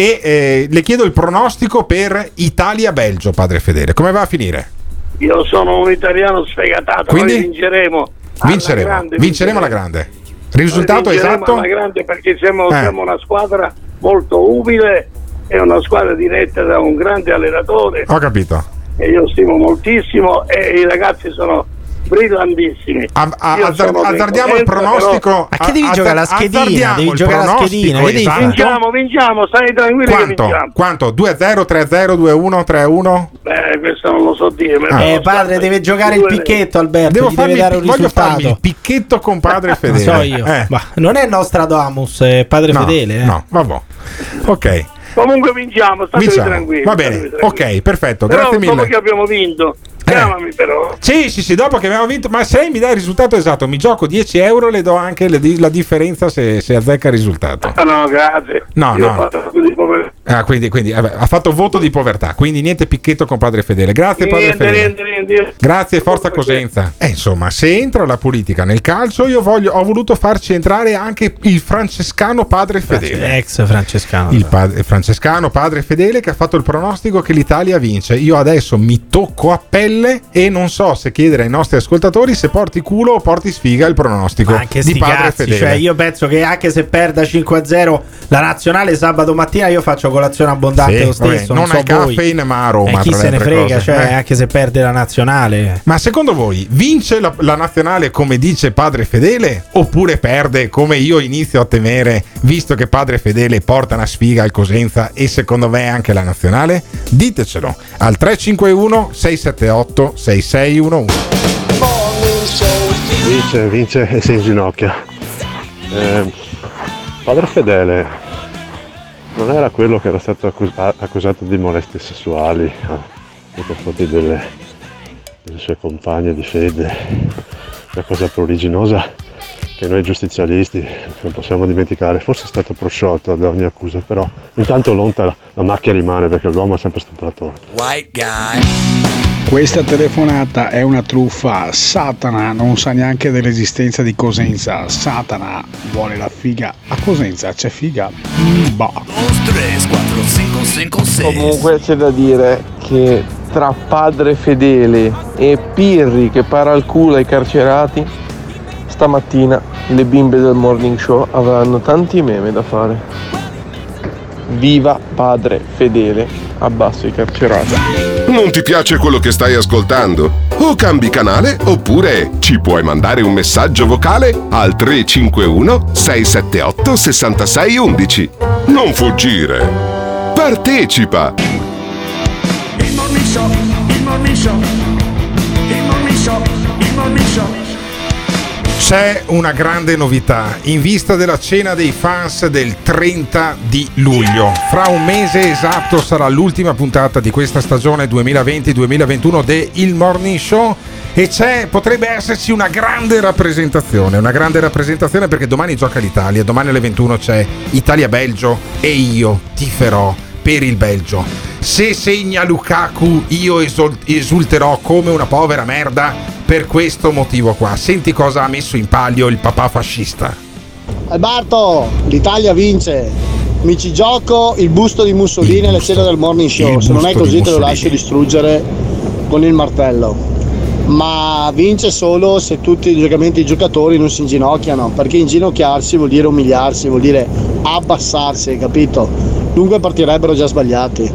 e le chiedo il pronostico per Italia-Belgio, padre fedele. Come va a finire? Io sono un italiano sfegatato, quindi noi vinceremo alla grande. Risultato esatto? Alla grande, perché siamo una squadra molto umile, è una squadra diretta da un grande allenatore. Ho capito. E io stimo moltissimo, e i ragazzi sono brillantissimi. Azzardiamo il pronostico. Ma che devi giocare la schedina? Devi giocare la schedina. Vinciamo, stai tranquillo che vinciamo. Quanto? 2-0, 3-0, 2-1, 3-1? Questo non lo so dire. Padre, deve giocare il picchetto, Alberto. Voglio farmi il picchetto con padre fedele. So io. Ma non è Nostradamus, è padre fedele. No, vabbè. Ok. Comunque vinciamo, state tranquilli. Va bene, ok, perfetto. Grazie mille. Dopo che abbiamo vinto, chiamami però. Sì, dopo che abbiamo vinto. Ma se mi dai il risultato esatto, mi gioco 10 euro, le do anche la differenza se azzecca il risultato. No, grazie. No. Quindi ha fatto voto di povertà, quindi niente picchetto con padre fedele. Grazie padre fedele. Niente. Grazie, forza Cosenza. Insomma, se entra la politica nel calcio, ho voluto farci entrare anche il francescano padre fedele. Ex francescano. Il francescano padre fedele, che ha fatto il pronostico che l'Italia vince. Io adesso mi tocco a pelle e non so se chiedere ai nostri ascoltatori se porti culo o porti sfiga il pronostico di padre fedele. Cioè, io penso che anche se perda 5-0 la nazionale sabato mattina, io faccio colazione abbondante lo stesso. Non so al caffeine ma a Roma. Chi se ne frega, anche se perde la nazionale. Ma secondo voi vince la nazionale come dice padre fedele, oppure perde come io inizio a temere, visto che padre fedele porta una sfiga al Cosenza e secondo me anche la nazionale? Ditecelo al 351 678 6611. Vince e si inginocchia. Padre fedele non era quello che era stato accusato di molestie sessuali nei confronti delle sue compagne di fede, una cosa pruriginosa che noi giustizialisti non possiamo dimenticare. Forse è stato prosciolto da ogni accusa, però intanto l'onta, la macchia rimane, perché l'uomo è sempre stupratore. White guy. Questa telefonata è una truffa. Satana non sa neanche dell'esistenza di Cosenza. Satana vuole la figa. A Cosenza c'è figa. Bah. 2, 3, 4, 5, 5, 6. Comunque c'è da dire che tra padre fedele e Pirri che para il culo ai carcerati, stamattina le bimbe del morning show avranno tanti meme da fare. Viva padre fedele, abbasso i carcerati. Non ti piace quello che stai ascoltando? O cambi canale oppure ci puoi mandare un messaggio vocale al 351 678 6611. Non fuggire. Partecipa. Il morning show, il morning show, il morning show, il morning show. C'è una grande novità in vista della cena dei fans del 30 di luglio. Fra un mese esatto sarà l'ultima puntata di questa stagione 2020-2021 de Il Morning Show e potrebbe esserci una grande rappresentazione perché domani gioca l'Italia, domani alle 21 c'è Italia-Belgio e io tiferò per il Belgio. Se segna Lukaku io esulterò come una povera merda per questo motivo qua. Senti cosa ha messo in palio il papà fascista. Alberto, l'Italia vince. Mi ci gioco il busto di Mussolini alla cena del morning show. Se non è così te lo lascio distruggere con il martello. ma vince solo se tutti i giocatori non si inginocchiano, perché inginocchiarsi vuol dire umiliarsi, vuol dire abbassarsi, capito? Dunque partirebbero già sbagliati.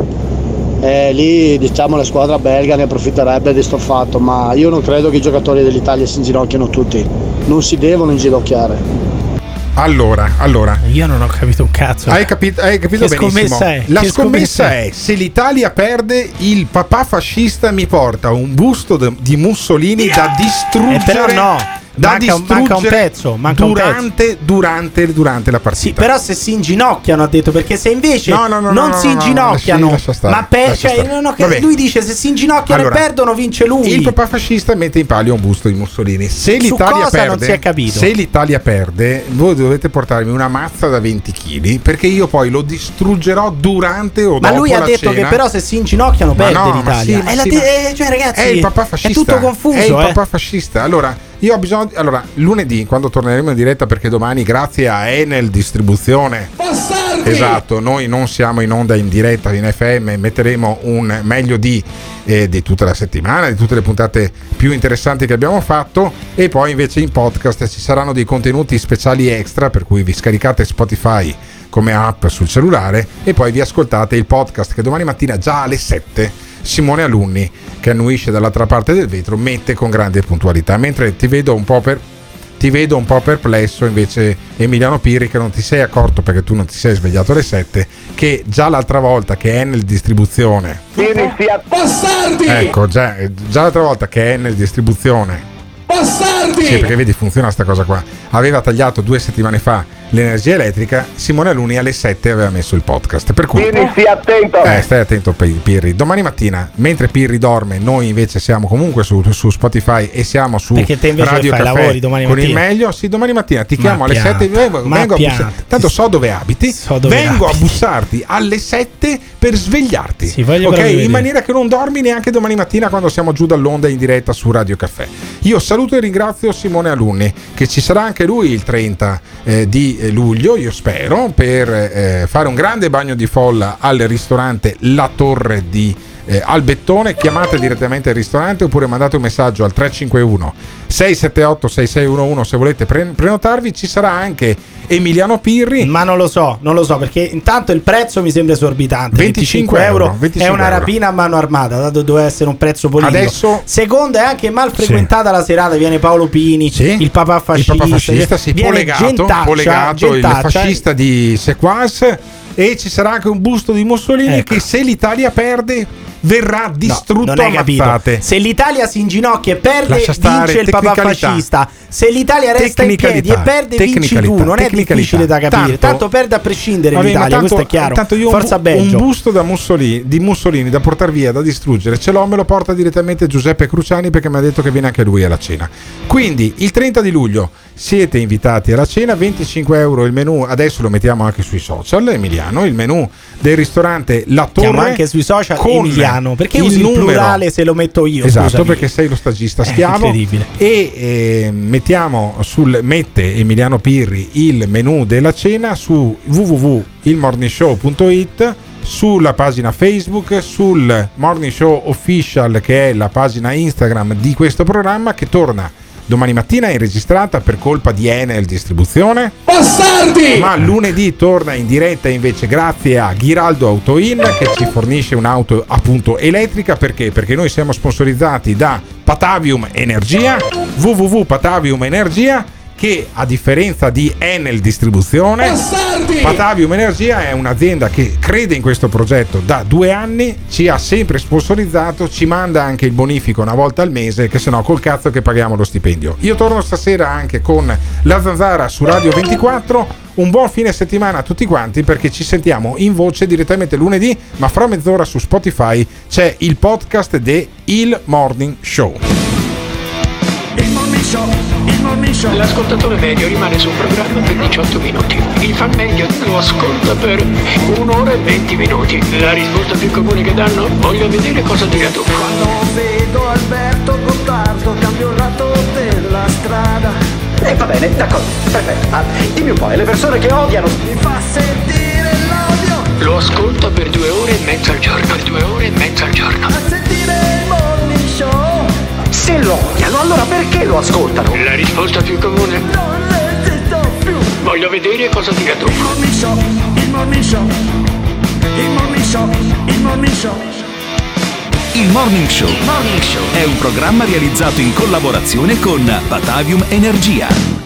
Lì diciamo la squadra belga ne approfitterebbe di sto fatto, ma io non credo che i giocatori dell'Italia si inginocchiano tutti, non si devono inginocchiare. Allora, io non ho capito un cazzo. Hai capito benissimo. La scommessa è: se l'Italia perde, il papà fascista mi porta un busto di Mussolini da distruggere. Però no. Manca un pezzo durante la partita. Sì, però se si inginocchiano, ha detto, perché se invece non si inginocchiano, lui dice se si inginocchiano e perdono vince lui. Il papà fascista mette in palio un busto di Mussolini. Se l'Italia perde, non si è capito. Se l'Italia perde, voi dovete portarmi una mazza da 20 kg, perché io poi lo distruggerò durante o dopo la cena. Ma lui ha detto che però se si inginocchiano perde l'Italia. Cioè ragazzi, è il papà fascista. È tutto confuso. È il papà fascista. Allora io ho bisogno. Allora, lunedì, quando torneremo in diretta, perché domani, grazie a Enel Distribuzione, esatto, noi non siamo in onda in diretta in FM, metteremo un meglio di tutta la settimana, di tutte le puntate più interessanti che abbiamo fatto, e poi invece in podcast ci saranno dei contenuti speciali extra, per cui vi scaricate Spotify come app sul cellulare e poi vi ascoltate il podcast che domani mattina già alle 7 Simone Alunni, che annuisce dall'altra parte del vetro, mette con grande puntualità, mentre ti vedo un po' perplesso invece Emiliano Pirri, che non ti sei accorto, perché tu non ti sei svegliato alle 7, che già l'altra volta che è nel distribuzione bastardi! Ecco, già l'altra volta che è nel distribuzione bastardi! Sì, perché vedi, funziona sta cosa qua. Aveva tagliato 2 settimane fa l'energia elettrica, Simone Alunni alle 7 aveva messo il podcast, per cui Pirri, stai attento. Stai attento Pirri. Domani mattina, mentre Pirri dorme, noi invece siamo comunque su Spotify e siamo su perché te invece Radio fai Caffè lavori domani con mattina. il meglio. Sì, domani mattina ti chiamo alle 7, vengo a bussarti, tanto so dove abiti, vengo a bussarti alle 7 per svegliarti, sì, ok? In maniera che non dormi neanche domani mattina quando siamo giù dall'onda in diretta su Radio Caffè. Io saluto e ringrazio Simone Alunni, che ci sarà anche lui il 30 di luglio, io spero, per fare un grande bagno di folla al ristorante La Torre di Albettone. Chiamate direttamente al ristorante oppure mandate un messaggio al 351 678 6611 se volete prenotarvi. Ci sarà anche Emiliano Pirri, ma non lo so perché intanto il prezzo mi sembra esorbitante. 25 euro è una rapina a mano armata, dato doveva essere un prezzo politico. Adesso, secondo, è anche mal frequentata la serata, viene Paolo Pini, il papà fascista, sì, polegato il fascista di Sequas, e ci sarà anche un busto di Mussolini, che se l'Italia perde verrà distrutto a mazzate. Se l'Italia si inginocchia e perde, vince il papà fascista. Se l'Italia resta in piedi e perde, vinci tu. Non è difficile da capire. Tanto perde a prescindere l'Italia, questo è chiaro. Tanto io Forza Belgio. Un busto di Mussolini da portare via, da distruggere, ce l'ho, me lo porta direttamente Giuseppe Cruciani, perché mi ha detto che viene anche lui alla cena. Quindi il 30 di luglio siete invitati alla cena, 25 euro il menù. Adesso lo mettiamo anche sui social, Emiliano, il menù del ristorante La Torre. Chiamo anche sui social Emiliano, perché usi il plurale se lo metto io? Esatto, scusami. perché sei lo stagista schiavo. Incredibile. E mette Emiliano Pirri il menù della cena su www.ilmorningshow.it, sulla pagina Facebook, sul Morning Show Official, che è la pagina Instagram di questo programma, che torna domani mattina è registrata per colpa di Enel Distribuzione. Bastardi! Ma lunedì torna in diretta invece grazie a Ghiraldo Autoin, che ci fornisce un'auto appunto elettrica. Perché? Perché noi siamo sponsorizzati da Patavium Energia, www.Patavium Energia, che a differenza di Enel Distribuzione, Patavium Energia è un'azienda che crede in questo progetto da 2 anni, ci ha sempre sponsorizzato, ci manda anche il bonifico una volta al mese, che sennò col cazzo che paghiamo lo stipendio. Io torno stasera anche con La Zanzara su Radio 24. Un buon fine settimana a tutti quanti, perché ci sentiamo in voce direttamente lunedì, ma fra mezz'ora su Spotify c'è il podcast de Il Morning Show. Il Morning Show. L'ascoltatore medio rimane sul programma per 18 minuti. Il fan medio lo ascolta per 1 ora e 20 minuti. La risposta più comune che danno? Voglio vedere cosa dirà tu. Quando vedo Alberto Gottardo cambio il lato della strada. Va bene, d'accordo, perfetto. Dimmi un po', le persone che odiano mi fa sentire l'odio. Lo ascolta per 2 ore e mezza al giorno. Per 2 ore e mezza al giorno. A sentire il Morning Show. Se lo odiano, allora perché lo ascoltano? La risposta più comune? Non resisto più. Voglio vedere cosa dirà dopo. Il Morning Show, il Morning Show, il Morning Show, il Morning Show. Il Morning Show è un programma realizzato in collaborazione con Batavium Energia.